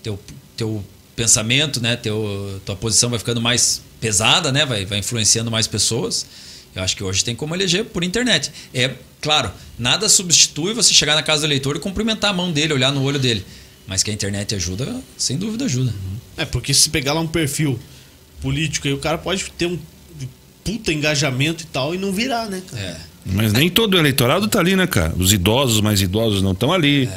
Speaker 5: teu pensamento, né, tua posição vai ficando mais pesada, né? Vai influenciando mais pessoas. Eu acho que hoje tem como eleger por internet. É, claro, nada substitui você chegar na casa do eleitor e cumprimentar a mão dele, olhar no olho dele. Mas que a internet ajuda, sem dúvida ajuda.
Speaker 1: É, porque se pegar lá um perfil político aí, o cara pode ter um puta engajamento e tal e não virar, né, cara?
Speaker 5: É.
Speaker 2: Mas nem todo o eleitorado tá ali, né, cara? Os idosos, mais idosos não estão ali.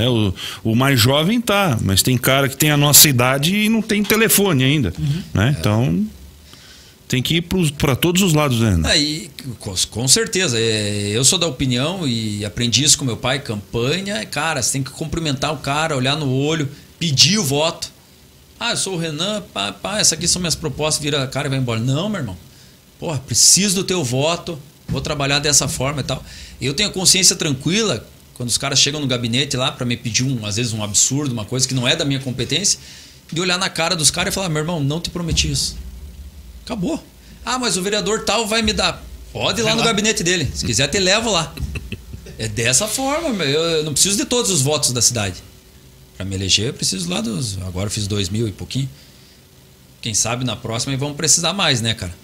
Speaker 2: O mais jovem tá, mas tem cara que tem a nossa idade e não tem telefone ainda, né? Então tem que ir para todos os lados, né?
Speaker 5: Aí, com certeza. Eu sou da opinião e aprendi isso com meu pai, campanha. Cara, você tem que cumprimentar o cara, olhar no olho, pedir o voto. Ah, eu sou o Renan, essas aqui são minhas propostas, vira a cara e vai embora. Não, meu irmão. Porra, preciso do teu voto, vou trabalhar dessa forma e tal. Eu tenho a consciência tranquila quando os caras chegam no gabinete lá para me pedir às vezes um absurdo, uma coisa que não é da minha competência, de olhar na cara dos caras e falar, meu irmão, não te prometi isso. Acabou. Ah, mas o vereador tal vai me dar. Pode ir lá no gabinete dele. Se quiser, te levo lá. É dessa forma. Eu não preciso de todos os votos da cidade. Para me eleger, eu preciso lá dos... Agora eu fiz 2.000 e pouquinho. Quem sabe na próxima vão precisar mais, né, cara?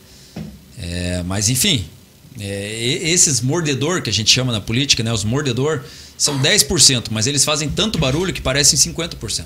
Speaker 5: Mas, enfim... esses mordedor que a gente chama na política, né? Os mordedor são 10%, mas eles fazem tanto barulho que parecem 50%.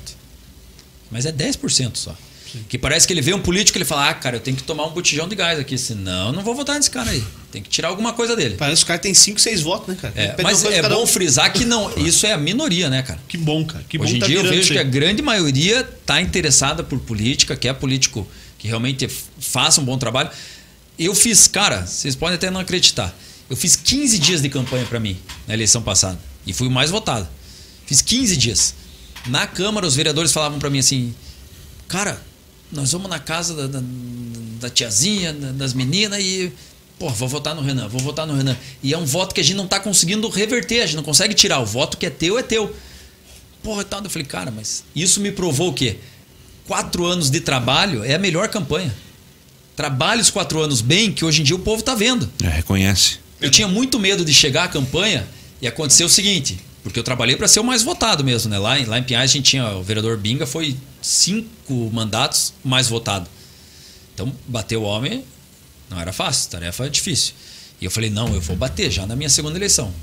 Speaker 5: Mas é 10% só. Que parece que ele vê um político e ele fala, cara, eu tenho que tomar um botijão de gás aqui, senão eu não vou votar nesse cara aí. Tem que tirar alguma coisa dele.
Speaker 1: Parece que o cara tem 5, 6 votos, né, cara?
Speaker 5: Mas é bom frisar que não, isso é a minoria, né, cara?
Speaker 1: Que bom, cara. Que bom.
Speaker 5: Hoje em
Speaker 1: tá
Speaker 5: dia eu
Speaker 1: virando
Speaker 5: vejo
Speaker 1: isso
Speaker 5: que
Speaker 1: aí.
Speaker 5: a grande maioria está interessada por política, quer político que realmente faça um bom trabalho. Eu fiz, cara, vocês podem até não acreditar, eu fiz 15 dias de campanha para mim na eleição passada e fui o mais votado. Fiz 15 dias. Na Câmara, os vereadores falavam para mim assim, cara, nós vamos na casa da tiazinha, das meninas e... Pô, vou votar no Renan. E é um voto que a gente não tá conseguindo reverter, a gente não consegue tirar. O voto que é teu. Porra, e tal. Eu falei, cara, mas isso me provou o quê? 4 anos de trabalho é a melhor campanha. Trabalhe os 4 anos bem, que hoje em dia o povo tá vendo.
Speaker 2: Reconhece.
Speaker 5: Eu tinha muito medo de chegar à campanha e acontecer o seguinte... Porque eu trabalhei para ser o mais votado mesmo, né? Lá em Pinhais a gente tinha... O vereador Binga foi 5 mandatos mais votado. Então, bater o homem não era fácil, tarefa difícil. E eu falei, não, eu vou bater já na minha segunda eleição.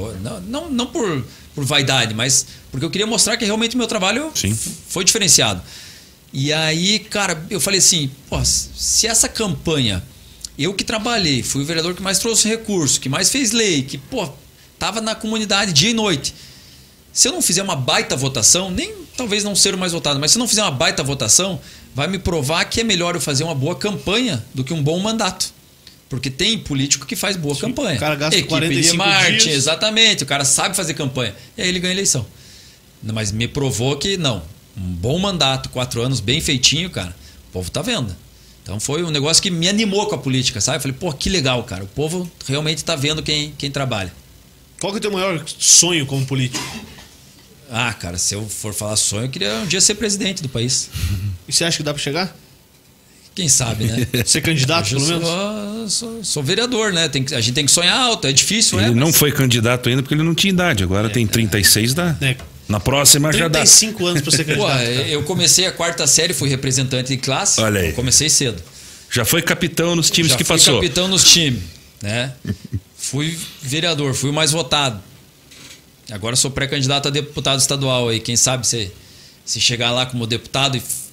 Speaker 5: Não por vaidade, mas porque eu queria mostrar que realmente o meu trabalho foi diferenciado. E aí, cara, eu falei assim, pô, se essa campanha, eu que trabalhei, fui o vereador que mais trouxe recurso, que mais fez lei, que, pô... Estava na comunidade dia e noite. Se eu não fizer uma baita votação, nem talvez não ser o mais votado, mas se eu não fizer uma baita votação, vai me provar que é melhor eu fazer uma boa campanha do que um bom mandato. Porque tem político que faz boa campanha.
Speaker 1: O cara gasta
Speaker 5: Equipe
Speaker 1: 45
Speaker 5: de marketing,
Speaker 1: dias.
Speaker 5: exatamente. O cara sabe fazer campanha. E aí ele ganha a eleição. Mas me provou que não. Um bom mandato, 4 anos, bem feitinho, cara. O povo tá vendo. Então foi um negócio que me animou com a política, sabe? Eu falei, pô, que legal, cara. O povo realmente tá vendo quem trabalha.
Speaker 1: Qual que é o teu maior sonho como político?
Speaker 5: Ah, cara, se eu for falar sonho, eu queria um dia ser presidente do país.
Speaker 1: E você acha que dá pra chegar?
Speaker 5: Quem sabe, né?
Speaker 1: Ser candidato, pelo menos?
Speaker 5: Sou vereador, né? A gente tem que sonhar alto, é difícil,
Speaker 2: Ele
Speaker 5: mas...
Speaker 2: não foi candidato ainda porque ele não tinha idade. Agora tem 36, dá. Na próxima já dá.
Speaker 1: 35 anos pra ser
Speaker 5: Pô,
Speaker 1: candidato.
Speaker 5: eu comecei a 4ª série, fui representante de classe.
Speaker 2: Olha aí.
Speaker 5: Eu comecei cedo.
Speaker 2: Já foi capitão nos times que
Speaker 5: fui
Speaker 2: passou.
Speaker 5: Capitão nos times, né? Fui vereador, fui o mais votado. Agora sou pré-candidato a deputado estadual aí. Quem sabe se chegar lá como deputado e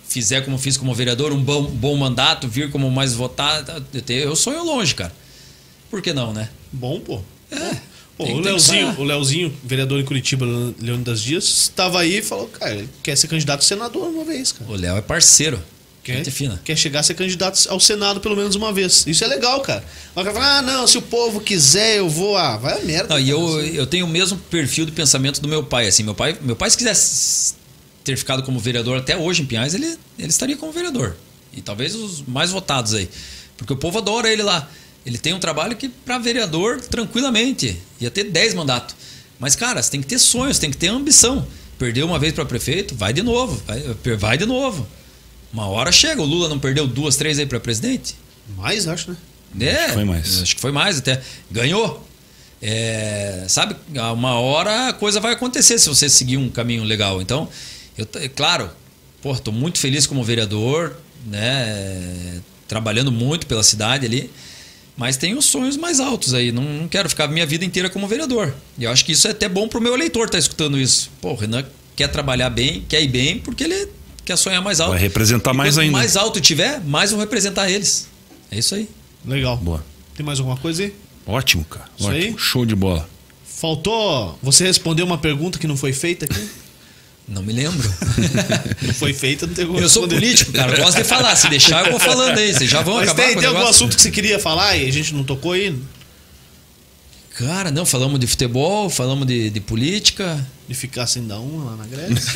Speaker 5: fizer como fiz como vereador, um bom mandato, vir como mais votado, eu sonho longe, cara. Por que não, né?
Speaker 1: Bom, pô. Pô,
Speaker 5: Tem
Speaker 1: o
Speaker 5: que
Speaker 1: Leozinho, vereador em Curitiba, Leônidas Dias, estava aí e falou, cara, ele quer ser candidato a senador uma vez, cara.
Speaker 5: O Léo é parceiro. Gente fina.
Speaker 1: Quer chegar a ser candidato ao Senado pelo menos uma vez. Isso é legal, cara. Mas o cara fala, não, se o povo quiser, eu vou. Vai a merda.
Speaker 5: Não, e eu tenho o mesmo perfil de pensamento do meu pai. Assim, meu pai, se quisesse ter ficado como vereador até hoje em Pinhais, ele estaria como vereador. E talvez os mais votados aí. Porque o povo adora ele lá. Ele tem um trabalho que, para vereador, tranquilamente, ia ter 10 mandatos. Mas, cara, você tem que ter sonhos, tem que ter ambição. Perdeu uma vez para prefeito, vai de novo. Vai de novo. Uma hora chega. O Lula não perdeu 2, 3 aí para presidente?
Speaker 1: Mais, acho, né?
Speaker 2: Foi mais.
Speaker 5: Acho que foi mais até. Ganhou. Sabe, uma hora a coisa vai acontecer se você seguir um caminho legal. Então, claro, tô muito feliz como vereador, né? Trabalhando muito pela cidade ali. Mas tenho sonhos mais altos aí. Não quero ficar a minha vida inteira como vereador. E eu acho que isso é até bom pro meu eleitor estar escutando isso. Pô, o Renan quer trabalhar bem, quer ir bem, porque ele quer sonhar mais alto.
Speaker 2: Vai representar mais ainda.
Speaker 5: Quanto mais alto tiver, mais vou representar eles. É isso aí.
Speaker 1: Legal.
Speaker 2: Boa.
Speaker 1: Tem mais alguma coisa aí?
Speaker 2: Ótimo, cara.
Speaker 1: Isso
Speaker 2: Ótimo.
Speaker 1: aí?
Speaker 2: Show de bola.
Speaker 1: Faltou você responder uma pergunta que não foi feita aqui?
Speaker 5: Não me lembro.
Speaker 1: Não foi feita, não tem como
Speaker 5: Eu sou
Speaker 1: responder.
Speaker 5: político, cara. Eu gosto de falar. Se deixar, eu vou falando aí. Vocês já vão
Speaker 1: Mas
Speaker 5: acabar com o
Speaker 1: tem algum
Speaker 5: negócio.
Speaker 1: assunto que você queria falar e a gente não tocou aí?
Speaker 5: Cara, não. Falamos de futebol, falamos de política.
Speaker 1: De ficar sem dar uma lá na Grécia?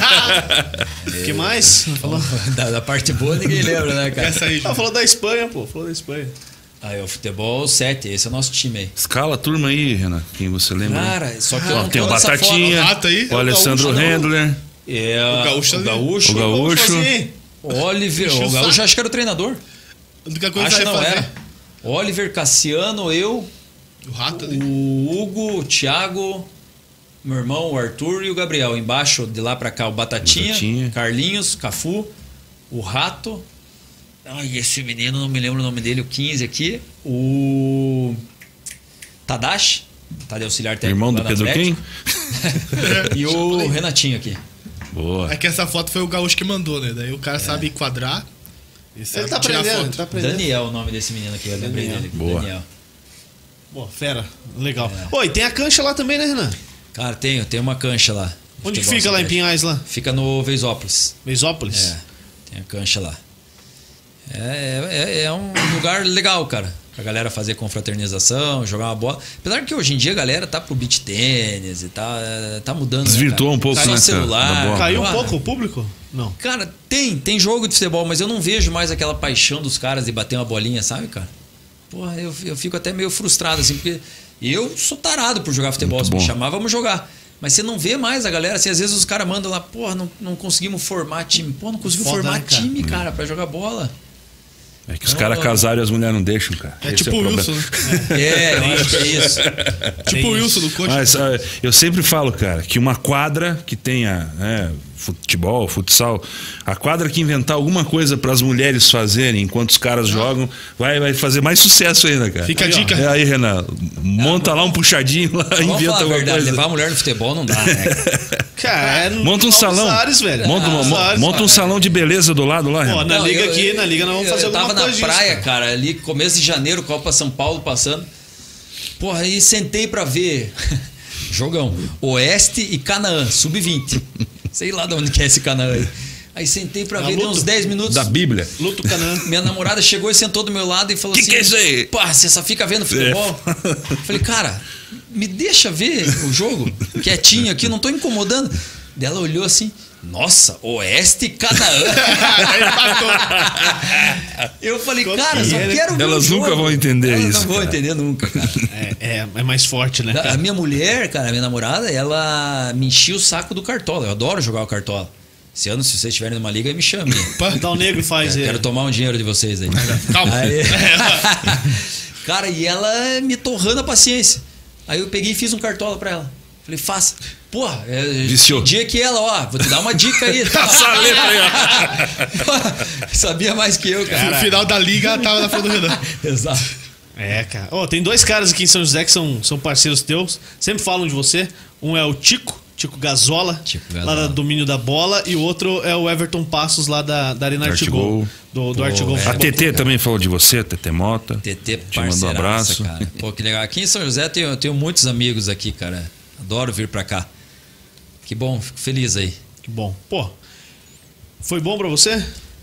Speaker 1: O que mais? Falou?
Speaker 5: Da parte boa ninguém lembra, né, cara?
Speaker 3: Essa aí,
Speaker 1: Falou da Espanha, pô. Falou da Espanha.
Speaker 5: Aí, o futebol 7. Esse é o nosso time aí.
Speaker 2: Escala a turma aí, Renan. Quem você lembra?
Speaker 5: Cara, só que eu
Speaker 2: Ó,
Speaker 5: não
Speaker 2: tem o
Speaker 5: tô nessa
Speaker 2: Batatinha,
Speaker 3: foto. Rato aí?
Speaker 2: o Alessandro
Speaker 1: Gaúcho, não.
Speaker 2: Rendler,
Speaker 5: O
Speaker 3: Gaúcho ali.
Speaker 5: Gaúcho.
Speaker 2: o Gaúcho.
Speaker 5: O Oliver.
Speaker 3: Encheu
Speaker 5: O
Speaker 3: o
Speaker 5: Gaúcho
Speaker 3: saco.
Speaker 5: acho que era o treinador.
Speaker 3: A única coisa
Speaker 5: Acho
Speaker 3: que
Speaker 5: que
Speaker 3: vai
Speaker 5: não
Speaker 3: fazer.
Speaker 5: era. Oliver, Cassiano, eu,
Speaker 3: O rato ali.
Speaker 5: o Hugo, o Thiago, meu irmão, o Arthur e o Gabriel. Embaixo, de lá pra cá, o Batatinha. Carlinhos, Cafu, o Rato. Ai, esse menino, não me lembro o nome dele, o 15 aqui. O Tadashi, tá de auxiliar técnico.
Speaker 2: Irmão
Speaker 5: lá
Speaker 2: do
Speaker 5: no
Speaker 2: Pedro
Speaker 5: Atlético.
Speaker 2: quem?
Speaker 5: E o Renatinho aqui.
Speaker 2: Boa.
Speaker 3: É que essa foto foi o Gaúcho que mandou, né? Daí o cara sabe enquadrar. E sabe
Speaker 1: Ele tá
Speaker 3: tirar
Speaker 1: aprendendo,
Speaker 3: foto.
Speaker 1: ele tá aprendendo.
Speaker 5: Daniel, o nome desse menino aqui, eu lembrei
Speaker 1: Daniel.
Speaker 5: dele.
Speaker 2: Boa.
Speaker 5: Daniel.
Speaker 1: Pô, fera. Legal. Oi, tem a cancha lá também, né, Renan?
Speaker 5: Cara, tem uma cancha lá.
Speaker 1: Onde que
Speaker 5: Futebol
Speaker 1: fica lá em
Speaker 5: Sudeste.
Speaker 1: Pinhais, lá?
Speaker 5: Fica no Veisópolis.
Speaker 1: Meisópolis?
Speaker 5: Tem a cancha lá. É um lugar legal, cara. Pra galera fazer confraternização, jogar uma bola. Apesar que hoje em dia a galera tá pro beach tênis e tá mudando.
Speaker 2: Desvirtuou
Speaker 5: né,
Speaker 2: um pouco,
Speaker 5: só
Speaker 2: né, cara,
Speaker 5: celular.
Speaker 2: da bola.
Speaker 1: Caiu um
Speaker 5: Ah,
Speaker 1: pouco o público? Não.
Speaker 5: Cara, tem jogo de futebol, mas eu não vejo mais aquela paixão dos caras de bater uma bolinha, sabe, cara? Porra, eu fico até meio frustrado, assim, porque eu sou tarado por jogar futebol.
Speaker 2: Muito
Speaker 5: Se me
Speaker 2: bom.
Speaker 5: chamar, vamos jogar. Mas você não vê mais a galera, assim, às vezes os caras mandam lá, porra, não conseguimos formar time. Pô, não conseguiu
Speaker 1: Foda,
Speaker 5: formar
Speaker 1: né, cara?
Speaker 5: time, cara, pra jogar bola.
Speaker 2: É que os caras casaram e as mulheres não deixam, cara.
Speaker 3: É
Speaker 2: Esse
Speaker 3: tipo
Speaker 2: o
Speaker 3: o
Speaker 2: problema.
Speaker 3: Wilson, né?
Speaker 5: Eu acho que é isso.
Speaker 3: Tipo o Wilson do coach.
Speaker 2: Mas eu sempre falo, cara, que uma quadra que tenha futebol, futsal, a quadra que inventar alguma coisa para as mulheres fazerem enquanto os caras jogam, vai fazer mais sucesso ainda, cara.
Speaker 3: Fica a
Speaker 1: Aí, ó.
Speaker 3: dica.
Speaker 2: Aí, Renan, monta lá um puxadinho lá,
Speaker 5: Vamos
Speaker 2: inventa
Speaker 5: falar a
Speaker 2: alguma
Speaker 5: verdade,
Speaker 2: coisa.
Speaker 5: levar a mulher no futebol não dá, né?
Speaker 1: Cara,
Speaker 2: Monta um
Speaker 1: Novos
Speaker 2: salão.
Speaker 1: Ares, velho.
Speaker 2: Monta,
Speaker 1: Novos Ares,
Speaker 2: monta um
Speaker 1: cara.
Speaker 2: salão de beleza do lado lá,
Speaker 1: Pô,
Speaker 2: Renan.
Speaker 1: na
Speaker 5: Não,
Speaker 1: liga aqui, na liga nós vamos fazer
Speaker 5: eu
Speaker 1: alguma
Speaker 5: tava
Speaker 1: coisa
Speaker 5: na praia,
Speaker 1: disso,
Speaker 5: cara, ali começo de janeiro, Copa São Paulo passando. Porra, aí sentei pra ver jogão. Oeste e Canaã, sub-20. Sei lá de onde que é esse Canaã aí. Aí sentei pra ver, deu uns 10 minutos.
Speaker 2: Da Bíblia.
Speaker 1: Luto Canaã.
Speaker 5: Minha namorada chegou e sentou do meu lado e falou
Speaker 2: Que
Speaker 5: assim:
Speaker 2: é isso aí?
Speaker 5: Pá, você só fica vendo futebol? Falei, cara, me deixa ver o jogo quietinho aqui, não tô incomodando. Daí ela olhou assim: nossa, Oeste e Canaã.
Speaker 3: Aí matou.
Speaker 5: Eu falei, cara, só quero ver
Speaker 2: Elas
Speaker 5: o jogo.
Speaker 2: nunca vão entender
Speaker 5: Elas
Speaker 2: isso,
Speaker 5: não vão
Speaker 2: cara.
Speaker 5: entender nunca, cara.
Speaker 1: É mais forte, né?
Speaker 5: A minha mulher, cara, a minha namorada, ela me enchia o saco do Cartola. Eu adoro jogar o Cartola. Esse ano, se vocês estiverem numa liga, me chame.
Speaker 1: Então o negro faz ele.
Speaker 5: Quero tomar um dinheiro de vocês aí.
Speaker 3: Calma.
Speaker 5: Aí- cara, e ela me torrando a paciência. Aí eu peguei e fiz um Cartola pra ela. Falei, faça. Porra,
Speaker 2: Viciou.
Speaker 5: dia que ela, ó, vou te dar uma dica aí.
Speaker 2: Essa letra aí,
Speaker 5: Sabia mais que eu, cara.
Speaker 3: No final da liga, tava na frente do Renan.
Speaker 5: Exato.
Speaker 1: É, cara. Ó, tem dois caras aqui em São José que são parceiros teus. Sempre falam de você. Um é o Tico Tico Gazola,
Speaker 5: Tico
Speaker 1: lá
Speaker 5: Gazola.
Speaker 1: do domínio da bola, e o outro é o Everton Passos, lá da Arena Artigol. Do Artigol.
Speaker 2: A TT também falou de você, a TT Mota.
Speaker 5: TT
Speaker 2: Te mandou um abraço.
Speaker 5: cara. Pô, que legal. Aqui em São José eu tenho muitos amigos aqui, cara. Adoro vir pra cá. Que bom, fico feliz aí.
Speaker 1: Que bom. Pô, foi bom pra você?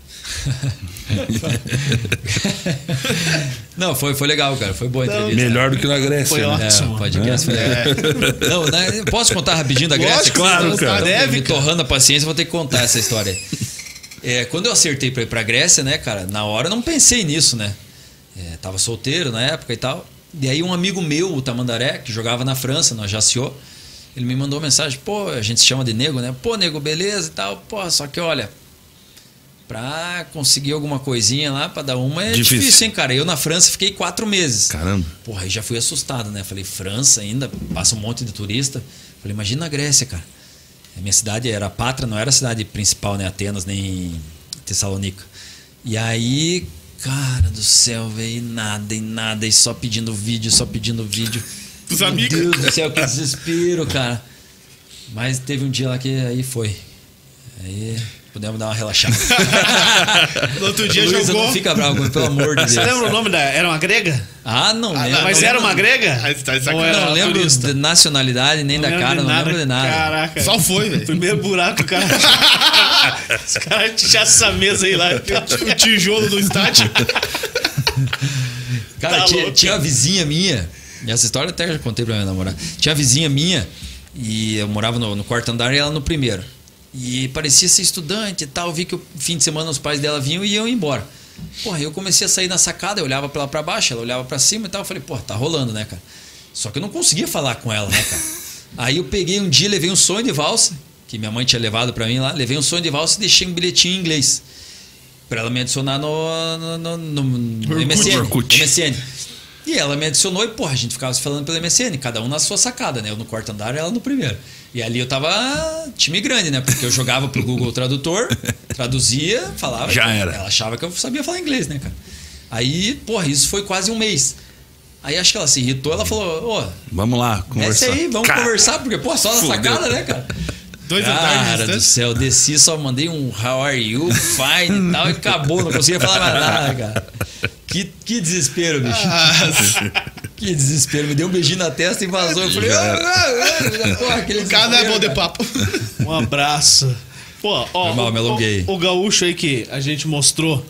Speaker 5: Não, foi legal, cara. Foi boa a entrevista.
Speaker 2: Melhor do que na Grécia.
Speaker 1: Foi
Speaker 2: né?
Speaker 1: ótimo.
Speaker 5: O podcast foi legal. Não, né, posso contar rapidinho da Grécia?
Speaker 1: Lógico,
Speaker 2: claro, cara.
Speaker 1: Deve,
Speaker 5: Me torrando a paciência, vou ter que contar essa história aí. Quando eu acertei pra ir pra Grécia, né, cara, na hora eu não pensei nisso, né? Tava solteiro na época e tal. E aí um amigo meu, o Tamandaré, que jogava na França, no Ajaccio, ele me mandou uma mensagem, pô, a gente se chama de nego, né? Pô, nego, beleza e tal. Pô, só que olha, pra conseguir alguma coisinha lá, pra dar uma é difícil, hein, cara? Eu na França fiquei 4 meses.
Speaker 2: Caramba.
Speaker 5: Porra, aí já fui assustado, né? Falei, França ainda, passa um monte de turista. Falei, imagina a Grécia, cara. A minha cidade era Pátria, não era a cidade principal, né? Atenas, nem Tessalônica. E aí, cara do céu, velho, nada, e só pedindo vídeo.
Speaker 3: Dos amigos.
Speaker 5: Meu Deus do céu, que desespero, cara. Mas teve um dia lá que aí foi. Aí pudemos dar uma relaxada.
Speaker 3: No outro dia
Speaker 5: Luísa,
Speaker 3: jogou.
Speaker 5: não fica bravo, pelo amor de Deus.
Speaker 1: Você lembra o nome da... Era uma grega?
Speaker 5: Ah, não lembro.
Speaker 1: Mas era uma grega?
Speaker 3: Aí você tá de
Speaker 1: Ou
Speaker 3: sacanagem.
Speaker 1: era
Speaker 5: Não lembro
Speaker 1: turista?
Speaker 5: de nacionalidade, nem da cara, não lembro de nada.
Speaker 1: Caraca.
Speaker 3: Só foi, velho.
Speaker 1: Primeiro buraco, cara. Os caras tinham essa mesa aí lá.
Speaker 3: O tijolo do estádio.
Speaker 5: Cara,
Speaker 1: Tá louco.
Speaker 5: tinha uma vizinha minha, e essa história até já contei pra minha namorada. Tinha uma vizinha minha, e eu morava no quarto andar e ela no primeiro. E parecia ser estudante e tal. Vi que o fim de semana os pais dela vinham e iam embora. Porra, eu comecei a sair na sacada, eu olhava pra ela pra baixo, ela olhava pra cima e tal. Eu falei, porra, tá rolando, né, cara? Só que eu não conseguia falar com ela, né, cara? Aí eu peguei um dia, levei um sonho de valsa, que minha mãe tinha levado pra mim lá. Levei um sonho de valsa e deixei um bilhetinho em inglês pra ela me adicionar no MSN.
Speaker 2: Orkut.
Speaker 5: MSN. E ela me adicionou e, porra, a gente ficava se falando pelo MSN, cada um na sua sacada, né? Eu no quarto andar e ela no primeiro. E ali eu tava time grande, né? Porque eu jogava pro Google Tradutor, traduzia, falava.
Speaker 2: Já era.
Speaker 5: Ela achava que eu sabia falar inglês, né, cara? Aí, porra, isso foi quase um mês. Aí acho que ela se irritou, ela falou, ô,
Speaker 2: Vamos lá,
Speaker 5: desce
Speaker 2: conversar.
Speaker 5: aí, vamos
Speaker 2: Cara,
Speaker 5: conversar, porque, pô, só na
Speaker 2: fudeu.
Speaker 5: sacada, né, cara?
Speaker 3: 2 andares de
Speaker 5: Cara do
Speaker 3: distância.
Speaker 5: céu, desci, só mandei um how are you, fine e tal, e acabou, não conseguia falar mais nada, cara. Que desespero, bicho. Que desespero. Me deu um beijinho na testa e vazou. Eu falei, porra, aquele
Speaker 3: O cara não é bom de
Speaker 5: desespero,
Speaker 3: papo.
Speaker 1: Um abraço. Pô, ó,
Speaker 5: Foi mal, me alonguei.
Speaker 1: o gaúcho aí que a gente mostrou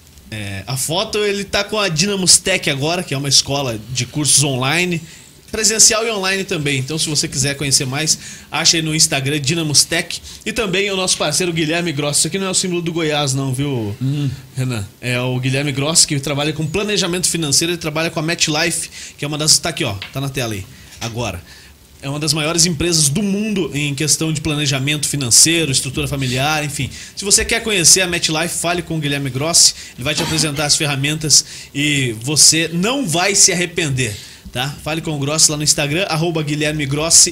Speaker 1: a foto, ele tá com a Dynamos Tech agora, que é uma escola de cursos online, presencial e online também. Então, se você quiser conhecer mais, acha aí no Instagram Dynamos Tech. E também o nosso parceiro Guilherme Gross. Isso aqui não é o símbolo do Goiás, não, viu, Renan? É o Guilherme Gross, que trabalha com planejamento financeiro. Ele trabalha com a MetLife, que é uma das... Tá aqui, ó. Tá na tela aí. Agora. É uma das maiores empresas do mundo em questão de planejamento financeiro, estrutura familiar, enfim. Se você quer conhecer a MetLife, fale com o Guilherme Grossi. Ele vai te apresentar as ferramentas e você não vai se arrepender, tá? Fale com o Grossi lá no Instagram, @GuilhermeGrossi,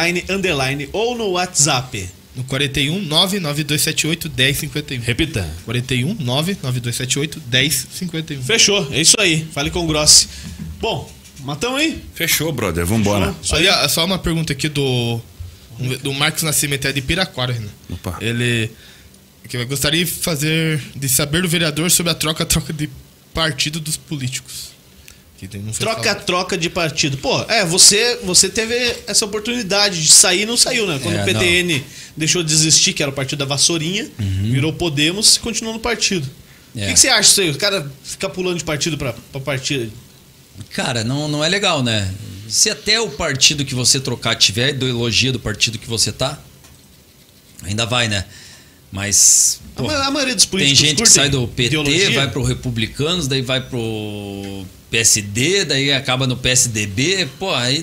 Speaker 1: __, ou no WhatsApp.
Speaker 3: No 41 99278 1051.
Speaker 1: Repita.
Speaker 3: 41 99278 1051.
Speaker 1: Fechou, é isso aí. Fale com o Grossi. Bom, matão aí?
Speaker 2: Fechou, brother. Vambora.
Speaker 1: Isso aí.
Speaker 3: Olha, só uma pergunta aqui do Marcos Nascimento, é de Piraquara, Renan.
Speaker 2: Opa.
Speaker 3: Ele que eu gostaria de saber do vereador sobre a troca de partido dos políticos. Que não foi falado.
Speaker 1: Troca de partido. Pô, você teve essa oportunidade de sair e não saiu, né? Quando o PTN deixou de desistir, que era o partido da Vassourinha, virou Podemos e continuou no partido. O que você acha disso aí? O cara ficar pulando de partido pra partido?
Speaker 5: Cara, não é legal, né? Se até o partido que você trocar tiver a ideologia do partido que você tá, ainda vai, né? Mas pô,
Speaker 1: A maioria dos
Speaker 5: tem
Speaker 1: políticos
Speaker 5: gente que
Speaker 1: curtem
Speaker 5: sai do PT,
Speaker 1: ideologia.
Speaker 5: vai pro Republicanos, daí vai pro PSD, daí acaba no PSDB. Pô, aí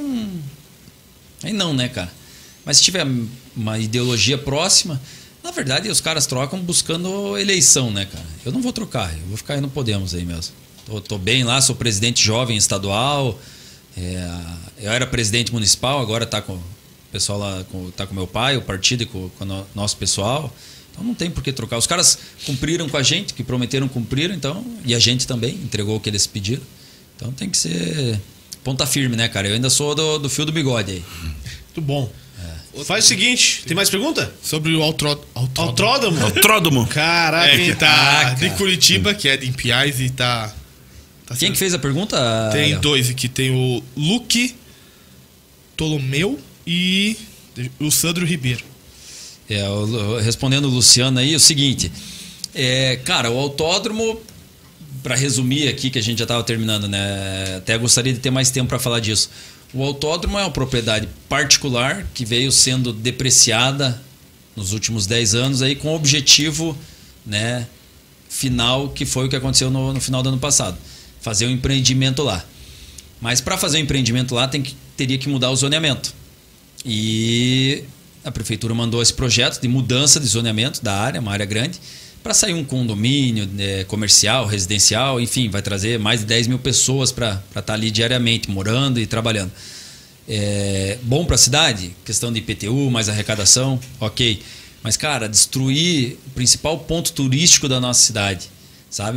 Speaker 5: não, né, cara? Mas se tiver uma ideologia próxima, na verdade os caras trocam buscando eleição, né, cara? Eu não vou trocar, eu vou ficar aí no Podemos aí mesmo. Tô bem lá, sou presidente jovem estadual, eu era presidente municipal, agora tá com o pessoal lá, tá com meu pai, o partido e com o nosso pessoal. Então não tem por que trocar. Os caras cumpriram com a gente, que prometeram cumpriram, então, e a gente também entregou o que eles pediram. Então tem que ser ponta firme, né, cara? Eu ainda sou do fio do bigode aí.
Speaker 1: Muito bom. Faz o seguinte, tem mais pergunta?
Speaker 3: Sobre o
Speaker 1: Autódromo?
Speaker 2: Autródromo.
Speaker 1: Caraca,
Speaker 3: que tá
Speaker 5: Caraca.
Speaker 3: de Curitiba, que é de Impiais e tá
Speaker 5: Quem que fez a pergunta?
Speaker 3: Tem
Speaker 5: Léo?
Speaker 3: dois aqui, tem o Luque Tolomeu e o Sandro Ribeiro.
Speaker 5: Respondendo o Luciano aí, é o seguinte. Cara, o autódromo, para resumir aqui, que a gente já estava terminando, né? Até gostaria de ter mais tempo para falar disso. O autódromo é uma propriedade particular que veio sendo depreciada nos últimos 10 anos aí com o objetivo, né, final, que foi o que aconteceu no final do ano passado. Fazer um empreendimento lá. Mas para fazer um empreendimento lá teria que mudar o zoneamento. E a prefeitura mandou esse projeto de mudança de zoneamento da área, uma área grande, para sair um condomínio comercial, residencial, enfim, vai trazer mais de 10 mil pessoas para estar ali diariamente, morando e trabalhando. Bom para a cidade? Questão de IPTU, mais arrecadação, ok. Mas, cara, destruir o principal ponto turístico da nossa cidade, sabe?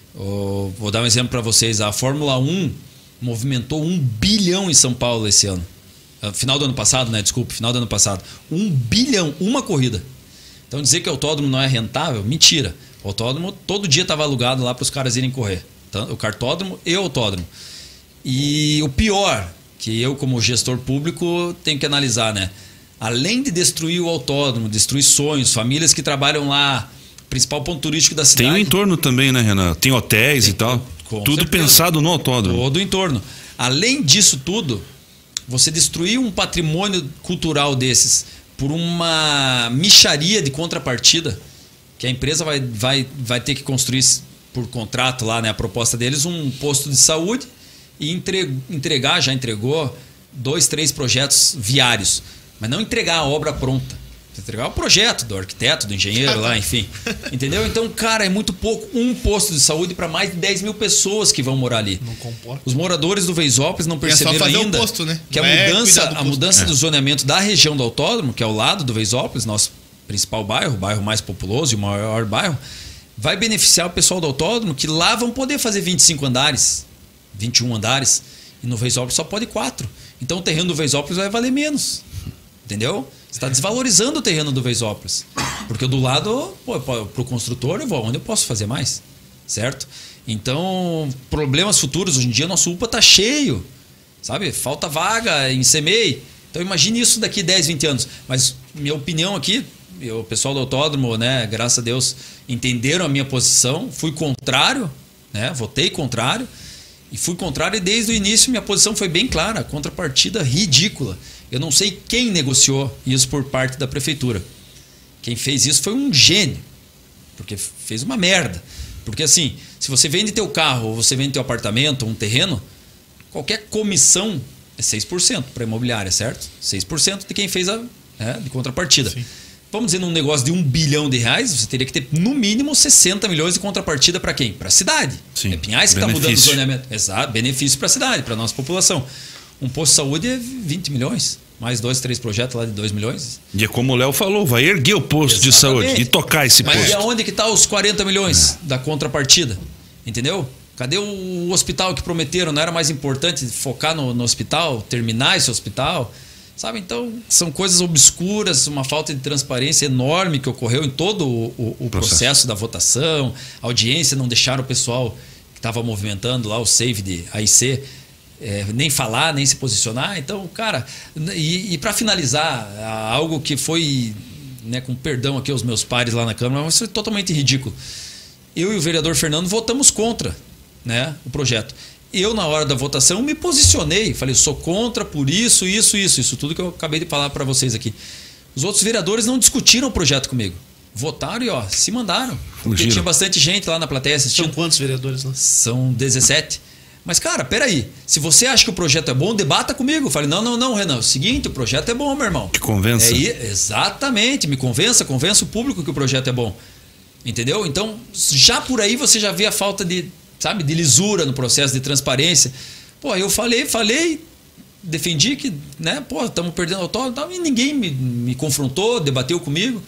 Speaker 5: Vou dar um exemplo para vocês. A Fórmula 1 movimentou 1 bilhão em São Paulo esse ano. Final do ano passado, né? Desculpe, final do ano passado. 1 bilhão, uma corrida. Então dizer que o autódromo não é rentável, mentira. O autódromo todo dia estava alugado lá para os caras irem correr. O cartódromo e o autódromo. E o pior, que eu como gestor público tenho que analisar, né? Além de destruir o autódromo, destruir sonhos, famílias que trabalham lá, principal ponto turístico da cidade.
Speaker 2: Tem o entorno também, né, Renan? Tem hotéis e tal. Tudo
Speaker 5: certeza.
Speaker 2: pensado no autódromo.
Speaker 5: Todo o entorno. Além disso tudo, você destruir um patrimônio cultural desses por uma mixaria de contrapartida, que a empresa vai ter que construir por contrato lá, né, a proposta deles, um posto de saúde e já entregou 2, 3 projetos viários, mas não entregar a obra pronta. Entregar o projeto do arquiteto, do engenheiro lá, enfim. Entendeu? Então, cara, é muito pouco. Um posto de saúde para mais de 10 mil pessoas que vão morar ali.
Speaker 3: Não comporta.
Speaker 5: Os moradores do Veisópolis não perceberam
Speaker 3: fazer
Speaker 5: ainda
Speaker 3: o posto, né?
Speaker 5: que
Speaker 3: Não
Speaker 5: a mudança do zoneamento da região do autódromo, que é ao lado do Veisópolis, nosso principal bairro, o bairro mais populoso e o maior bairro, vai beneficiar o pessoal do autódromo, que lá vão poder fazer 25 andares, 21 andares, e no Veisópolis só pode 4. Então o terreno do Veisópolis vai valer menos. Entendeu? Você está desvalorizando o terreno do Veisópolis. Porque do lado, para o construtor, eu vou onde eu posso fazer mais. Certo? Então, problemas futuros. Hoje em dia, nosso UPA está cheio. Sabe? Falta vaga em CEMEI. Então, imagine isso daqui 10, 20 anos. Mas, minha opinião aqui, o pessoal do autódromo, né, graças a Deus, entenderam a minha posição. Fui contrário, né, votei contrário. E fui contrário e desde o início minha posição foi bem clara. Contrapartida ridícula. Eu não sei quem negociou isso por parte da prefeitura. Quem fez isso foi um gênio. Porque fez uma merda. Porque assim, se você vende teu carro ou você vende teu apartamento, um terreno, qualquer comissão é 6% para a imobiliária, certo? 6% de quem fez de contrapartida. Sim. Vamos dizer, num negócio de R$1 bilhão, você teria que ter no mínimo 60 milhões de contrapartida para quem? Para a cidade.
Speaker 2: Sim.
Speaker 5: É Pinhais que está mudando o zoneamento. Exato, benefício para a cidade, para a nossa população. Um posto de saúde é 20 milhões. Mais 2, 3 projetos lá de 2 milhões.
Speaker 2: E é como o Léo falou, vai erguer o posto de saúde e tocar esse posto.
Speaker 5: Mas e aonde que está os 40 milhões da contrapartida? Entendeu? Cadê o hospital que prometeram? Não era mais importante focar no hospital, terminar esse hospital? Sabe? Então, são coisas obscuras, uma falta de transparência enorme que ocorreu em todo o processo da votação. A audiência não deixaram o pessoal que estava movimentando lá o save de AIC nem falar, nem se posicionar. Então, cara, e para finalizar, algo que foi, né, com perdão aqui aos meus pares lá na Câmara, mas foi totalmente ridículo. Eu e o vereador Fernando votamos contra, né, o projeto. Eu, na hora da votação, me posicionei. Falei, sou contra por isso tudo que eu acabei de falar para vocês aqui. Os outros vereadores não discutiram o projeto comigo. Votaram e se mandaram. Porque tinha bastante gente lá na plateia assistindo.
Speaker 1: São quantos vereadores lá?
Speaker 5: São 17. Mas, cara, peraí. Se você acha que o projeto é bom, debata comigo. Falei, não, Renan. É o seguinte, o projeto é bom, meu irmão.
Speaker 2: Te convença.
Speaker 5: Exatamente. Me convença o público que o projeto é bom. Entendeu? Então, já por aí você já vê a falta de lisura no processo, de transparência. Eu falei, defendi que, né, estamos perdendo autódromo, e ninguém me confrontou, debateu comigo.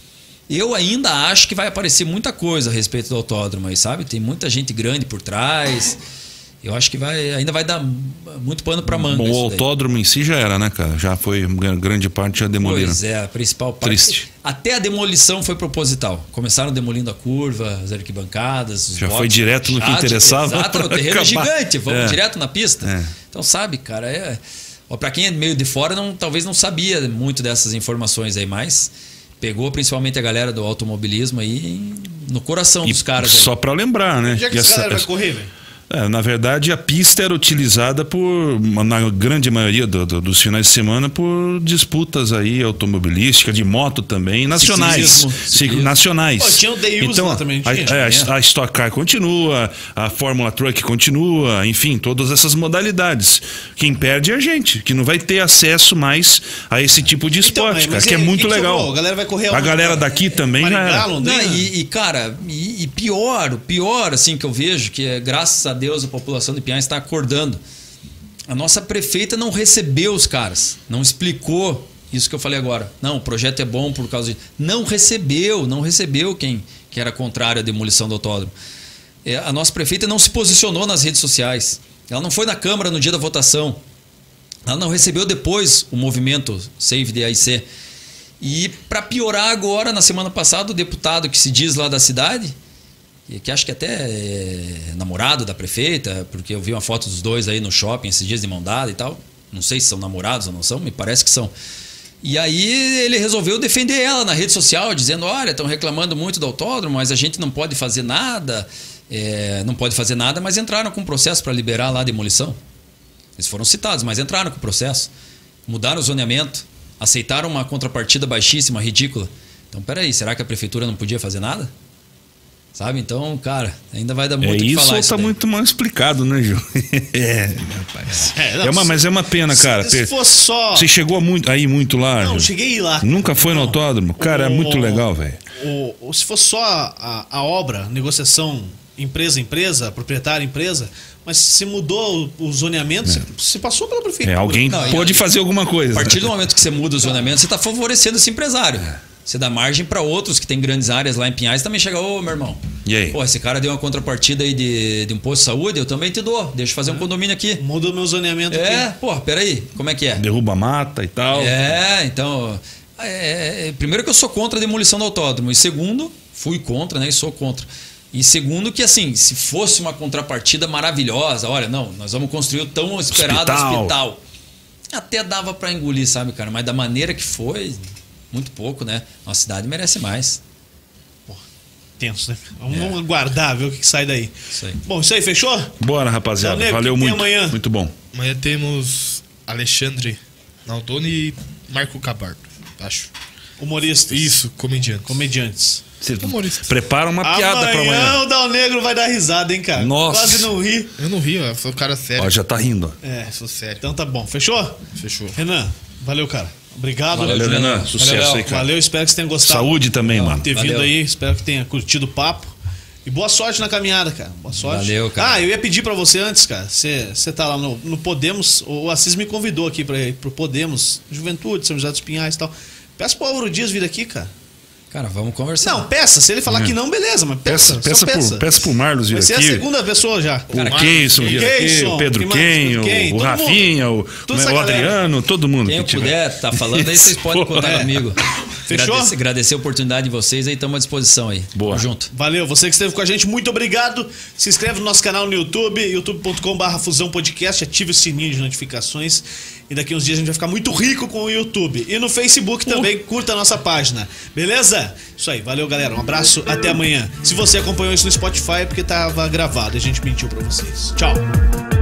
Speaker 5: Eu ainda acho que vai aparecer muita coisa a respeito do autódromo aí, sabe? Tem muita gente grande por trás. Eu acho que ainda vai dar muito pano para manga.
Speaker 2: Bom, o autódromo em si já era, né, cara? Já foi, grande parte já demoliram.
Speaker 5: Pois é, a principal parte.
Speaker 2: Triste.
Speaker 5: Até a demolição foi proposital. Começaram demolindo a curva, as arquibancadas, os
Speaker 2: Já
Speaker 5: boxes,
Speaker 2: foi direto no que interessava.
Speaker 5: Exato, o terreno é gigante, vamos direto na pista.
Speaker 2: É.
Speaker 5: Então, sabe, cara, para quem é meio de fora, talvez não sabia muito dessas informações aí, mas pegou principalmente a galera do automobilismo aí no coração dos caras.
Speaker 2: Só
Speaker 5: aí.
Speaker 2: para lembrar, né?
Speaker 1: Onde é que esse galera vai correr, velho?
Speaker 2: Na verdade, a pista era utilizada na grande maioria dos finais de semana por disputas aí automobilísticas, de moto também, nacionais. Nacionais.
Speaker 1: Pô, tinha o Deus
Speaker 2: então,
Speaker 1: lá também.
Speaker 2: A Stock Car continua, a Fórmula Truck continua, enfim, todas essas modalidades. Quem perde é a gente, que não vai ter acesso mais a esse tipo de esporte, cara, que é muito legal.
Speaker 1: A galera vai correr
Speaker 2: a galera daqui também já era.
Speaker 5: Cara, o pior assim que eu vejo, que é graças a Deus a população de Pinhais está acordando. A nossa prefeita não recebeu os caras, não explicou isso que eu falei agora. Não, o projeto é bom por causa de... Não recebeu quem era contrário à demolição do autódromo. A nossa prefeita não se posicionou nas redes sociais. Ela não foi na Câmara no dia da votação. Ela não recebeu depois o movimento Save the AIC. E para piorar agora, na semana passada, o deputado que se diz lá da cidade, que acho que até é namorado da prefeita, porque eu vi uma foto dos dois aí no shopping esses dias de mão dada e tal. Não sei se são namorados ou não são, me parece que são. E aí ele resolveu defender ela na rede social, dizendo, olha, estão reclamando muito do autódromo, mas a gente não pode fazer nada. Mas entraram com processo para liberar lá a demolição. Eles foram citados, mas entraram com processo. Mudaram o zoneamento, aceitaram uma contrapartida baixíssima, ridícula. Então, peraí, será que a prefeitura não podia fazer nada? Sabe? Então, cara, ainda vai dar muito o que falar.
Speaker 2: Isso tá muito mal explicado, né, Gil? Rapaz. Mas é uma pena, cara.
Speaker 1: Se fosse só...
Speaker 2: Você chegou muito lá?
Speaker 1: Não,
Speaker 2: Gil?
Speaker 1: cheguei lá.
Speaker 2: Nunca foi no autódromo? Cara, é muito legal, velho.
Speaker 1: Se fosse só a obra, negociação empresa, proprietário empresa, mas se mudou o zoneamento, você passou pela prefeitura.
Speaker 2: Alguém pode fazer alguma coisa.
Speaker 5: A partir do momento que você muda o zoneamento, você está favorecendo esse empresário. Você dá margem para outros que têm grandes áreas lá em Pinhais também chegar, ô meu irmão.
Speaker 2: E aí?
Speaker 5: Pô, esse cara deu uma contrapartida aí de um posto de saúde, eu também te dou. Deixa eu fazer um condomínio aqui.
Speaker 1: Muda o meu zoneamento aqui.
Speaker 5: Pô, peraí, como é que é?
Speaker 2: Derruba a mata e tal.
Speaker 5: Então. Primeiro que eu sou contra a demolição do autódromo. E segundo, fui contra, né? E sou contra. E segundo que, assim, se fosse uma contrapartida maravilhosa, olha, não, nós vamos construir o tão esperado hospital. Até dava para engolir, sabe, cara? Mas da maneira que foi... Muito pouco, né? Nossa cidade merece mais.
Speaker 1: Pô, tenso, né? Vamos aguardar, ver o que sai daí.
Speaker 5: Isso aí.
Speaker 1: Bom, isso aí, fechou?
Speaker 2: Bora, rapaziada.
Speaker 1: Nego,
Speaker 2: valeu muito.
Speaker 1: Amanhã?
Speaker 2: Muito bom.
Speaker 3: Amanhã temos Alexandre Naldoni e Marco Cabardo, acho.
Speaker 1: Humoristas.
Speaker 3: Isso, comediantes.
Speaker 2: Você prepara uma piada pra amanhã.
Speaker 1: O Dal Negro vai dar risada, hein, cara?
Speaker 2: Nossa.
Speaker 1: Quase não ri.
Speaker 3: Eu não ri, eu sou um cara sério.
Speaker 2: Ó, já tá rindo.
Speaker 3: Sou sério.
Speaker 1: Então tá bom. Fechou?
Speaker 3: Fechou.
Speaker 1: Renan, valeu, cara. Obrigado.
Speaker 2: Valeu, Renan. Sucesso aí, cara.
Speaker 1: Valeu, espero que você tenha gostado.
Speaker 2: Saúde também, mano.
Speaker 1: Ter vindo aí, espero que tenha curtido o papo. E boa sorte na caminhada, cara. Boa sorte.
Speaker 5: Valeu, cara.
Speaker 1: Eu ia pedir pra você antes, cara. Você tá lá no Podemos. O Assis me convidou aqui pra ir pro Podemos, Juventude, São José dos Pinhais e tal. Peça pro Álvaro Dias vir aqui, cara.
Speaker 5: Cara, vamos conversar.
Speaker 1: Não, peça. Se ele falar que não, beleza, mas peça.
Speaker 2: Peça pro Marlos vir aqui.
Speaker 1: Você é a segunda pessoa já.
Speaker 2: O Keyson vir aqui, o Pedro Ken, o Rafinha, o Adriano, todo mundo.
Speaker 5: Quem puder tá falando aí, vocês podem contar comigo.
Speaker 1: Fechou?
Speaker 5: Agradecer a oportunidade de vocês aí, estamos à disposição aí.
Speaker 2: Boa.
Speaker 5: Tamo junto.
Speaker 1: Valeu, você que esteve com a gente, muito obrigado. Se inscreve no nosso canal no YouTube, youtube.com/Fusão Podcast, ative o sininho de notificações. E daqui uns dias a gente vai ficar muito rico com o YouTube. E no Facebook também, curta a nossa página. Beleza? Isso aí, valeu, galera. Um abraço, até amanhã. Se você acompanhou isso no Spotify, é porque tava gravado. A gente mentiu pra vocês. Tchau.